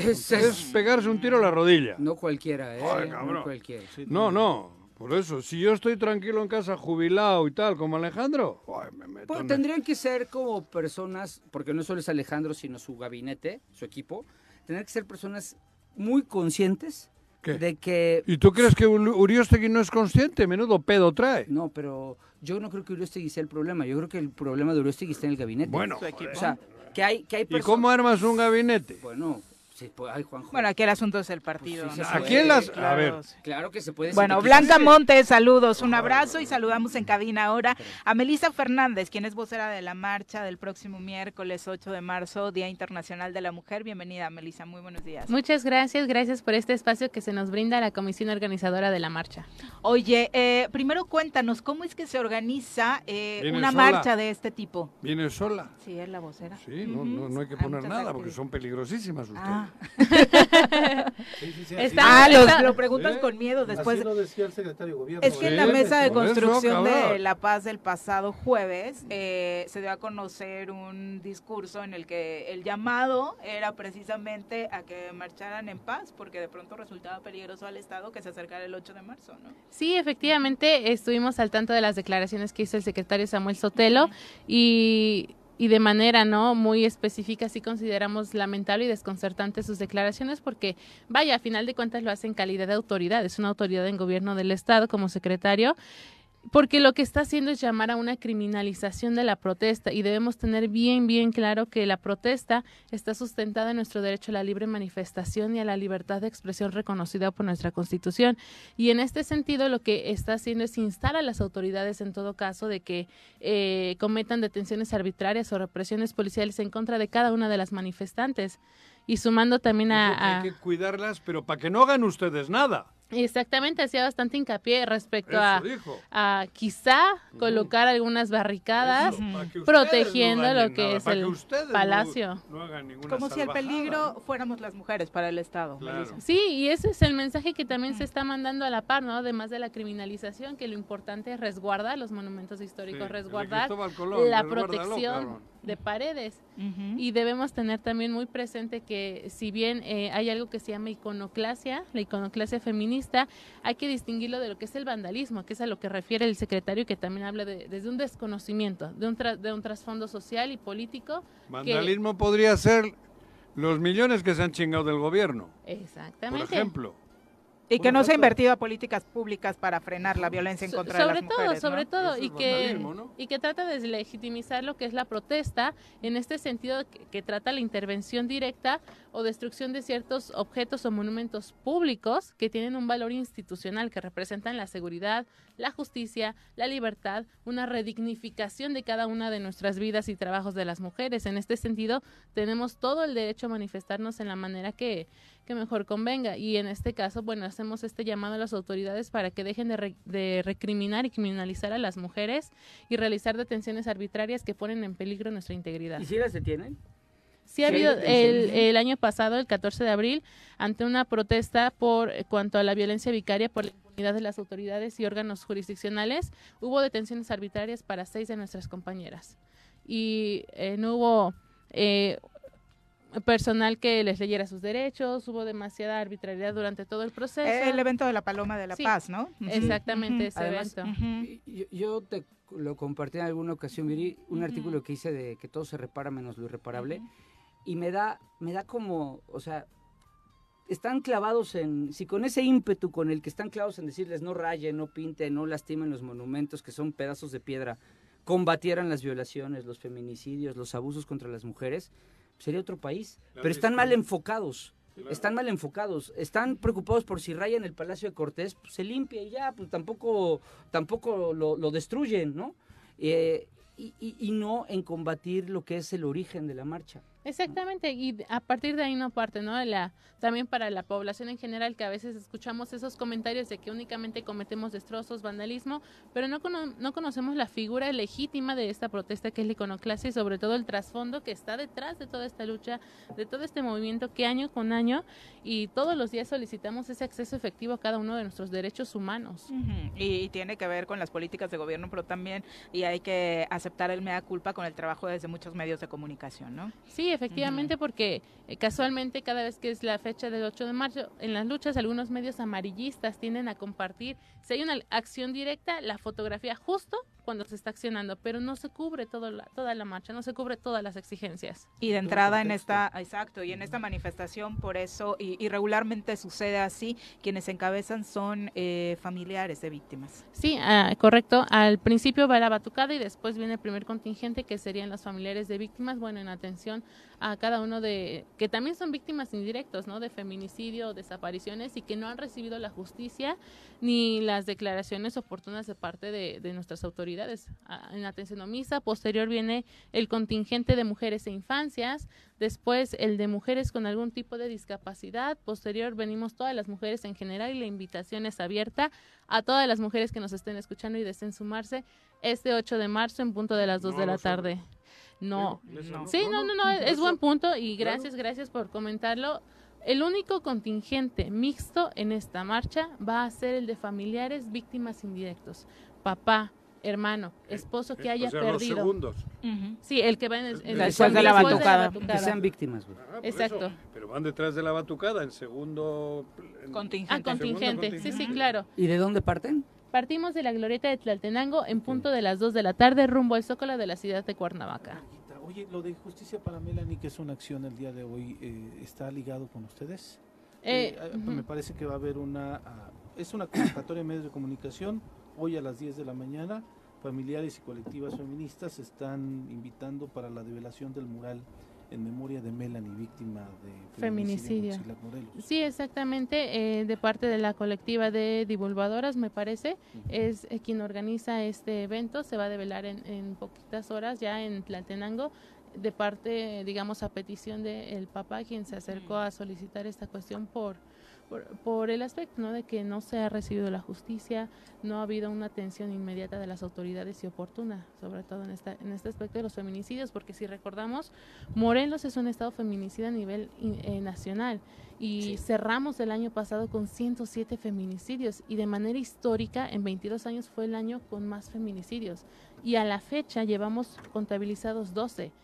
es pegarse un tiro a la rodilla. No cualquiera, Joder, cabrón. No cualquiera. No, por eso, si yo estoy tranquilo en casa, jubilado y tal, como Alejandro, me meto Pues, en tendrían que ser como personas, porque no solo es Alejandro, sino su gabinete, su equipo, tendrían que ser personas muy conscientes de que... ¿Y tú crees que Uriostegui no es consciente? Menudo pedo trae. No, pero yo no creo que Uriostegui sea el problema, yo creo que el problema de Uriostegui está en el gabinete. Bueno, su equipo. O sea, que hay ¿y cómo armas un gabinete? Bueno... Sí, pues, ay, Juanjo. Bueno, aquí el asunto es el partido. Pues ¿no? Aquí en las... A ver. Claro que se puede. Bueno, Blanca Montes, saludos, un abrazo y saludamos en cabina ahora a Melissa Fernández, quien es vocera de la marcha del próximo miércoles 8 de marzo, Día Internacional de la Mujer. Bienvenida, Melissa, muy buenos días. Muchas gracias por este espacio que se nos brinda a la comisión organizadora de la marcha. Oye, primero cuéntanos, ¿cómo es que se organiza una marcha de este tipo? ¿Viene sola? Sí, es la vocera. Sí, no hay que poner nada porque son peligrosísimas ustedes. Lo preguntas con miedo después. Así lo decía el secretario de gobierno. Es que en la mesa de construcción de La Paz del pasado jueves se dio a conocer un discurso en el que el llamado era precisamente a que marcharan en paz, porque de pronto resultaba peligroso al Estado que se acercara el 8 de marzo, ¿no? Sí, efectivamente, estuvimos al tanto de las declaraciones que hizo el secretario Samuel Sotelo y de manera muy específica sí consideramos lamentable y desconcertante sus declaraciones porque, vaya, a final de cuentas lo hace en calidad de autoridad, es una autoridad en gobierno del Estado como secretario, porque lo que está haciendo es llamar a una criminalización de la protesta y debemos tener bien claro que la protesta está sustentada en nuestro derecho a la libre manifestación y a la libertad de expresión reconocida por nuestra Constitución. Y en este sentido lo que está haciendo es instar a las autoridades en todo caso de que cometan detenciones arbitrarias o represiones policiales en contra de cada una de las manifestantes. Y sumando también Hay que cuidarlas, pero para que no hagan ustedes nada. Exactamente, hacía bastante hincapié respecto a quizá colocar algunas barricadas protegiendo lo que es el palacio. No hagan ninguna como si el salvajada. peligro fuéramos las mujeres para el Estado. Claro. Sí, y ese es el mensaje que también se está mandando a la par, ¿no? Además de la criminalización, que lo importante es resguardar los monumentos históricos, resguardar Colón, la protección de paredes. Y debemos tener también muy presente que si bien hay algo que se llama iconoclasia, la iconoclasia feminista, hay que distinguirlo de lo que es el vandalismo, que es a lo que refiere el secretario, que también habla desde un desconocimiento, de un trasfondo social y político. Vandalismo podría ser los millones que se han chingado del gobierno. Exactamente. Por ejemplo. Y que no se ha invertido a políticas públicas para frenar la violencia en contra de las mujeres. Sobre todo, Eso y es que, vandalismo, ¿no? y que trata de deslegitimizar lo que es la protesta, en este sentido que trata la intervención directa o destrucción de ciertos objetos o monumentos públicos que tienen un valor institucional, que representan la seguridad, la justicia, la libertad, una redignificación de cada una de nuestras vidas y trabajos de las mujeres. En este sentido, tenemos todo el derecho a manifestarnos en la manera que mejor convenga, y en este caso, bueno, hacemos este llamado a las autoridades para que dejen de recriminar y criminalizar a las mujeres y realizar detenciones arbitrarias que ponen en peligro nuestra integridad. ¿Y si las detienen? Sí, ha habido el año pasado, el 14 de abril, ante una protesta por cuanto a la violencia vicaria por la impunidad de las autoridades y órganos jurisdiccionales, hubo detenciones arbitrarias para 6 de nuestras compañeras. Y no hubo personal que les leyera sus derechos, hubo demasiada arbitrariedad durante todo el proceso. El evento de la Paloma de la Paz, ¿no? Exactamente, ese Además, evento. Yo te lo compartí en alguna ocasión, Viri, un artículo que hice de que todo se repara menos lo irreparable, y me da como, o sea, están clavados si con ese ímpetu con el que están clavados en decirles no rayen, no pinten, no lastimen los monumentos que son pedazos de piedra, combatieran las violaciones, los feminicidios, los abusos contra las mujeres, sería otro país. Pero están mal enfocados. Claro. Están preocupados por si rayan el Palacio de Cortés, pues se limpia y ya, pues tampoco lo destruyen, ¿no? Y no en combatir lo que es el origen de la marcha. Exactamente, y a partir de ahí no parte, ¿no? También para la población en general, que a veces escuchamos esos comentarios de que únicamente cometemos destrozos, vandalismo, pero no conocemos la figura legítima de esta protesta, que es la iconoclasia, y sobre todo el trasfondo que está detrás de toda esta lucha, de todo este movimiento que año con año y todos los días solicitamos ese acceso efectivo a cada uno de nuestros derechos humanos. Y tiene que ver con las políticas de gobierno, pero también, y hay que aceptar el mea culpa con el trabajo desde muchos medios de comunicación, ¿no? Sí, efectivamente, porque casualmente cada vez que es la fecha del 8 de marzo, en las luchas algunos medios amarillistas tienden a compartir, si hay una acción directa, la fotografía justo cuando se está accionando, pero no se cubre toda la marcha, no se cubre todas las exigencias. Y de entrada en esta manifestación, por eso, y regularmente sucede así, quienes encabezan son familiares de víctimas. Sí, correcto. Al principio va la batucada y después viene el primer contingente, que serían los familiares de víctimas, bueno, en atención a cada uno que también son víctimas indirectos, ¿no? De feminicidio o desapariciones, y que no han recibido la justicia ni las declaraciones oportunas de parte de nuestras autoridades. En atención omisa. Posterior viene el contingente de mujeres e infancias, después el de mujeres con algún tipo de discapacidad, posterior venimos todas las mujeres en general, y la invitación es abierta a todas las mujeres que nos estén escuchando y deseen sumarse este 8 de marzo en punto de las 2 de la tarde. No, es buen punto, y gracias por comentarlo. El único contingente mixto en esta marcha va a ser el de familiares víctimas indirectos, papá, hermano, esposo que haya perdido. Los segundos. Sí, el que va después de la batucada. Que sean víctimas, güey. Exacto. Eso, pero van detrás de la batucada, en segundo... Contingente. Sí, claro. ¿Y de dónde parten? Partimos de la glorieta de Tlaltenango en punto de las 2 de la tarde, rumbo al Zócalo de la ciudad de Cuernavaca. Oye, lo de Justicia para Melanie, que es una acción el día de hoy, ¿está ligado con ustedes? Me parece que va a haber es una convocatoria de medios de comunicación. Hoy a las 10 de la mañana, familiares y colectivas feministas están invitando para la develación del mural en memoria de Melanie, víctima de feminicidio. Sí, exactamente, de parte de la colectiva de divulgadoras, me parece, es quien organiza este evento. Se va a develar en poquitas horas ya en Tlaltenango, de parte, digamos, a petición del papá, quien se acercó a solicitar esta cuestión por el aspecto, ¿no?, de que no se ha recibido la justicia, no ha habido una atención inmediata de las autoridades y oportuna, sobre todo en este aspecto de los feminicidios, porque si recordamos, Morelos es un estado feminicida a nivel nacional, y cerramos el año pasado con 107 feminicidios, y de manera histórica en 22 años fue el año con más feminicidios, y a la fecha llevamos contabilizados 12.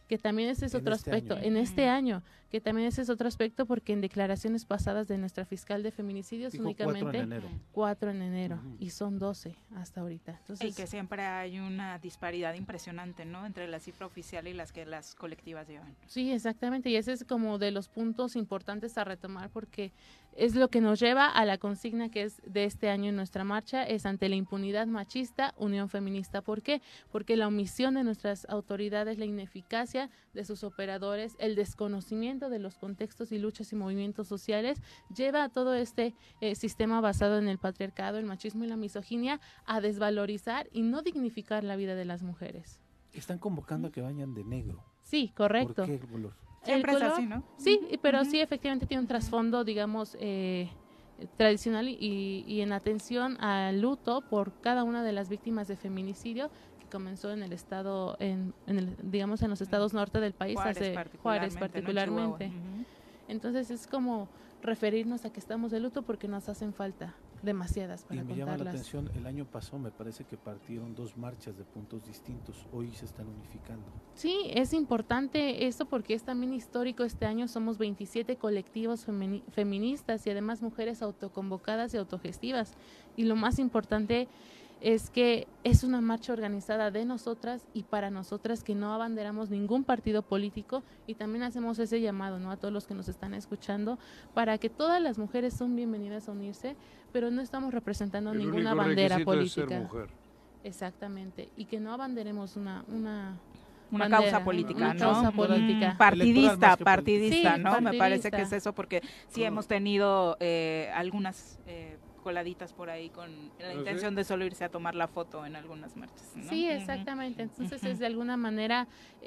que también ese es otro aspecto, año. en este año, que también ese es otro aspecto porque en declaraciones pasadas de nuestra fiscal de feminicidios Dijo únicamente 4 en enero. y son 12 hasta ahorita. Entonces, Y que siempre hay una disparidad impresionante, ¿no? Entre la cifra oficial y las que las colectivas llevan. sí, exactamente, y ese es como de los puntos importantes a retomar porque es lo que nos lleva a la consigna que es de este año en nuestra marcha, es ante la impunidad machista, unión feminista. ¿Por qué? Porque la omisión de nuestras autoridades, la ineficacia de sus operadores, el desconocimiento de los contextos y luchas y movimientos sociales lleva a todo este sistema basado en el patriarcado, el machismo y la misoginia a desvalorizar y no dignificar la vida de las mujeres. Están convocando a que vayan de negro. Sí, correcto. ¿Por qué el color? Siempre es así, ¿no? Sí, pero sí efectivamente tiene un trasfondo, digamos, tradicional y en atención al luto por cada una de las víctimas de feminicidio que comenzó en el estado, digamos, en los estados norte del país, Juárez particularmente. ¿no? Entonces es como referirnos a que estamos de luto porque nos hacen falta demasiadas para Y me llama la contarlas. atención, el año pasado me parece que partieron 2 marchas de puntos distintos, hoy se están unificando. Sí, es importante esto porque es también histórico. Este año somos 27 colectivos feministas y además mujeres autoconvocadas y autogestivas. Y lo más importante es que es una marcha organizada de nosotras y para nosotras, que no abanderamos ningún partido político, y también hacemos ese llamado, ¿no?, a todos los que nos están escuchando, para que todas las mujeres son bienvenidas a unirse, pero no estamos representando ninguna bandera política. Es ser mujer. Exactamente, y que no abanderemos una bandera, causa política, una ¿no? causa política. Partidista, Sí, ¿no? Me parece partidista. que es eso, porque sí hemos tenido algunas coladitas por ahí con la intención de solo irse a tomar la foto en algunas marchas, ¿no? Sí, exactamente. Entonces es de alguna manera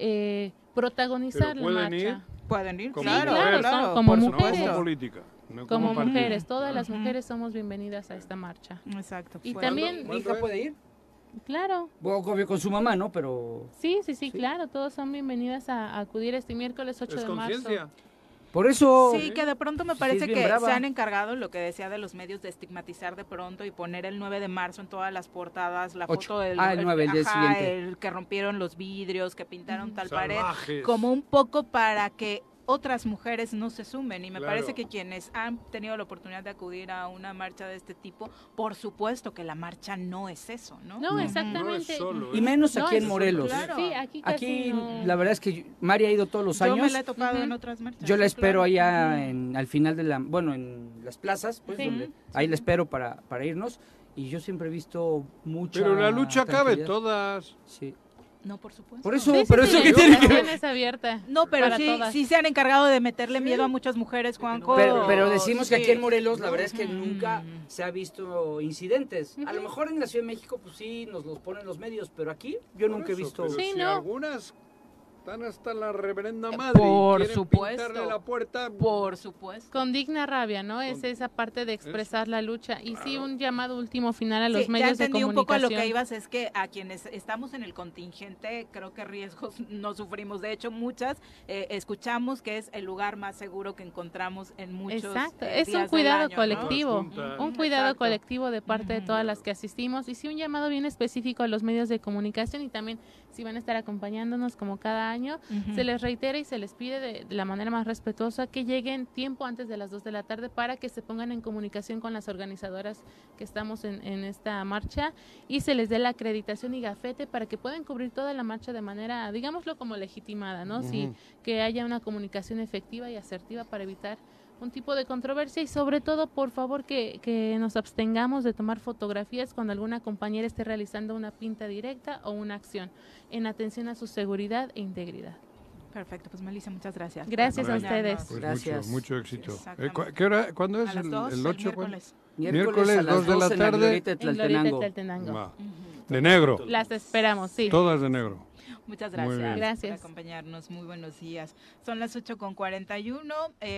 protagonizar la marcha. Ir? Pueden ir, Como claro, mujeres, claro, como por mujeres. No como política. No Como partido. mujeres, todas las mujeres somos bienvenidas a esta marcha. Exacto. Y Bueno, también, ¿Mi hija puede ir? claro, Obvio con su mamá, ¿no? Pero... sí, claro, todos son bienvenidas a acudir este miércoles 8 Es de marzo. conciencia. Por eso... Sí, que de pronto me sí, parece es bien que brava. se han encargado, lo que decía de los medios, de estigmatizar de pronto y poner el 9 de marzo en todas las portadas, la Ocho. foto del El 9, el día siguiente. el que rompieron los vidrios, que pintaron tal Salvajes. pared, como un poco para que otras mujeres no se sumen, y me Claro. parece que quienes han tenido la oportunidad de acudir a una marcha de este tipo, por supuesto que la marcha no es eso, ¿no? No, No exactamente. es solo, Y menos No, aquí en es- Morelos. claro. Sí, aquí casi Aquí no. la verdad es que Mari ha ido todos los Yo años. me la he topado en otras marchas. Yo la sí, espero claro. allá al final de en las plazas, pues, Sí. donde, ahí la espero para irnos. Y yo siempre he visto mucha Pero la lucha cabe tranquilidad. todas. Sí. No, por supuesto. Por eso, Sí, pero sí, eso sí, que la tiene que invitación ver. es abierta. No, pero para sí, todas. sí se han encargado de meterle miedo a muchas mujeres, Juanjo. Pero decimos que Sí. aquí en Morelos la verdad es que nunca se ha visto incidentes. A lo mejor en la Ciudad de México pues sí nos los ponen los medios, pero aquí yo Por nunca he eso, visto. pero Sí, si no. algunas están hasta la reverenda madre Por y quieren supuesto. pintarle la puerta. Por supuesto. Con digna rabia, ¿no? Es esa parte de expresar la lucha. Y sí, un llamado último final a los Sí, medios ya de entendí un poco a comunicación. lo que ibas, es que a quienes estamos en el contingente, creo que riesgos no sufrimos. De hecho, muchas escuchamos que es el lugar más seguro que encontramos en muchos Exacto, días es un del cuidado año, ¿no? colectivo, Juntas. un cuidado Exacto. colectivo de parte de todas las que asistimos, y sí un llamado bien específico a los medios de comunicación, y también si van a estar acompañándonos como cada año, Ujú. se les reitera y se les pide de la manera más respetuosa que lleguen tiempo antes de las 2 de la tarde para que se pongan en comunicación con las organizadoras que estamos en esta marcha y se les dé la acreditación y gafete para que puedan cubrir toda la marcha de manera, digámoslo, como legitimada, ¿no? Sí, que haya una comunicación efectiva y asertiva para evitar un tipo de controversia, y sobre todo, por favor, que nos abstengamos de tomar fotografías cuando alguna compañera esté realizando una pinta directa o una acción, en atención a su seguridad e integridad. Perfecto, pues Melissa, muchas gracias. Gracias por a acompañarnos. ustedes. Pues Gracias. mucho éxito. Exactamente. ¿Qué hora? ¿Cuándo es? A las 2, ¿El 8? miércoles. Miércoles, a las 2 de la 2 en tarde. Glorieta de En Glorieta Tlaltenango. de Tlaltenango. Va. De negro. Las esperamos, sí. Todas de negro. Muchas Muy bien. gracias, Gracias. por acompañarnos. Muy buenos días. Son las 8:41.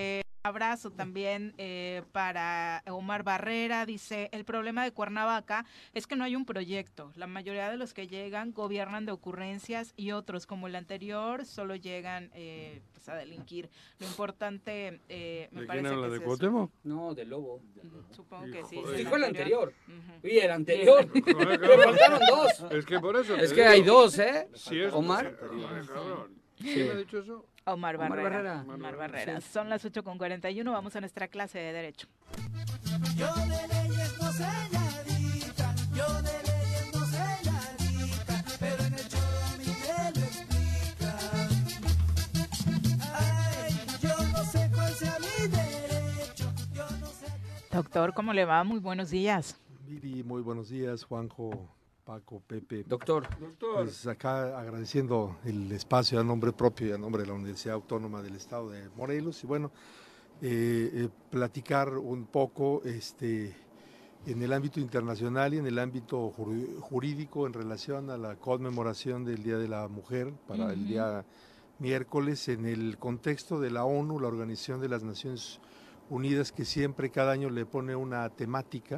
Abrazo también para Omar Barrera. Dice, el problema de Cuernavaca es que no hay un proyecto. La mayoría de los que llegan gobiernan de ocurrencias y otros, como el anterior, solo llegan pues a delinquir. Lo importante, me ¿De quién parece habla? que ¿De es eso. Cuauhtémoc? No, de Lobo. Supongo que sí. Hijo sí, de- Dijo el anterior. Ujú. Oye, el anterior. Joder, Me faltaron dos. Es que por eso. Es te que digo. hay dos, ¿eh? Sí, es- Omar. Joder, cabrón. ¿Quién me ha dicho eso? Omar Barrera. Barrera. Omar Barrera. Sí. Son las 8:41, vamos a nuestra clase de Derecho. Yo de leyes no sé nadita, yo de leyes no sé nadita, pero en el choro a mí me lo explica. Ay, yo no sé cuál sea mi derecho, yo no sé. Doctor, ¿cómo le va? Muy buenos días. Miri, muy buenos días, Juanjo, Paco, Pepe. Doctor. Pues acá agradeciendo el espacio a nombre propio y a nombre de la Universidad Autónoma del Estado de Morelos. Y bueno, platicar un poco en el ámbito internacional y en el ámbito jurídico en relación a la conmemoración del Día de la Mujer para el día miércoles en el contexto de la ONU, la Organización de las Naciones Unidas, que siempre cada año le pone una temática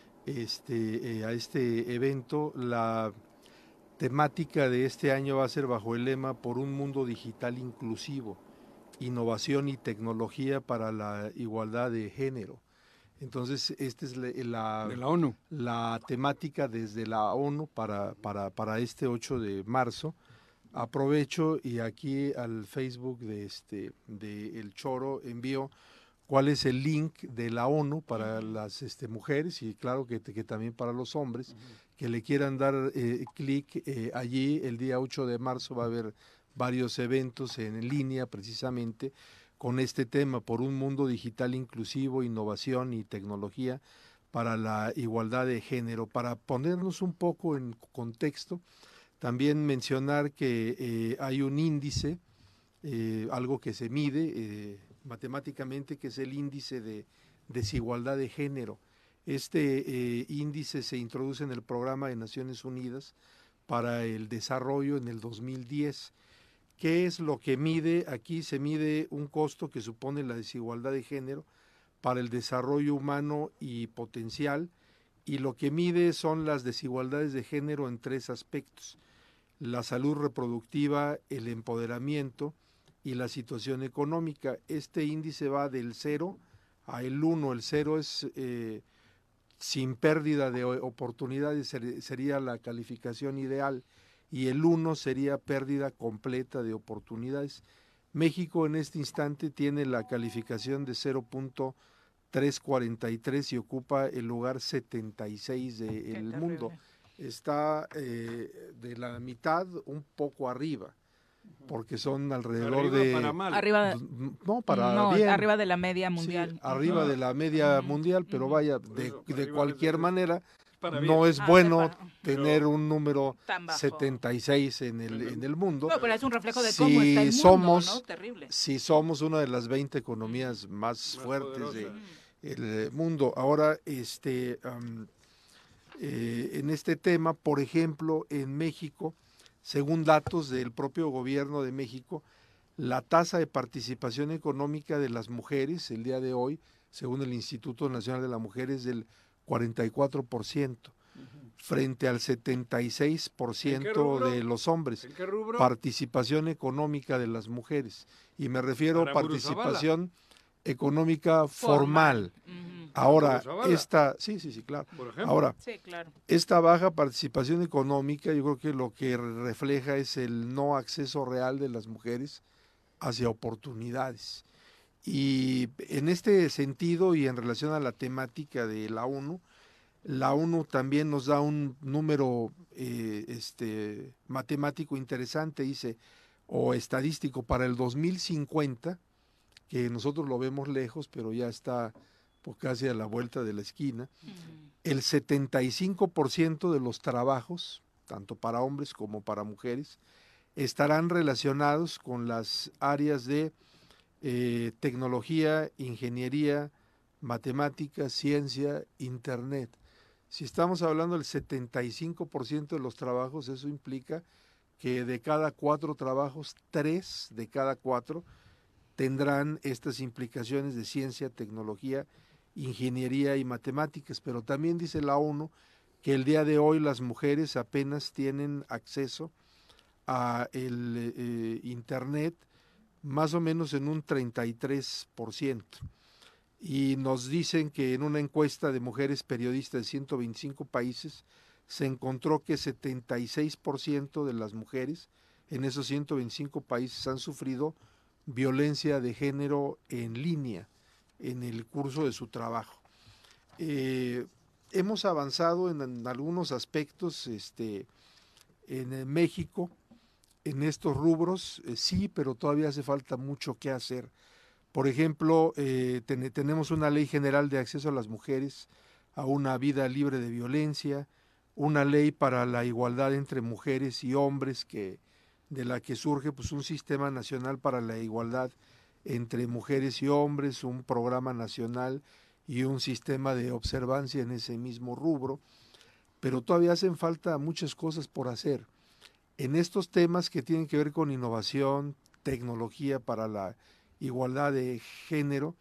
a este evento. La temática de este año va a ser bajo el lema Por un mundo digital inclusivo, innovación y tecnología para la igualdad de género. Entonces, esta es de la ONU. La temática desde la ONU para este 8 de marzo. Aprovecho y aquí al Facebook de El Choro envío cuál es el link de la ONU para las mujeres y claro que también para los hombres que le quieran dar clic allí. El día 8 de marzo va a haber varios eventos en línea precisamente con este tema, por un mundo digital inclusivo, innovación y tecnología para la igualdad de género. Para ponernos un poco en contexto, también mencionar que hay un índice, algo que se mide matemáticamente, que es el índice de desigualdad de género. Este índice se introduce en el Programa de Naciones Unidas para el Desarrollo en el 2010. ¿Qué es lo que mide? Aquí se mide un costo que supone la desigualdad de género para el desarrollo humano y potencial, y lo que mide son las desigualdades de género en 3 aspectos: la salud reproductiva, el empoderamiento y la situación económica. Este índice va del 0 al 1. El 0 es sin pérdida de oportunidades, sería la calificación ideal, y el 1 sería pérdida completa de oportunidades. México en este instante tiene la calificación de 0.343 y ocupa el lugar 76 del mundo. Está de la mitad un poco arriba, porque son alrededor de... Para mal. Arriba bien. Arriba de la media mundial. Sí, arriba de la media mundial, pero vaya, de cualquier manera, para no bien. es bueno tener un número Tan bajo. 76 en el mundo. No, pero es un reflejo de cómo está el mundo, ¿no? Terrible. Si somos una de las 20 economías más fuertes del mundo. Ahora, en este tema, por ejemplo, en México, según datos del propio gobierno de México, la tasa de participación económica de las mujeres el día de hoy, según el Instituto Nacional de la Mujer, es del 44%, frente al 76% de los hombres. ¿En qué rubro? Participación económica de las mujeres. Y me refiero a Para participación económica formal. Ahora, sí, claro. Ahora, esta baja participación económica, yo creo que lo que refleja es el no acceso real de las mujeres hacia oportunidades. Y en este sentido y en relación a la temática de la ONU también nos da un número matemático interesante, dice, o estadístico, para el 2050, que nosotros lo vemos lejos, pero ya está pues casi a la vuelta de la esquina. El 75% de los trabajos, tanto para hombres como para mujeres, estarán relacionados con las áreas de tecnología, ingeniería, matemáticas, ciencia, internet. Si estamos hablando del 75% de los trabajos, eso implica que de cada 4 trabajos, 3 de cada 4 tendrán estas implicaciones de ciencia, tecnología, ingeniería y matemáticas. Pero también dice la ONU que el día de hoy las mujeres apenas tienen acceso a el internet más o menos en un 33%. Y nos dicen que en una encuesta de mujeres periodistas de 125 países se encontró que 76% de las mujeres en esos 125 países han sufrido violencia de género en línea en el curso de su trabajo. Hemos avanzado en algunos aspectos en México, en estos rubros, sí, pero todavía hace falta mucho que hacer. Por ejemplo, tenemos una ley general de acceso a las mujeres a una vida libre de violencia, una ley para la igualdad entre mujeres y hombres de la que surge pues un sistema nacional para la igualdad entre mujeres y hombres, un programa nacional y un sistema de observancia en ese mismo rubro, pero todavía hacen falta muchas cosas por hacer. En estos temas que tienen que ver con innovación, tecnología para la igualdad de género,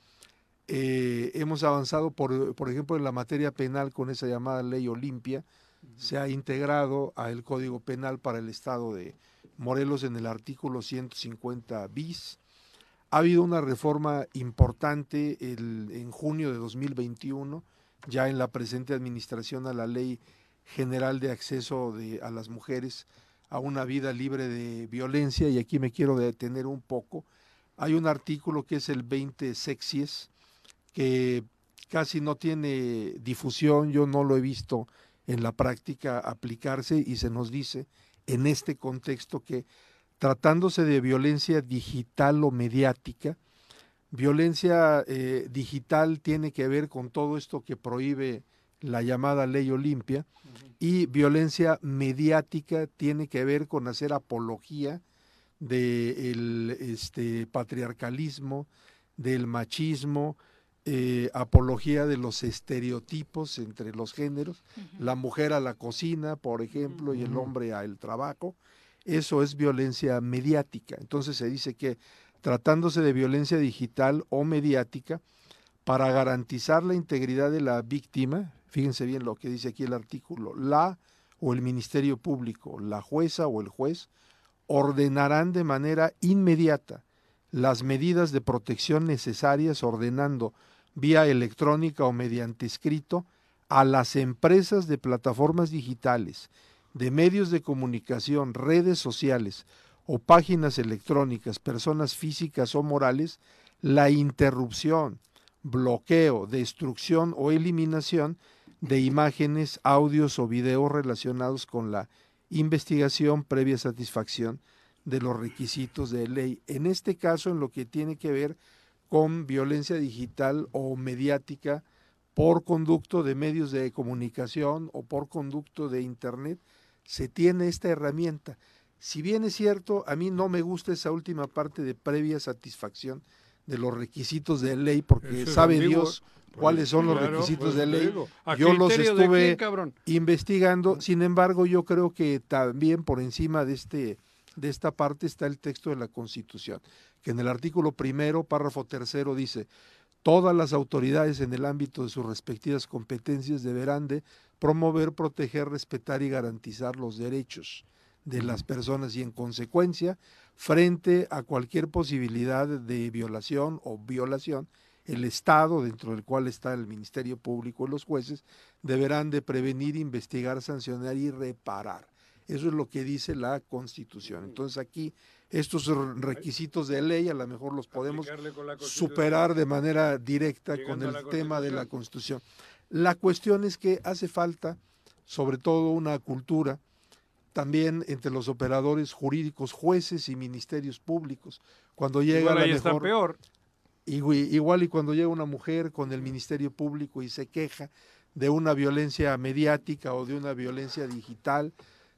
hemos avanzado, por ejemplo, en la materia penal con esa llamada Ley Olimpia, se ha integrado al Código Penal para el Estado de Morelos en el artículo 150 bis. Ha habido una reforma importante en junio de 2021, ya en la presente administración, a la Ley General de Acceso a las Mujeres a una vida libre de violencia, y aquí me quiero detener un poco. Hay un artículo que es el 20 sexies, que casi no tiene difusión, yo no lo he visto en la práctica aplicarse, y se nos dice en este contexto que tratándose de violencia digital o mediática, violencia digital tiene que ver con todo esto que prohíbe la llamada Ley Olimpia, y violencia mediática tiene que ver con hacer apología del patriarcalismo, del machismo, apología de los estereotipos entre los géneros, la mujer a la cocina, por ejemplo, y el hombre al trabajo. Eso es violencia mediática. Entonces se dice que tratándose de violencia digital o mediática, para garantizar la integridad de la víctima, fíjense bien lo que dice aquí el artículo, la o el Ministerio Público, la jueza o el juez, ordenarán de manera inmediata las medidas de protección necesarias, ordenando vía electrónica o mediante escrito a las empresas de plataformas digitales, de medios de comunicación, redes sociales o páginas electrónicas, personas físicas o morales, la interrupción, bloqueo, destrucción o eliminación de imágenes, audios o videos relacionados con la investigación previa satisfacción de los requisitos de ley. En este caso, en lo que tiene que ver con violencia digital o mediática por conducto de medios de comunicación o por conducto de internet, se tiene esta herramienta. Si bien es cierto, a mí no me gusta esa última parte de previa satisfacción de los requisitos de ley, porque sabe Dios cuáles son los requisitos de ley. Yo los estuve investigando, sin embargo, yo creo que también por encima de esta parte está el texto de la Constitución, que en el artículo 1, párrafo 3 dice: todas las autoridades en el ámbito de sus respectivas competencias deberán de promover, proteger, respetar y garantizar los derechos de las personas, y en consecuencia, frente a cualquier posibilidad de violación o violación, el Estado, dentro del cual está el Ministerio Público y los jueces, deberán de prevenir, investigar, sancionar y reparar. Eso es lo que dice la Constitución. Entonces aquí estos requisitos de ley a lo mejor los podemos superar de manera directa con el tema de la Constitución. La cuestión es que hace falta, sobre todo, una cultura también entre los operadores jurídicos, jueces y ministerios públicos. Cuando llega igual ahí está peor. Igual y cuando llega una mujer con el Ministerio Público y se queja de una violencia mediática o de una violencia digital,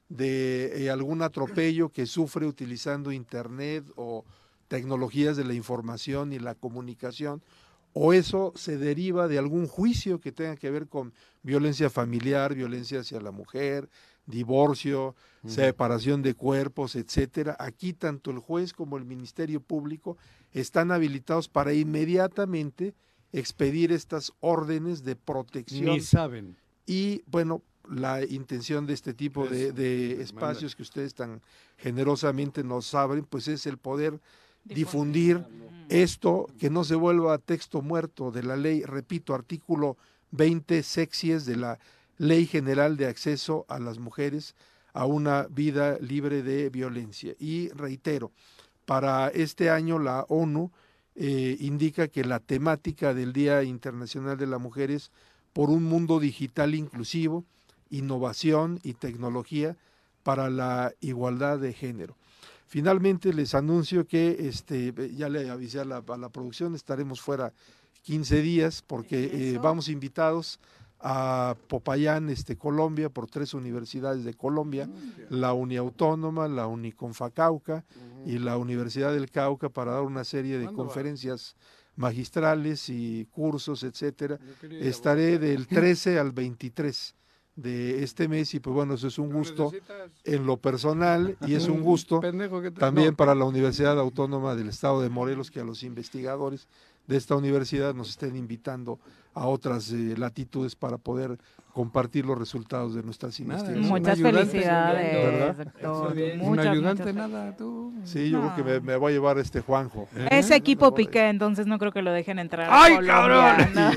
de algún atropello que sufre utilizando internet o tecnologías de la información y la comunicación, o eso se deriva de algún juicio que tenga que ver con violencia familiar, violencia hacia la mujer, divorcio, separación de cuerpos, etcétera. Aquí tanto el juez como el Ministerio Público están habilitados para inmediatamente expedir estas órdenes de protección. Ni saben. Y bueno, la intención de este tipo de espacios que ustedes tan generosamente nos abren, pues es el poder difundir esto, que no se vuelva texto muerto de la ley. Repito, artículo 20 sexies de la Ley General de Acceso a las Mujeres a una vida libre de violencia. Y reitero, para este año la ONU indica que la temática del Día Internacional de la Mujer es por un mundo digital inclusivo, innovación y tecnología para la igualdad de género. Finalmente les anuncio que ya le avisé a la producción, estaremos fuera 15 días porque vamos invitados a Popayán, Colombia, por 3 universidades de Colombia, la Uniautónoma, la Uniconfa Cauca y la Universidad del Cauca, para dar una serie de conferencias magistrales y cursos, etcétera. Estaré del 13 al 23 de este mes y pues bueno, eso es un gusto en lo personal y es un gusto también para la Universidad Autónoma del Estado de Morelos, que a los investigadores de esta universidad nos estén invitando a otras latitudes para poder compartir los resultados de nuestras investigaciones. Muchas felicidades, doctor. Un ayudante, nada, tú. Sí, yo creo que me voy a llevar Juanjo. Ese equipo Piqué, entonces no creo que lo dejen entrar. ¡Ay, Colombia, cabrón! ¿no?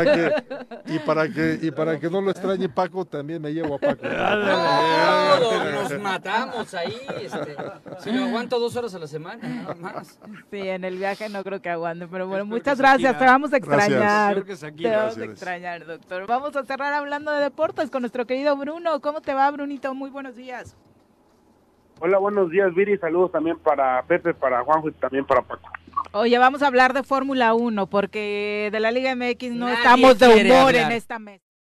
Y para que no lo extrañe Paco, también me llevo a Paco. Nos matamos ahí. Si lo aguanto 2 horas a la semana, nada más. Sí, en el viaje no creo que aguante, pero bueno, muchas gracias. Te vamos a extrañar. Te vamos a extrañar, doctor. Vamos a cerrar hablando de deportes con nuestro querido Bruno. ¿Cómo te va, Brunito? Muy buenos días. Hola, buenos días, Viri. Saludos también para Pepe, para Juanjo y también para Paco. Oye, vamos a hablar de Fórmula 1 porque de la Liga MX no Nadie estamos de quiere humor hablar en esta mesa.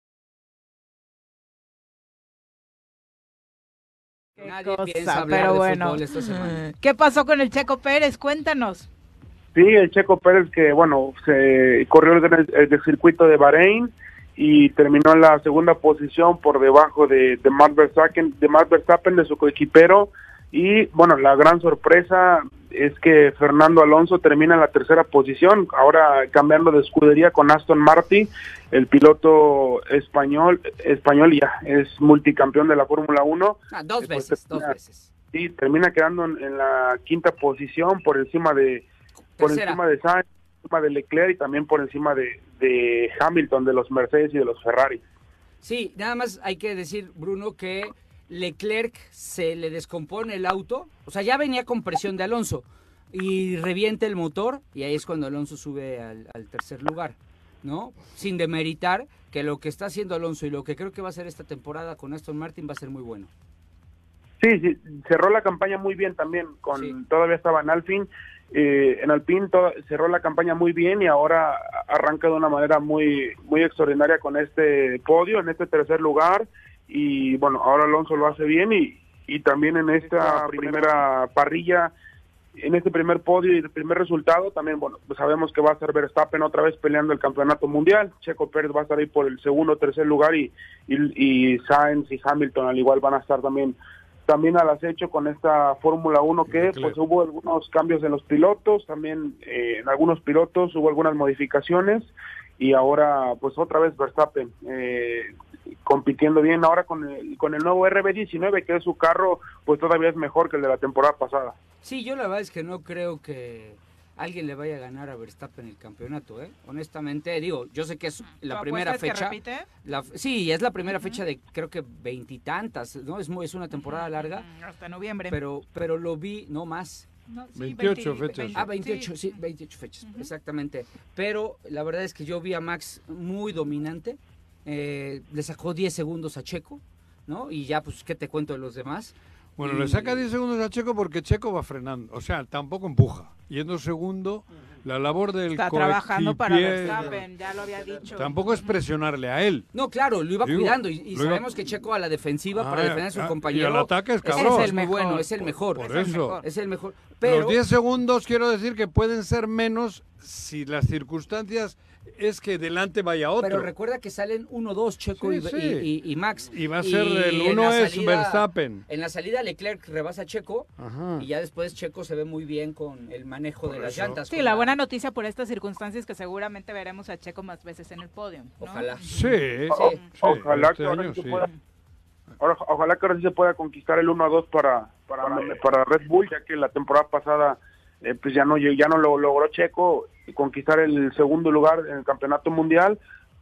Nadie piensa hablar pero de bueno, fútbol esta semana. ¿Qué pasó con el Checo Pérez? Cuéntanos. Sí, el Checo Pérez que, bueno, se corrió el circuito de Bahrein y terminó en la segunda posición por debajo de Max Verstappen, de su coequipero. Y, bueno, la gran sorpresa es que Fernando Alonso termina en la tercera posición, ahora cambiando de escudería con Aston Martin, el piloto español ya es multicampeón de la Fórmula 1. Dos veces. Sí, termina quedando en la quinta posición por encima de Sainz, encima de Leclerc y también por encima de Hamilton, de los Mercedes y de los Ferrari. Sí, nada más hay que decir, Bruno, que Leclerc se le descompone el auto, o sea, ya venía con presión de Alonso y revienta el motor y ahí es cuando Alonso sube al tercer lugar, ¿no? Sin demeritar que lo que está haciendo Alonso y lo que creo que va a hacer esta temporada con Aston Martin va a ser muy bueno. Sí, cerró la campaña muy bien también, todavía estaba en Alpine, cerró la campaña muy bien y ahora arranca de una manera muy, muy extraordinaria con este podio, en este tercer lugar. Y bueno, ahora Alonso lo hace bien y también en esta primera parrilla, en este primer podio y el primer resultado, también bueno, pues sabemos que va a estar Verstappen otra vez peleando el campeonato mundial, Checo Pérez va a estar ahí por el segundo o tercer lugar y Sainz y Hamilton al igual van a estar también al acecho con esta Fórmula 1 que pues hubo algunos cambios en los pilotos, también en algunos pilotos hubo algunas modificaciones y ahora pues otra vez Verstappen compitiendo bien ahora con el nuevo RB19 que es su carro, pues todavía es mejor que el de la temporada pasada. Sí, yo la verdad es que no creo que alguien le vaya a ganar a Verstappen el campeonato, honestamente, digo, yo sé que es la primera fecha. ¿Que repite? Sí, es la primera fecha de creo que 20 y tantas, ¿no? Es una temporada larga. Hasta noviembre. Pero lo vi, no más. No, sí, 28 fechas. 28, sí, 28 fechas, exactamente. Pero la verdad es que yo vi a Max muy dominante, le sacó 10 segundos a Checo, ¿no? Y ya, pues, ¿qué te cuento de los demás? Bueno, le saca 10 segundos a Checo porque Checo va frenando, o sea, tampoco empuja. Yendo segundo, la labor del está trabajando para Verstappen, ya lo había dicho. Tampoco es presionarle a él. No, claro, lo iba cuidando y sabemos que Checo a la defensiva para defender a su compañero. Y al ataque es cabrón. Es muy bueno, es el mejor. Por eso. Es el mejor. Pero los 10 segundos quiero decir que pueden ser menos si las circunstancias es que delante vaya otro. Pero recuerda que salen 1-2 Checo y Max. Y va a ser el uno es Verstappen. En la salida Leclerc rebasa a Checo y ya después Checo se ve muy bien con el manejo de las llantas. Sí, la buena noticia por estas circunstancias es que seguramente veremos a Checo más veces en el podio, ¿no? Ojalá. Sí. Ojalá que ahora sí se pueda. Ojalá que ahora sí se pueda conquistar el 1-2 para Red Bull, ya que la temporada pasada pues ya no lo logró Checo conquistar el segundo lugar en el campeonato mundial,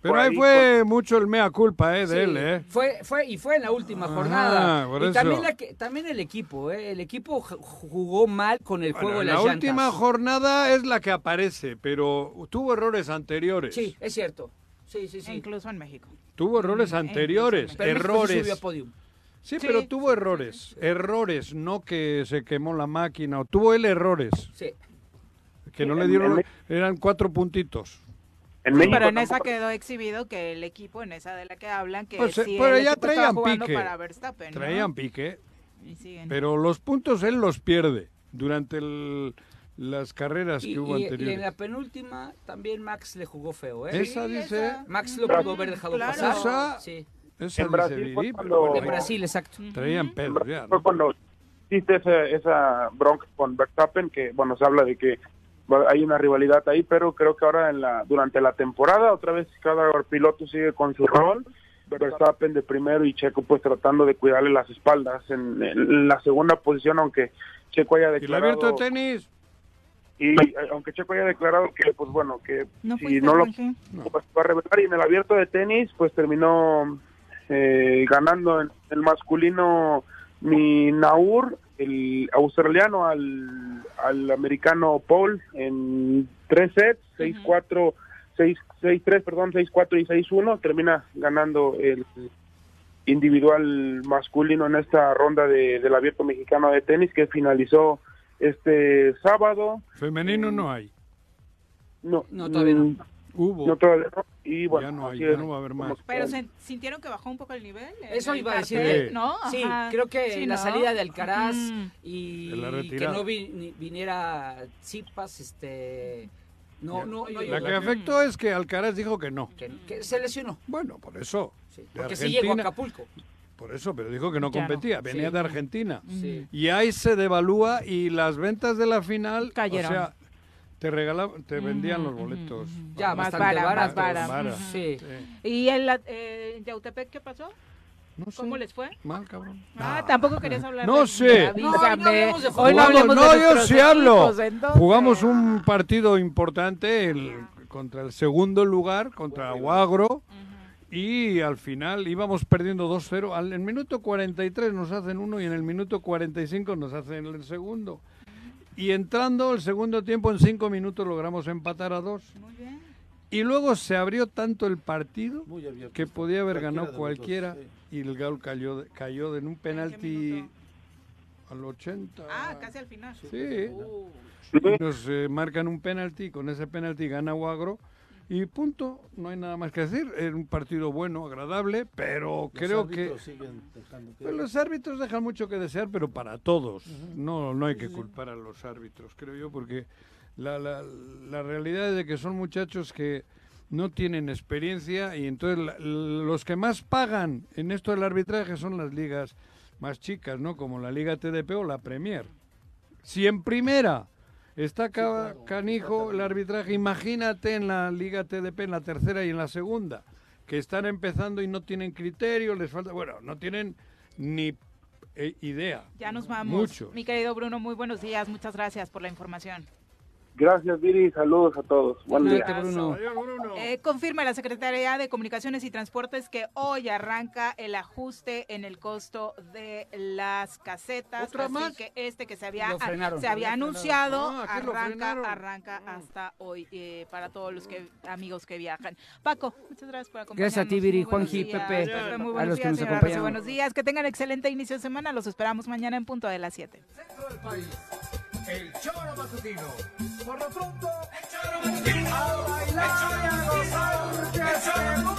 Pero por ahí ahí fue mucho el mea culpa de Sí, él, Fue en la última jornada. por Y eso. también el equipo, el equipo jugó mal con el juego de las la llantas. última jornada es la que aparece, pero tuvo errores anteriores. Sí, es cierto. Sí. Incluso en México. Tuvo errores anteriores, Pero México sí errores. subió a podium. Sí, pero tuvo errores, errores, no que se quemó la máquina, tuvo él errores. Sí. Que no le dieron, eran 4 puntitos. Pero en esa quedó exhibido que el equipo, en esa de la que hablan, que Pues, sí pero el ya equipo estaba traían jugando pique. para Verstappen, ¿no? Traían pique. Y siguen. Pero los puntos él los pierde durante las carreras que hubo Y anteriores. en la penúltima también Max le jugó feo, ¿eh? Esa dice... Max lo pudo haber dejado pasar. Esa, Sí. esa En dice Brasil Viri, fue pero cuando- bueno, En Brasil, exacto. traían pedos ya, Fue ¿no? cuando existe esa bronca con Verstappen, que bueno, se habla de que hay una rivalidad ahí, pero creo que ahora durante la temporada otra vez cada piloto sigue con su rol. Verstappen de primero y Checo pues tratando de cuidarle las espaldas en la segunda posición, aunque Checo haya ¿Y el declarado abierto de tenis? y aunque Checo haya declarado que pues bueno, que No si fuiste, no lo Juanji. pues, va a revelar, y en el abierto de tenis pues terminó ganando en el masculino Naur, el australiano al americano Paul en 3 sets, 6-4, 6-3, perdón, 6-4 y 6-1, termina ganando el individual masculino en esta ronda del abierto mexicano de tenis que finalizó este sábado. Femenino no hay. No, todavía no. Hubo. No, todavía no. Y bueno, Ya no hay, así ya es. no va a haber más. Pero sintieron que bajó un poco el nivel. Eso el iba a decir. cartel, ¿no? Sí, Ajá. creo que Sí, la ¿no? salida de Alcaraz Ujú. De la y que retirada. no viniera Tsipas, no La ayudó. que afectó es que Alcaraz dijo que no. Que se lesionó. Bueno, por eso. Sí, De porque sí llegó a Argentina. Acapulco. Por eso, pero dijo que no Ya no. competía, venía Sí. de Argentina. Sí. Y ahí se devalúa y las ventas de la final, Cayeron. o sea, te vendían los boletos. Ya, Más bastante vara, baratos. más vara. Vara. Ujú. Sí. ¿Y en Yautepec qué pasó? No sé. ¿Cómo les fue? Mal, cabrón. Tampoco querías hablar No de sé. Avísame. No hablemos de Hoy fútbol. no hablemos de yo nuestros sí hablo. equipos, entonces. Jugamos un partido importante contra el segundo lugar, contra Aguagro, y al final íbamos perdiendo 2-0. En el minuto 43 nos hacen uno y en el minuto 45 nos hacen el segundo. Y entrando el segundo tiempo, en 5 minutos logramos empatar a 2. Muy bien. Y luego se abrió tanto el partido Muy abierto. que podía haber Cualquiera ganado de los cualquiera, dos, sí. y el Galo cayó en un penalti al 80. Casi al final. Sí. Nos marcan un penalti, con ese penalti gana Aguagro y punto, no hay nada más que decir. Era un partido bueno, agradable, pero Los creo que árbitros siguen dejando que- pues, los árbitros dejan mucho que desear, pero para todos. No hay que culpar a los árbitros, creo yo, porque la realidad es de que son muchachos que no tienen experiencia y entonces los que más pagan en esto del arbitraje son las ligas más chicas, ¿no? Como la Liga TDP o la Premier. Si en primera está canijo el arbitraje, imagínate en la Liga TDP, en la tercera y en la segunda, que están empezando y no tienen criterio, les falta, bueno, no tienen ni idea. Ya nos vamos. Mucho. Mi querido Bruno, muy buenos días. Muchas gracias por la información. Gracias, Viri, saludos a todos. Buen día. Bruno. Confirma la Secretaría de Comunicaciones y Transportes que hoy arranca el ajuste en el costo de las casetas. ¿Otra así más? que que se había Lo frenaron. anunciado aquí lo frenaron. arranca hasta hoy para todos los amigos que viajan. Paco, muchas gracias por acompañarnos. Gracias a ti, Viri, Muy buenos Juanji, días. Pepe, Muy a buenos los que días, nos señora acompañaron. Rocío, buenos días. Que tengan excelente inicio de semana. Los esperamos mañana en punto de las 7. Centro del país, el Choro Matutino. Por lo pronto, el Choro Matutino. A bailar y a gozar, que se